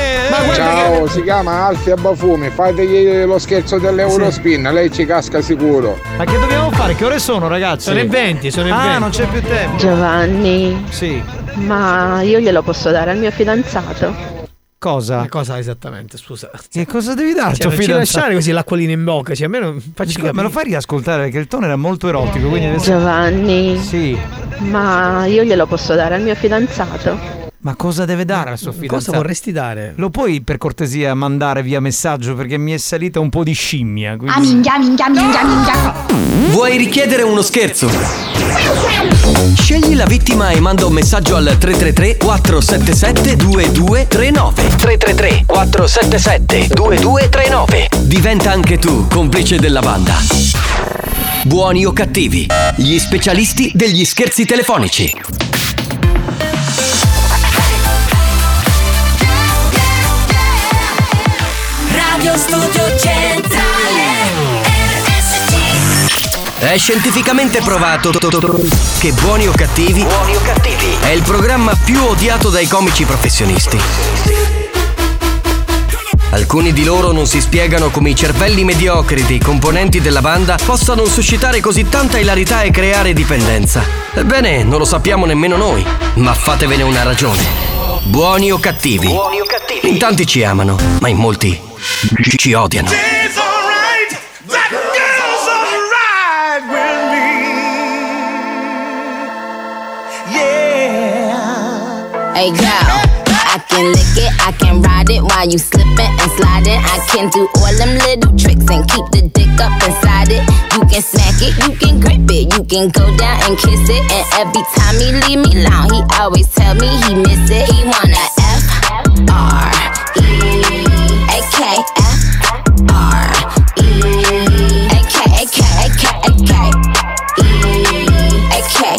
Speaker 15: Ciao, si chiama Alfia Bafumi. Fategli lo scherzo dell'Eurospin, lei ci casca sicuro.
Speaker 6: Ma che dobbiamo fare? Che ore sono, ragazzi?
Speaker 7: Sono le 20,
Speaker 6: non c'è più tempo.
Speaker 21: Giovanni.
Speaker 6: Sì.
Speaker 21: Ma io glielo posso dare al mio fidanzato?
Speaker 6: Cosa?
Speaker 7: Cosa esattamente, scusa?
Speaker 6: Che cosa devi dare?
Speaker 7: Cioè, non ci lasciare così l'acquolina in bocca, cioè almeno
Speaker 6: me lo fai riascoltare perché il tono era molto erotico, quindi adesso...
Speaker 21: Giovanni.
Speaker 6: Sì.
Speaker 21: Ma io glielo posso dare al mio fidanzato?
Speaker 6: Ma cosa deve dare al suo fidanzato?
Speaker 7: Cosa vorresti dare?
Speaker 6: Lo puoi per cortesia mandare via messaggio perché mi è salita un po' di scimmia. Quindi...
Speaker 21: minchia.
Speaker 1: Vuoi richiedere uno scherzo? Scegli la vittima e manda un messaggio al 333 477 2239. 333 477 2239. Diventa anche tu complice della banda. Buoni o cattivi, gli specialisti degli scherzi telefonici.
Speaker 3: Radio Studio Centrale
Speaker 1: È scientificamente provato che Buoni o Cattivi è il programma più odiato dai comici professionisti. Alcuni di loro non si spiegano come i cervelli mediocri dei componenti della banda possano suscitare così tanta ilarità e creare dipendenza. Ebbene, non lo sappiamo nemmeno noi, ma fatevene una ragione. Buoni o Cattivi. In tanti ci amano, ma in molti ci odiano.
Speaker 11: Hey girl, I can lick it, I can ride it while you slipping and sliding. I can do all them little tricks and keep the dick up inside it. You can smack it, you can grip it, you can go down and kiss it. And every time he leave me alone, he always tell me he miss it. He wanna F-R-E-A-K, F-R-E-A-K,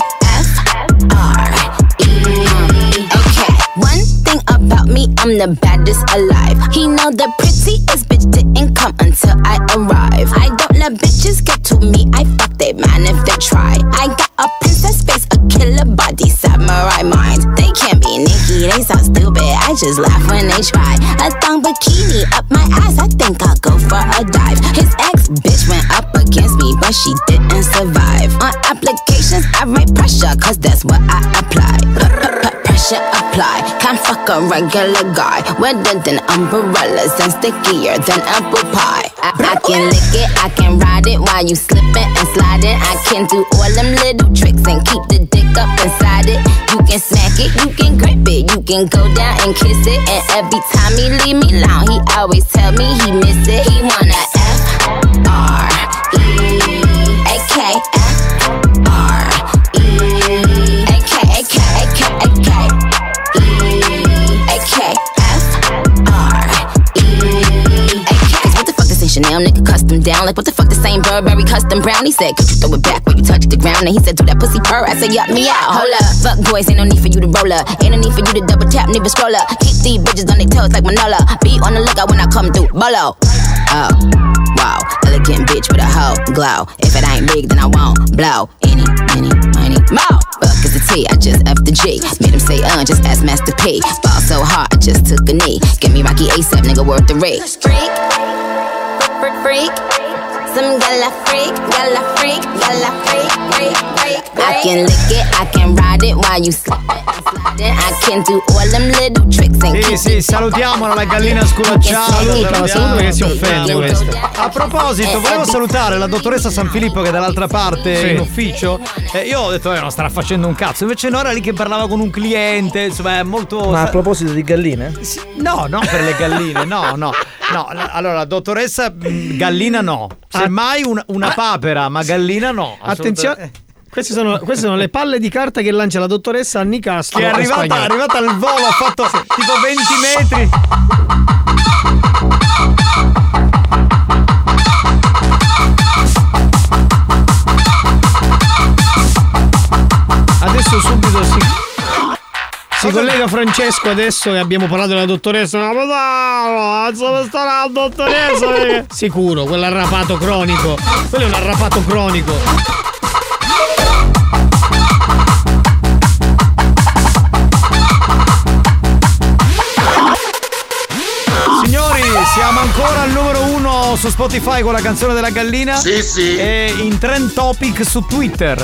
Speaker 11: I'm the baddest alive. He know the prettiest bitch didn't come until I arrive. I don't let bitches get to me, I fuck they man if they try. I got a princess face, a killer body, samurai mind. They can't be Nicki, they sound stupid, I just laugh when they try. A thong bikini up my ass, I think I'll go for a dive. His ex bitch went up against me, but she didn't survive. On applications, I write pressure, cause that's what I apply. Pressure apply, can't fuck a regular guy. Wetter than umbrellas and stickier than apple pie. I can lick it, I can ride it while you slipping and sliding. I can do all them little tricks and keep the dick up inside it. You can smack it, you can grip it, you can go down and kiss it. And every time he leave me alone, he always tell me he miss it. He wanna F-R-E-A-K, F-R-E-A-K, Chanel nigga custom down. Like what the fuck, the same Burberry custom brown. He said, could you throw it back when you touch the ground? And he said, do that pussy purr. I said, yup, me out. Hold up, fuck boys, ain't no need for you to roll up. Ain't no need for you to double tap, neither scroll up. Keep these bitches on their toes like Manola. Be on the lookout when I come through, bolo. Oh, wow, elegant bitch with a hoe glow. If it ain't big, then I won't blow any, money, more. Fuck is the T, I just F the G. Made him say, just ask Master P. Ball so hard, I just took a knee. Give me Rocky ASAP, nigga, worth the rate. Freak, freak. Some gala freak, gala freak, gala freak, freak, freak. I can lick it, I can ride it while you slide. I can do all them little tricks and
Speaker 6: Sì, salutiamola la gallina sculacciata. Saluta perché si offende questa. A proposito, volevo salutare la dottoressa San Filippo che è dall'altra parte in ufficio. Io ho detto non starà facendo un cazzo. Invece no, era lì che parlava con un cliente. Insomma, è molto.
Speaker 4: Ma a proposito di galline?
Speaker 6: No, non per le galline, no. Allora, la dottoressa gallina no. Semmai una papera, ma gallina no.
Speaker 7: Attenzione. Queste sono le palle di carta che lancia la dottoressa Anni Castro.
Speaker 6: Che è arrivata al volo, ha fatto tipo 20 metri.
Speaker 7: Adesso subito si collega Francesco adesso che abbiamo parlato della dottoressa. Dove sta la dottoressa? Sicuro, quell'arrapato cronico. Quello è un arrapato cronico.
Speaker 6: Signori, siamo ancora al numero 1 su Spotify con la canzone della gallina.
Speaker 12: Sì.
Speaker 6: E in trend topic su Twitter.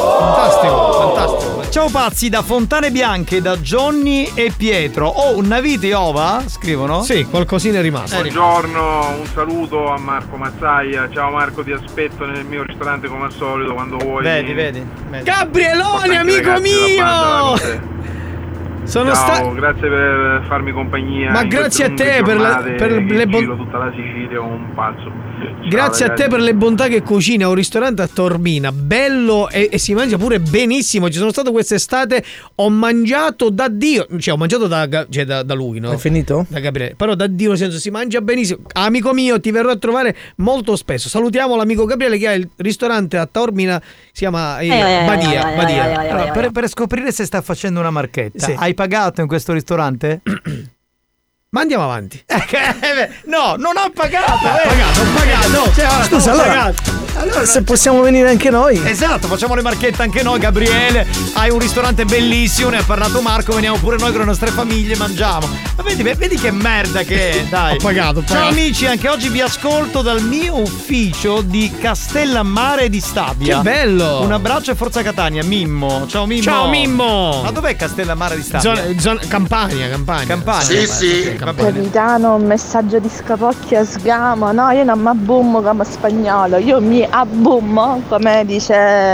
Speaker 6: Fantastico. Ciao pazzi, da Fontane Bianche, da Johnny e Pietro. Navite ova? Scrivono?
Speaker 7: Sì, qualcosina è rimasto.
Speaker 16: Buongiorno, un saluto a Marco Mazzaia. Ciao Marco, ti aspetto nel mio ristorante come al solito quando vuoi.
Speaker 6: Vedi.
Speaker 7: Gabrielone, amico mio!
Speaker 16: Ciao, grazie per farmi compagnia.
Speaker 7: Ma grazie a te per le bontà.
Speaker 16: Tutta la Sicilia un pazzo.
Speaker 7: Grazie a te per le bontà che cucina. È un ristorante a Taormina, bello e si mangia pure benissimo. Ci sono stato quest'estate, ho mangiato da Dio. Cioè, ho mangiato da lui, no?
Speaker 4: È finito?
Speaker 7: Da Gabriele. Però da Dio, nel senso, si mangia benissimo. Amico mio, ti verrò a trovare molto spesso. Salutiamo l'amico Gabriele che ha il ristorante a Taormina. Si chiama Badia.
Speaker 6: Allora, per scoprire se sta facendo una marchetta,
Speaker 7: Sì.
Speaker 6: hai pagato in questo ristorante?
Speaker 7: Ma andiamo avanti.
Speaker 6: No, non ho pagato.
Speaker 7: Ho pagato.
Speaker 4: Scusa, allora se possiamo venire anche noi.
Speaker 6: Esatto, facciamo le marchette anche noi. Gabriele, hai un ristorante bellissimo, ne ha parlato Marco, veniamo pure noi con le nostre famiglie, mangiamo. Ma vedi che merda che è, dai.
Speaker 7: Ho pagato.
Speaker 6: Ciao amici, anche oggi vi ascolto dal mio ufficio di Castellammare di Stabia.
Speaker 7: Che bello.
Speaker 6: Un abbraccio e forza Catania, Mimmo. Ciao Mimmo. Ma dov'è Castellammare di Stabia?
Speaker 7: Campania.
Speaker 12: Sì.
Speaker 20: Capitano, un messaggio di Scapocchia sgamo. No, io non mi abbummo come spagnolo, io mi abbummo, come dice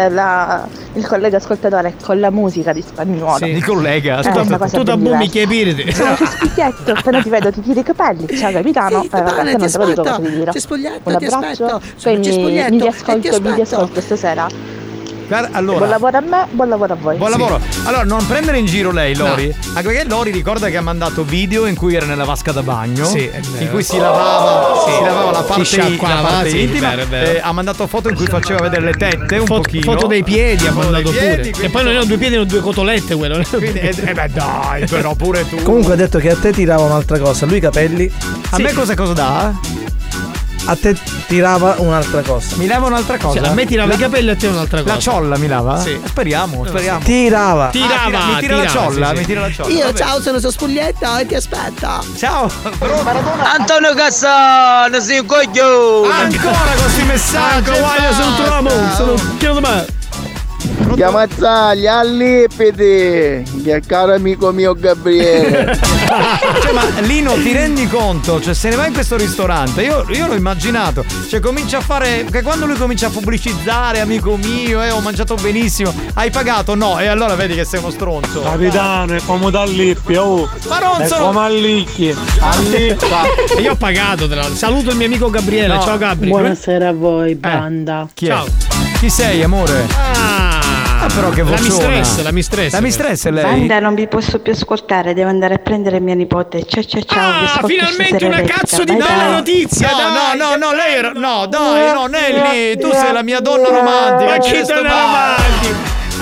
Speaker 20: il collega ascoltatore, con la musica di spagnolo.
Speaker 6: Sì, il collega.
Speaker 7: Tu t'abbummi che piriti.
Speaker 20: Sono spicchietto, appena ti vedo ti tiri i capelli. Ciao capitano,
Speaker 7: Sì, Capitano, ti aspetto. C'è Spoglietto,
Speaker 20: un
Speaker 7: ti
Speaker 20: abbraccio,
Speaker 7: aspetto.
Speaker 20: poi
Speaker 7: C'è
Speaker 20: mi
Speaker 7: Spoglietto,
Speaker 20: vi ascolto stasera.
Speaker 6: Allora,
Speaker 20: buon lavoro a me, buon lavoro a voi.
Speaker 6: Buon lavoro. Allora, non prendere in giro lei, Lori. No. Anche perché Lori ricorda che ha mandato video in cui era nella vasca da bagno.
Speaker 7: Sì,
Speaker 6: in cui si lavava la parte intima.
Speaker 7: Vero.
Speaker 6: Ha mandato foto in cui faceva vedere le tette un pochino.
Speaker 7: Foto dei piedi ha mandato pure. E poi non erano 2 piedi, erano 2 cotolette quello.
Speaker 6: Dai, però pure tu.
Speaker 4: Comunque ha detto che a te tirava un'altra cosa. Lui i capelli.
Speaker 6: A me cosa dà?
Speaker 4: A te tirava un'altra cosa.
Speaker 6: Mi lava un'altra cosa?
Speaker 7: Cioè, a me tirava i capelli, a te un'altra cosa.
Speaker 6: La ciolla mi lava?
Speaker 7: Sì.
Speaker 6: Speriamo.
Speaker 4: Tirava.
Speaker 6: Mi tira la ciolla.
Speaker 7: Io ciao, sono Spoglietta e ti aspetto.
Speaker 6: Ciao.
Speaker 14: Antonio Cassano, sei un coglione.
Speaker 6: Ancora questi messaggi.
Speaker 7: Sono pieno di me.
Speaker 15: Chiamazzagli, allipiti, che caro amico mio Gabriele.
Speaker 6: Cioè, ma Lino, ti rendi conto? Cioè, se ne va in questo ristorante, io l'ho immaginato. Cioè, comincia a fare. Che quando lui comincia a pubblicizzare, amico mio, ho mangiato benissimo. Hai pagato? No. E allora vedi che sei uno stronzo.
Speaker 23: Capitano, è come dall'ippi,
Speaker 6: Ma non
Speaker 23: è
Speaker 6: sono.
Speaker 23: come allicchi. Allippa.
Speaker 7: E io ho pagato. Saluto il mio amico Gabriele.
Speaker 6: No.
Speaker 7: Ciao Gabri.
Speaker 17: Buonasera a voi, banda.
Speaker 6: Chi è?
Speaker 7: Ciao.
Speaker 6: Chi sei, amore? Però che
Speaker 7: la
Speaker 6: vociona.
Speaker 7: La mistress
Speaker 6: è lei?
Speaker 17: Banda, non vi posso più ascoltare, devo andare a prendere mia nipote. Ciao. Vi ascolto
Speaker 7: finalmente
Speaker 17: stasera
Speaker 7: una
Speaker 17: elettrica.
Speaker 7: cazzo di
Speaker 17: Bye,
Speaker 7: bella
Speaker 17: bye.
Speaker 7: notizia.
Speaker 6: No, lei era. No, dai, no, Nelly, tu sei la mia donna romantica.
Speaker 7: Ma chi donna romantica?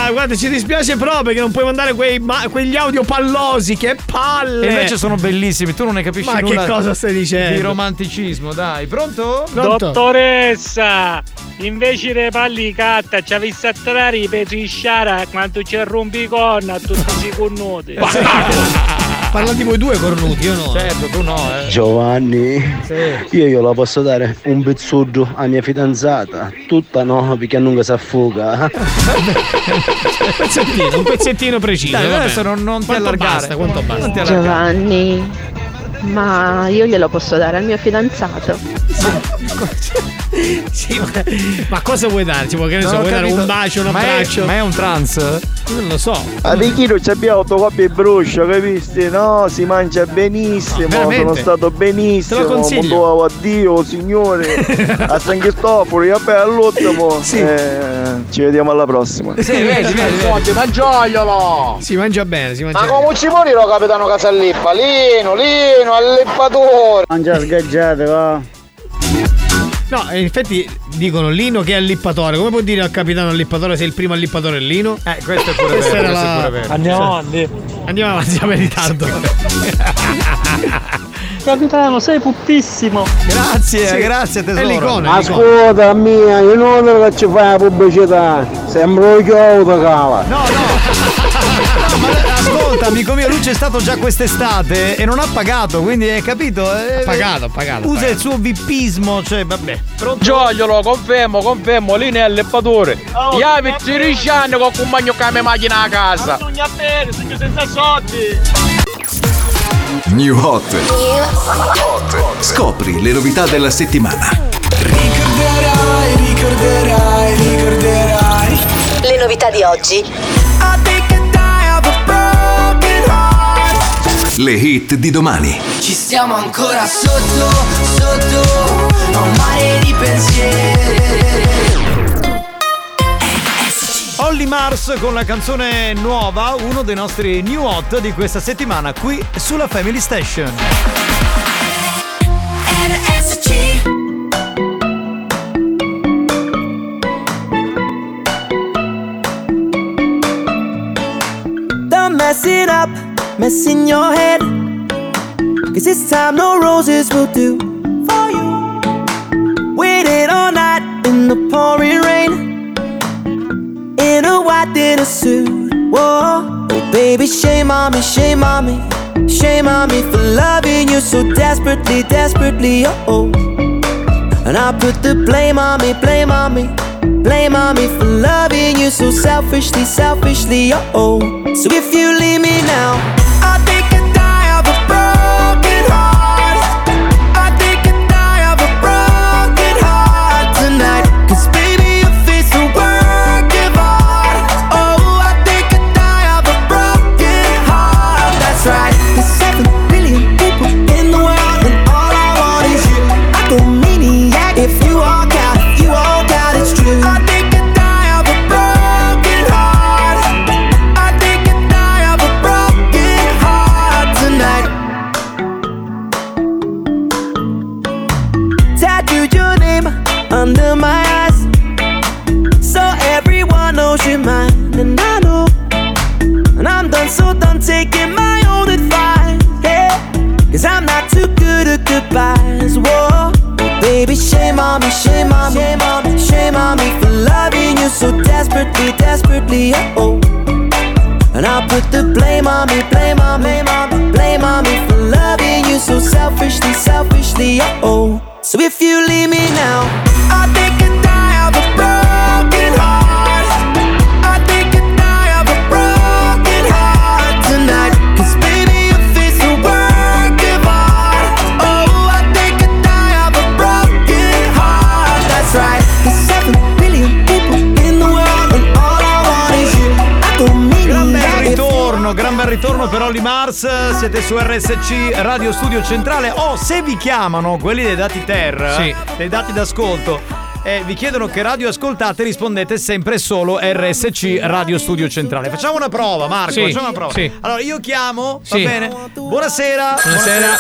Speaker 7: guarda, ci dispiace proprio che non puoi mandare quegli audio pallosi, che palle.
Speaker 6: E invece sono bellissimi, tu non ne capisci nulla.
Speaker 7: Ma che cosa stai dicendo?
Speaker 6: Di romanticismo, dai. Pronto?
Speaker 5: Dottoressa, invece dei palli catta ci avessi a trarre i petrisciara quando ci rompi i corna a tutti i cornuti.
Speaker 7: Parla di voi due cornuti, io no.
Speaker 6: Certo, tu no,
Speaker 13: Giovanni, io la posso dare un pezzuggio a mia fidanzata. Tutta no, perché non si affuga.
Speaker 7: un pezzettino preciso.
Speaker 6: Dai, adesso non ti allargare.
Speaker 7: Quanto basta?
Speaker 20: Giovanni, ma io glielo posso dare al mio fidanzato.
Speaker 7: Sì, ma cosa vuoi darci? Vuoi dare un bacio, un abbraccio?
Speaker 6: Ma è un trans?
Speaker 7: Non lo so.
Speaker 9: A Pechino ci abbiamo 8 coppie di bruscio, capisti? No, si mangia benissimo, sono stato benissimo.
Speaker 7: Te lo consiglio.
Speaker 9: Molto addio, signore. A San Cristoforo, vabbè, all'ultimo.
Speaker 7: Sì.
Speaker 9: Ci vediamo alla prossima.
Speaker 7: Sì, vedi.
Speaker 8: Mangiagliolo!
Speaker 7: Si mangia bene, si mangia
Speaker 8: Ma
Speaker 7: bene.
Speaker 8: come ci muori lo capitano Casallippa? Lino, allippatore!
Speaker 9: Mangia sgaggiate, va.
Speaker 7: No, in effetti dicono Lino che è allippatore. Come può dire al capitano allippatore se il primo allippatore è Lino?
Speaker 6: Questo è pure vero.
Speaker 5: Andiamo avanti.
Speaker 7: Andiamo avanti, siamo in ritardo.
Speaker 5: Capitano, sei puttissimo.
Speaker 6: Grazie tesoro.
Speaker 7: È l'icona.
Speaker 9: Ascolta mia, io non che ci fai la pubblicità. Sembra un chiudo, cava.
Speaker 6: No, ma ascolta, amico mio, lui c'è stato già quest'estate e non ha pagato, quindi hai capito?
Speaker 7: Ha pagato.
Speaker 6: Usa il suo vippismo, cioè vabbè. Pronto?
Speaker 5: Giogliolo, confermo, lì è l'eppatore. Io mi ci risciando con un bagno che mi macchina a casa. Ma non è bene, sei senza soldi.
Speaker 10: New Hot. Scopri le novità della settimana.
Speaker 19: Ricorderai. Le novità di oggi.
Speaker 10: Le hit di domani.
Speaker 19: Ci stiamo ancora sotto a un mare di pensieri.
Speaker 6: Holly Mars con la canzone nuova, uno dei nostri new hot di questa settimana qui sulla Family Station.
Speaker 18: Don't mess it up, mess in your head. 'Cause this time no roses will do for you. Waited all night in the pouring rain. In a white dinner suit, whoa. Oh baby, shame on me, shame on me. Shame on me for loving you so desperately, desperately, oh. And I put the blame on me, blame on me. Blame on me for loving you so selfishly, selfishly, oh. So if you leave me now, I think I die of a broken heart. I think I die of a broken heart tonight. 'Cause baby, your face will work of art. Oh, I think I die of a broken heart. That's right. There's 7 billion people in the world, and all I want is you. I go maniac if you walk out, if you walk out, it's true. I think I die of a broken heart. I think I die of a broken heart tonight. Tattooed your name under my eyes, so everyone knows you're mine, and I know. And I'm done, so done taking my own advice, yeah. 'Cause I'm not too good at goodbyes, whoa. Baby, shame on me, shame on me, shame on me, shame on me for loving you so desperately, desperately, oh. And I put the blame on me, blame on me, blame on me for loving you so selfishly, selfishly, oh. So if you leave me now, I think I die of a broken heart. I think I die of a broken heart tonight. 'Cause baby, your face will work of art. Oh, I think I die of a broken heart. That's right. There's 7 billion people in the world, and all I want is you. I go maniac if you
Speaker 6: Gran bel ritorno per Holly Mars. Siete su RSC Radio Studio Centrale. Se vi chiamano quelli dei dati Ter, dei dati d'ascolto, e vi chiedono che radio ascoltate, rispondete sempre solo RSC Radio Studio Centrale. Facciamo una prova, Marco. Facciamo una prova. Allora io chiamo, va bene? Buonasera.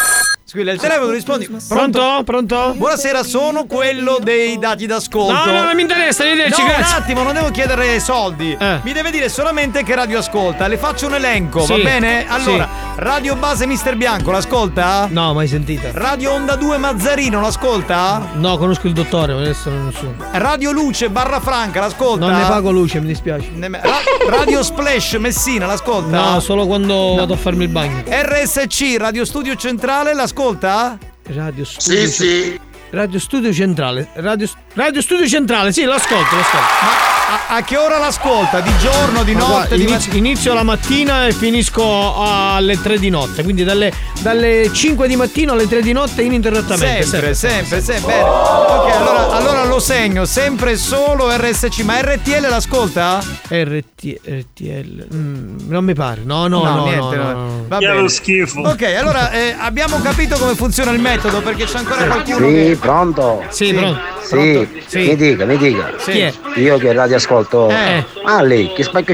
Speaker 6: Squilla il telefono, rispondi.
Speaker 7: Pronto?
Speaker 6: Buonasera, sono quello dei dati d'ascolto.
Speaker 7: No, non mi interessa,
Speaker 6: No, un attimo, non devo chiedere soldi. Mi deve dire solamente che radio ascolta. Le faccio un elenco, va
Speaker 7: Sì,
Speaker 6: bene? Allora,
Speaker 7: sì.
Speaker 6: Radio Base Mister Bianco, l'ascolta?
Speaker 7: No, mai sentita.
Speaker 6: Radio Onda 2 Mazzarino, l'ascolta?
Speaker 7: No, conosco il dottore, ma adesso non so.
Speaker 6: Radio Luce Barra Franca, l'ascolta?
Speaker 7: Non ne pago luce, mi dispiace.
Speaker 6: Radio Splash Messina, l'ascolta?
Speaker 7: No, solo quando vado a farmi il bagno.
Speaker 6: RSC Radio Studio Centrale, l'ascolta?
Speaker 7: Radio Studio. Sì. Radio Studio Centrale. Radio Studio Centrale, sì, l'ascolto.
Speaker 6: A che ora l'ascolta? Di giorno, di notte?
Speaker 7: Inizio la mattina e finisco alle 3 di notte. Quindi dalle 5 di mattino alle 3 di notte ininterrottamente.
Speaker 6: Sempre. Bene. Ok, allora lo segno. Sempre solo RSC. Ma RTL l'ascolta?
Speaker 7: RTL. Non mi pare. No.
Speaker 6: Va bene.
Speaker 2: Schifo.
Speaker 6: Ok, allora abbiamo capito come funziona il metodo, perché c'è ancora qualcuno
Speaker 13: Sì,
Speaker 6: che...
Speaker 13: pronto?
Speaker 7: Sì, pronto.
Speaker 13: Sì. Mi dica.
Speaker 6: Sì.
Speaker 7: Chi è?
Speaker 13: Io che radio ascolto. Lei, che spacca.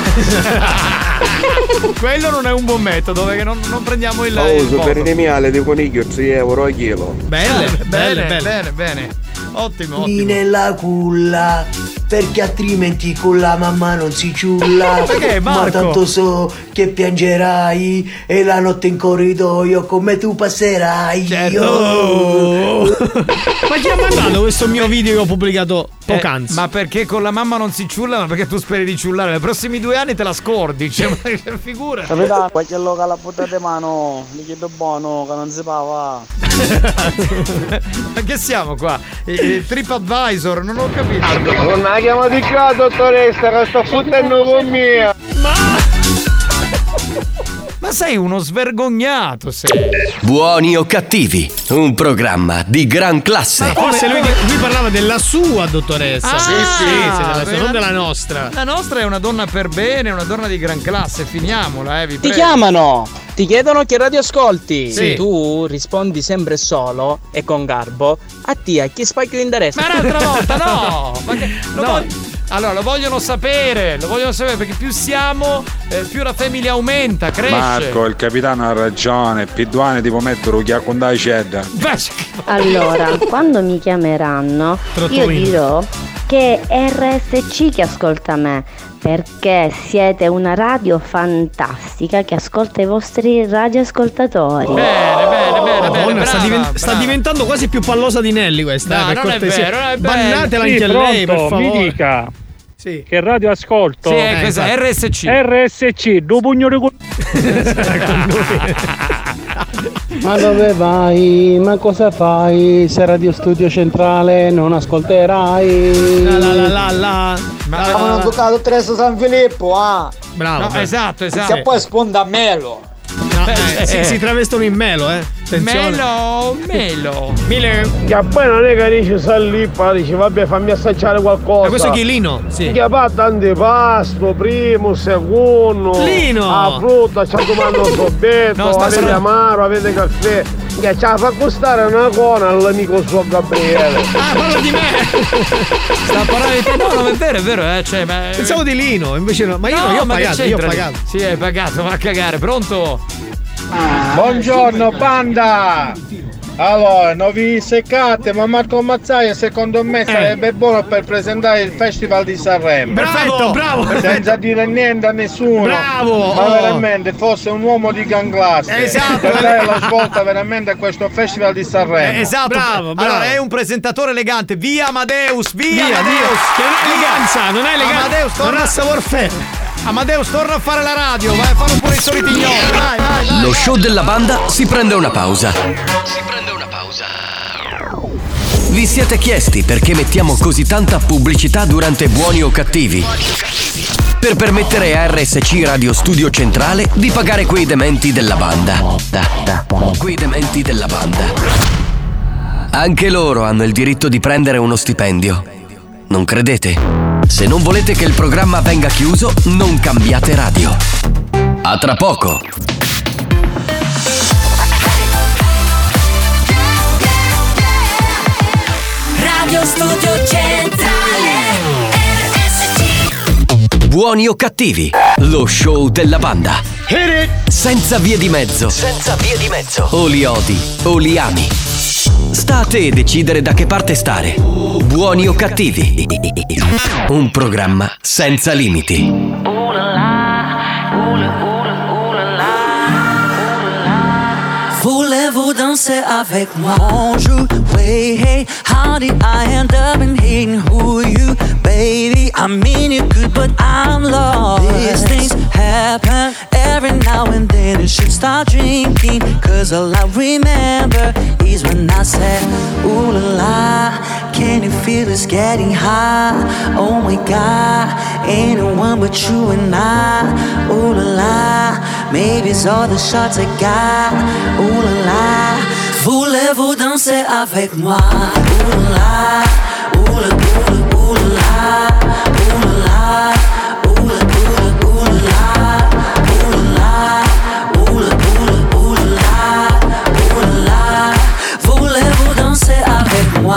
Speaker 6: Quello non è un buon metodo, perché non prendiamo il
Speaker 2: Per i miele di coniglio 3 euro a chilo.
Speaker 6: Bene. Ottimo.
Speaker 8: Nella culla, perché altrimenti con la mamma non si ciulla.
Speaker 6: Perché, Marco?
Speaker 8: Ma tanto so che piangerai e la notte in corridoio come tu passerai.
Speaker 7: Ma chi ha mandato questo mio video che ho pubblicato poc'anzi?
Speaker 6: Ma perché con la mamma non si ciulla? Ma perché tu speri di ciullare? Nei prossimi 2 anni te la scordi. Cioè, figura.
Speaker 9: Capitano, qualche loca la buttata di mano, gli chiedo buono che non si va.
Speaker 6: Ma che siamo qua? TripAdvisor, non ho capito.
Speaker 2: Non la chiamati qua, dottoressa, che sto fottendo con mia.
Speaker 6: Ma sei uno svergognato, sei.
Speaker 1: Buoni o cattivi, un programma di gran classe.
Speaker 7: Forse lui parlava della sua dottoressa.
Speaker 6: Sì,
Speaker 7: della sua, non della nostra.
Speaker 6: La nostra è una donna per bene, una donna di gran classe. Finiamola, vi
Speaker 21: Ti
Speaker 6: prego.
Speaker 21: chiamano, ti chiedono che radio ascolti.
Speaker 6: Sì.
Speaker 21: Tu rispondi sempre solo e con garbo. A chi spacchio di interesse.
Speaker 6: Ma l'altra volta no! Ma che, allora lo vogliono sapere perché più siamo, più la famiglia aumenta, cresce.
Speaker 23: Marco, il capitano ha ragione, Piduane tipo mettere un chiacco da cedda.
Speaker 22: Allora, quando mi chiameranno, io dirò che è RSC che ascolta me, perché siete una radio fantastica che ascolta i vostri radioascoltatori.
Speaker 6: Bene,
Speaker 7: sta diventando quasi più pallosa di Nelly questa.
Speaker 6: No, non è vero.
Speaker 7: Bannatela anche lei, per favore.
Speaker 2: Mi dica.
Speaker 7: Sì.
Speaker 2: Che radio ascolto?
Speaker 6: Sì, questa RSC.
Speaker 2: RSC, due pugno di
Speaker 9: Ma dove vai? Ma cosa fai? Se Radio Studio Centrale non ascolterai.
Speaker 7: La.
Speaker 8: Ma hanno toccato dottoressa San Filippo,
Speaker 7: Bravo.
Speaker 6: No, esatto.
Speaker 8: Se poi sponda melo.
Speaker 7: Si travestono in melo, Attenzione.
Speaker 6: Melo.
Speaker 2: Che poi non è che dice Salippa, dice vabbè fammi assaggiare qualcosa.
Speaker 7: Ma questo è chi? Lino? Sì.
Speaker 2: Che fa antipasto, primo, secondo.
Speaker 7: Lino!
Speaker 2: La frutta, c'è domando sorbetto, avete amaro, avete caffè. Che ci fa costare una cona all'amico suo Gabriele.
Speaker 6: Parla di me! Sta parlando di te. No, non è vero, Cioè,
Speaker 7: pensavo di Lino, invece no. Ma io ho pagato.
Speaker 6: Sì, hai pagato, va a cagare, pronto?
Speaker 2: Buongiorno banda! Allora, non vi seccate, ma Marco Mazzaia secondo me sarebbe buono per presentare il Festival di Sanremo.
Speaker 7: Bravo!
Speaker 2: Senza dire niente a nessuno.
Speaker 7: Bravo!
Speaker 2: Ma veramente fosse un uomo di gran classe.
Speaker 6: Esatto!
Speaker 2: Per dare la svolta veramente a questo Festival di Sanremo.
Speaker 6: Esatto!
Speaker 7: Bravo!
Speaker 6: Allora, è un presentatore elegante. Via Amadeus!
Speaker 7: Che non è eleganza!
Speaker 6: Amadeus,
Speaker 7: non ha savoir-faire!
Speaker 6: Amadeus, torna a fare la radio, vai a fare pure i soliti ignoti. Vai.
Speaker 1: Lo show della banda si prende una pausa. Vi siete chiesti perché mettiamo così tanta pubblicità durante Buoni o Cattivi? Per permettere a RSC Radio Studio Centrale di pagare quei dementi della banda. Quei dementi della banda. Anche loro hanno il diritto di prendere uno stipendio. Non credete? Se non volete che il programma venga chiuso, non cambiate radio. A tra poco.
Speaker 3: Radio Studio Centrale RSC.
Speaker 1: Buoni o cattivi, lo show della banda. Senza vie di mezzo. Senza vie di mezzo. O li odi o li ami. Sta a te decidere da che parte stare. Buoni o cattivi. Un programma senza limiti.
Speaker 19: Voulez-vous danser avec moi? Won't you wait? How did I end up in hating who you, baby? I mean it good, but I'm lost. These things happen every now and then. You should start drinking, cause all I remember is when I said, ooh la la, can you feel it's getting hot? Oh my God, ain't no one but you and I. Ooh la la, maybe it's all the shots I got. Ooh la la, voulez-vous danser avec moi? Ooh la la, ooh la ooh la ooh la ooh la la, ooh la ooh la ooh la ooh la ooh la ooh la ooh la, voulez-vous danser avec moi?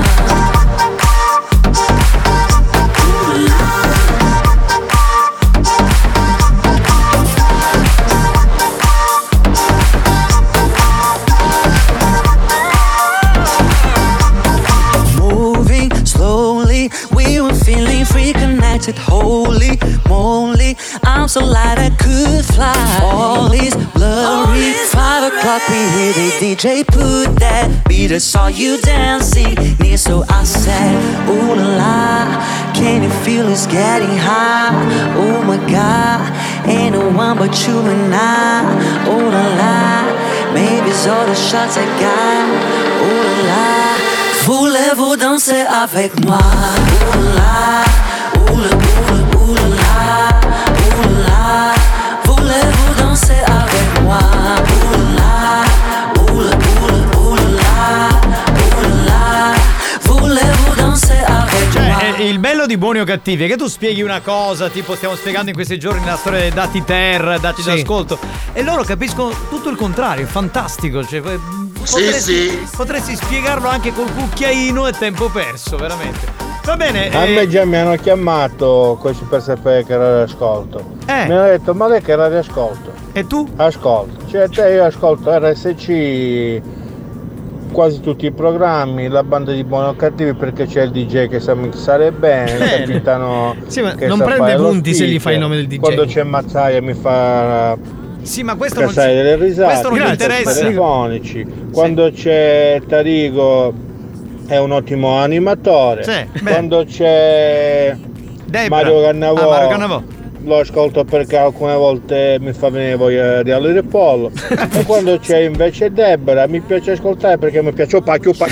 Speaker 19: We were feeling free, connected, holy moly, I'm so light I could fly. All is blurry, 5 o'clock we hear the DJ put that beat. I saw you dancing near, so I said, ooh la la, can you feel it's getting hot? Oh my God, ain't no one but you and I. Ooh la la, maybe it's all the shots I got. Ooh la la, voulez-vous danser avec moi? Ooh la, ooh la, ooh la, ooh la, voulez-vous danser avec moi? Ooh la, ooh la, ooh la, ooh la, voulez-vous danser avec moi?
Speaker 6: Il bello di Buoni o Cattivi è che tu spieghi una cosa, tipo stiamo spiegando in questi giorni la storia dei dati TER, dati d'ascolto, e loro capiscono tutto il contrario, è fantastico. Cioè, potresti spiegarlo anche col cucchiaino, è tempo perso, veramente. Va bene.
Speaker 2: A me già mi hanno chiamato così per sapere che era l'ascolto. Mi hanno detto, ma lei che era l'ascolto?
Speaker 6: E tu?
Speaker 2: Ascolto. Cioè io ascolto RSC, quasi tutti i programmi, la banda di Buoni o Cattivi, perché c'è il DJ che sa mixare bene, il capitano che
Speaker 7: non
Speaker 2: sa
Speaker 7: prende
Speaker 2: fare
Speaker 7: punti se
Speaker 2: speaker.
Speaker 7: gli fai il nome del DJ.
Speaker 2: Quando c'è Mazzaia mi fa
Speaker 6: ma questo
Speaker 2: cassare delle risate,
Speaker 6: questo non mi interessa.
Speaker 2: telefonici. Quando c'è Tarigo è un ottimo animatore. Quando c'è Mario Cannavò lo ascolto perché alcune volte mi fa venire voglia di all'ire pollo. E quando c'è invece Deborah mi piace ascoltare perché mi piace pacchio.
Speaker 7: Guarda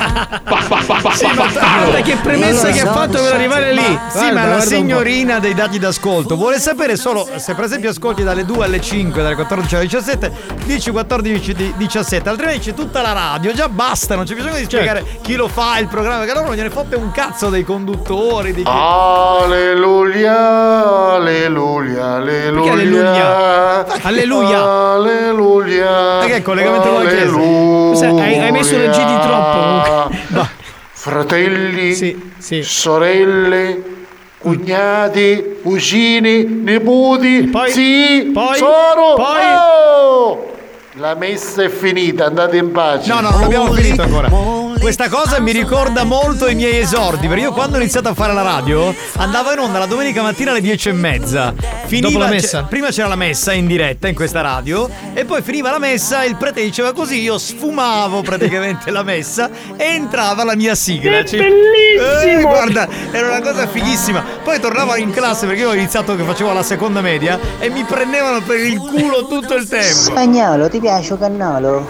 Speaker 7: che premessa che ha fatto per arrivare lì.
Speaker 6: Ma la signorina dei dati d'ascolto vuole sapere solo se per esempio ascolti dalle 2 alle 5, dalle 14 alle 17, dici 14 17, altrimenti c'è tutta la radio, già basta, non c'è bisogno di spiegare chi lo fa il programma, perché loro non gliene fotte un cazzo dei conduttori, di
Speaker 11: Alleluia, alleluia, alleluia.
Speaker 7: Alleluia.
Speaker 11: Alleluia.
Speaker 6: Ma che è collegamento con la chiesa?
Speaker 7: Hai messo le G di troppo.
Speaker 11: Fratelli, sorelle, cugnati, cugini, nipoti, zii, soro. La messa è finita, andate in pace.
Speaker 6: No, non abbiamo finito ancora. Questa cosa mi ricorda molto i miei esordi, perché io quando ho iniziato a fare la radio andavo in onda la domenica mattina alle 10:30. Finiva
Speaker 7: dopo la messa.
Speaker 6: Prima c'era la messa in diretta in questa radio e poi finiva la messa, il prete diceva così, io sfumavo praticamente la messa e entrava la mia sigla.
Speaker 7: È bellissimo!
Speaker 6: Guarda, era una cosa fighissima. Poi tornavo in classe perché io ho iniziato che facevo la seconda media e mi prendevano per il culo tutto il tempo.
Speaker 8: Spagnolo, ti piace Cannolo?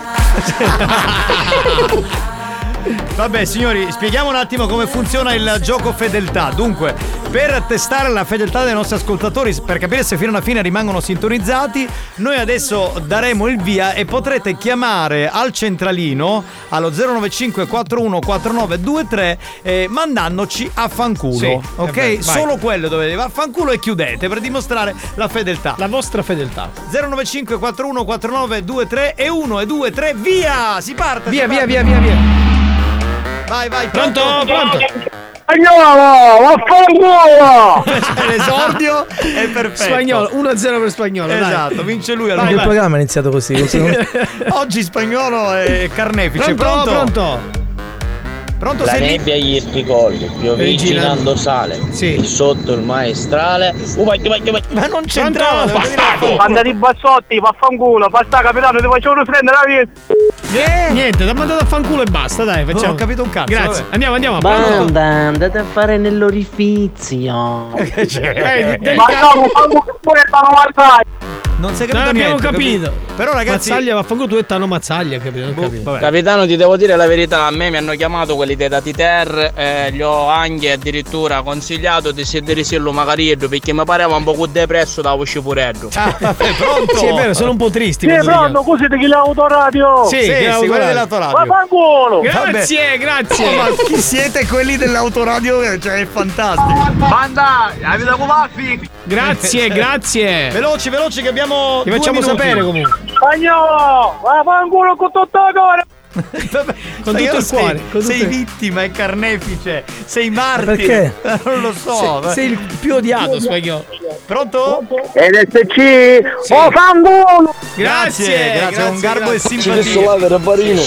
Speaker 6: Vabbè signori, spieghiamo un attimo come funziona il gioco fedeltà. Dunque, per testare la fedeltà dei nostri ascoltatori, per capire se fino alla fine rimangono sintonizzati, noi adesso daremo il via e potrete chiamare al centralino allo 095 41 49 23 mandandoci a fanculo. Ok? Solo quello dovete va a fanculo e chiudete per dimostrare la fedeltà.
Speaker 7: La vostra fedeltà.
Speaker 6: 095 41 49 23 e 1 e 2 3 via! Si parte!
Speaker 7: Via.
Speaker 6: Vai,
Speaker 7: Pronto?
Speaker 8: Spagnolo, vaffanculo!
Speaker 6: L'esordio è perfetto.
Speaker 7: Spagnolo, 1-0 per Spagnolo.
Speaker 6: Esatto,
Speaker 7: dai.
Speaker 6: vince lui.
Speaker 4: Anche il programma è iniziato così.
Speaker 6: Oggi Spagnolo è carnefice.
Speaker 7: Pronto?
Speaker 6: Pronto,
Speaker 12: la nebbia gli spicoli, piovigginando sale, e sotto il maestrale.
Speaker 6: Ma non c'entrava.
Speaker 8: Banda di bassotti, vaffanculo, basta capitano, ti faccio prendere la via.
Speaker 7: Niente, ti ha mandato a fanculo e basta, dai, facciamo.
Speaker 6: Non ho capito un cazzo.
Speaker 7: Grazie.
Speaker 6: Vabbè.
Speaker 7: Andiamo.
Speaker 12: Banda, andate a fare nell'orifizio.
Speaker 8: Ma no, fanculo pure stanno guardando.
Speaker 6: Non si è capito
Speaker 7: abbiamo
Speaker 6: niente,
Speaker 7: capito.
Speaker 6: Però ragazzi,
Speaker 7: Mazzaglia vaffanculo, tu hai detto hanno Mazzaglia, capito?
Speaker 6: Vabbè.
Speaker 21: Capitano, ti devo dire la verità, a me mi hanno chiamato quelli dei Datiter, gli ho anche addirittura consigliato di sedere sillo magarietto perché mi pareva un po' depresso da voce puretto.
Speaker 6: Vabbè, pronto?
Speaker 7: Sì, è vero, sono un po' tristi.
Speaker 8: Sì, pronto, così di chi l'autoradio?
Speaker 6: Sì, quelli dell'autoradio.
Speaker 8: Vaffanculo!
Speaker 7: Grazie.
Speaker 6: Ma chi siete quelli dell'autoradio? Cioè, è fantastico.
Speaker 8: Banda, avete cuvaffi?
Speaker 7: Grazie.
Speaker 6: Veloci che abbiamo.
Speaker 7: Ti facciamo sapere comunque.
Speaker 8: Spagnolo, vaffanculo con tutto il cuore.
Speaker 7: Con tutto il cuore.
Speaker 6: Sei vittima e carnefice. Sei martire.
Speaker 4: Perché?
Speaker 6: Non lo so.
Speaker 7: Sei il più odiato, Spagnolo.
Speaker 6: Pronto?
Speaker 8: NSC, vaffanculo!
Speaker 6: Grazie, un garbo e
Speaker 13: Ci
Speaker 6: simpatia.
Speaker 13: messo là per Barino.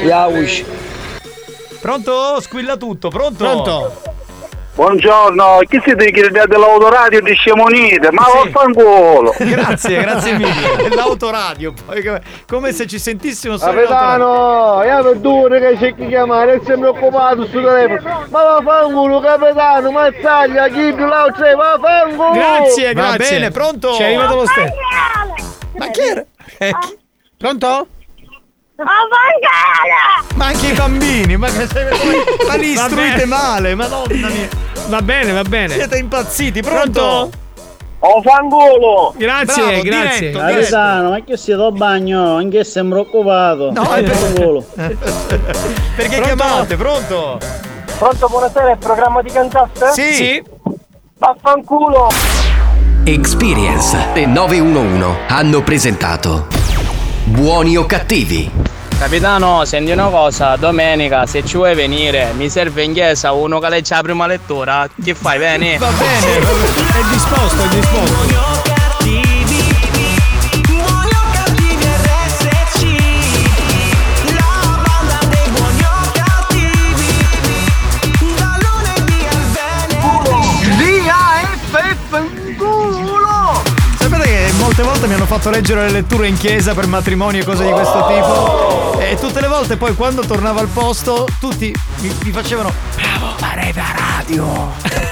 Speaker 6: Pronto? Squilla tutto, pronto?
Speaker 8: Buongiorno, chi siete che dell'autoradio di Scemonite? Ma vaffanculo!
Speaker 6: Grazie mille. L'autoradio, poi come se ci sentissimo solo
Speaker 2: Capitano, io per due che c'è chi chiamare, è sempre occupato sul telefono. Ma vaffanculo, capitano, mazzaglia, chi più l'altro, vaffanculo!
Speaker 7: Grazie.
Speaker 6: Va bene, pronto?
Speaker 7: Ci è arrivato lo stesso.
Speaker 6: Ma chi era?
Speaker 7: Pronto?
Speaker 6: Ma anche i bambini, ma li istruite male, madonna mia.
Speaker 7: Va bene.
Speaker 6: Siete impazziti, pronto?
Speaker 8: Vaffanculo!
Speaker 7: Grazie.
Speaker 6: Diretto.
Speaker 13: Capitano, ma che siete al bagno? Anche sembra occupato.
Speaker 6: No, è perché chiamate, pronto?
Speaker 8: Pronto, buonasera, è il programma di cantaste?
Speaker 6: Sì.
Speaker 8: Vaffanculo!
Speaker 1: Experience e 911 hanno presentato Buoni o cattivi?
Speaker 21: Capitano, senti una cosa, domenica se ci vuoi venire, mi serve in chiesa uno che legge la prima lettura. Che fai, vieni?
Speaker 6: Va bene, è disposto. Sapete che molte volte mi hanno fatto leggere le letture in chiesa per matrimoni e cose di questo tipo, e tutte le volte poi quando tornavo al posto tutti mi facevano bravo, Pareva Radio.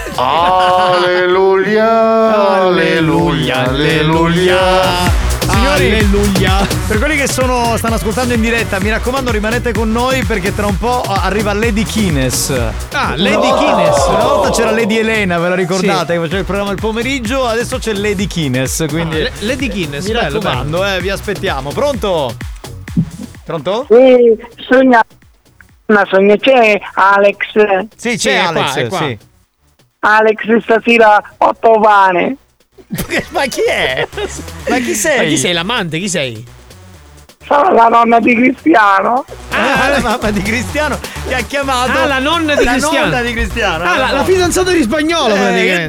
Speaker 11: Alleluia.
Speaker 6: Signori, alleluia. Per quelli che stanno ascoltando in diretta, mi raccomando, rimanete con noi perché tra un po' arriva Lady Kines.
Speaker 7: Lady Kines.
Speaker 6: Una volta c'era Lady Elena, ve la ricordate? Che faceva il programma il pomeriggio, adesso c'è Lady Kines. Quindi
Speaker 7: Lady Kines,
Speaker 6: mi raccomando, vi aspettiamo. Pronto?
Speaker 8: Sì, sogna c'è Alex.
Speaker 6: Sì, c'è Alex,
Speaker 7: qua.
Speaker 6: sì.
Speaker 8: Alex stasera 8 pane.
Speaker 6: Ma chi è? Ma chi sei?
Speaker 7: Ma chi sei, l'amante? Chi sei?
Speaker 8: Sono la nonna di Cristiano.
Speaker 6: La mamma di Cristiano ti ha chiamato.
Speaker 7: La nonna di Cristiano.
Speaker 6: La nonna di Cristiano.
Speaker 7: La fidanzata di Spagnolo, praticamente.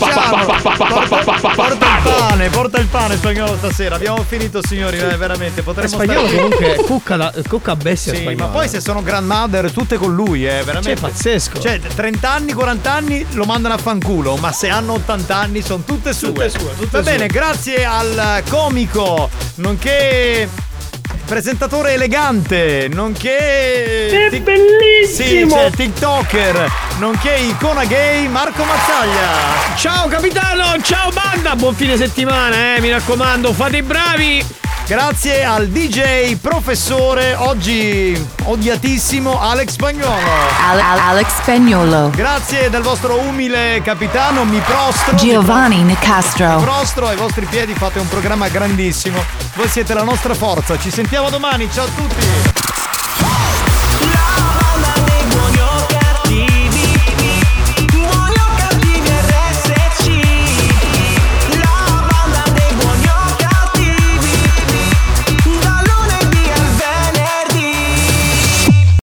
Speaker 6: Porta il pane Spagnolo stasera. Abbiamo finito, signori, veramente. Potremmo
Speaker 7: Spagnolo
Speaker 6: stare...
Speaker 7: comunque cucca bestia.
Speaker 6: Sì,
Speaker 7: Spagnolo.
Speaker 6: ma poi se sono grandmother tutte con lui, veramente.
Speaker 7: Cioè, pazzesco.
Speaker 6: Cioè, 30 anni, 40 anni lo mandano a fanculo, ma se hanno 80 anni sono tutte sue. Va bene, grazie al comico, nonché presentatore elegante, nonché
Speaker 8: è bellissimo!
Speaker 6: Sì, c'è TikToker, nonché icona gay Marco Mazzaglia.
Speaker 7: Ciao capitano, ciao banda, buon fine settimana, mi raccomando, fate i bravi.
Speaker 6: Grazie al DJ professore, oggi odiatissimo, Alex Spagnolo.
Speaker 3: Alex Spagnolo.
Speaker 6: Grazie del vostro umile capitano, mi prostro.
Speaker 3: Giovanni Nicastro.
Speaker 6: Mi prostro ai vostri piedi, fate un programma grandissimo. Voi siete la nostra forza, ci sentiamo domani, ciao a tutti.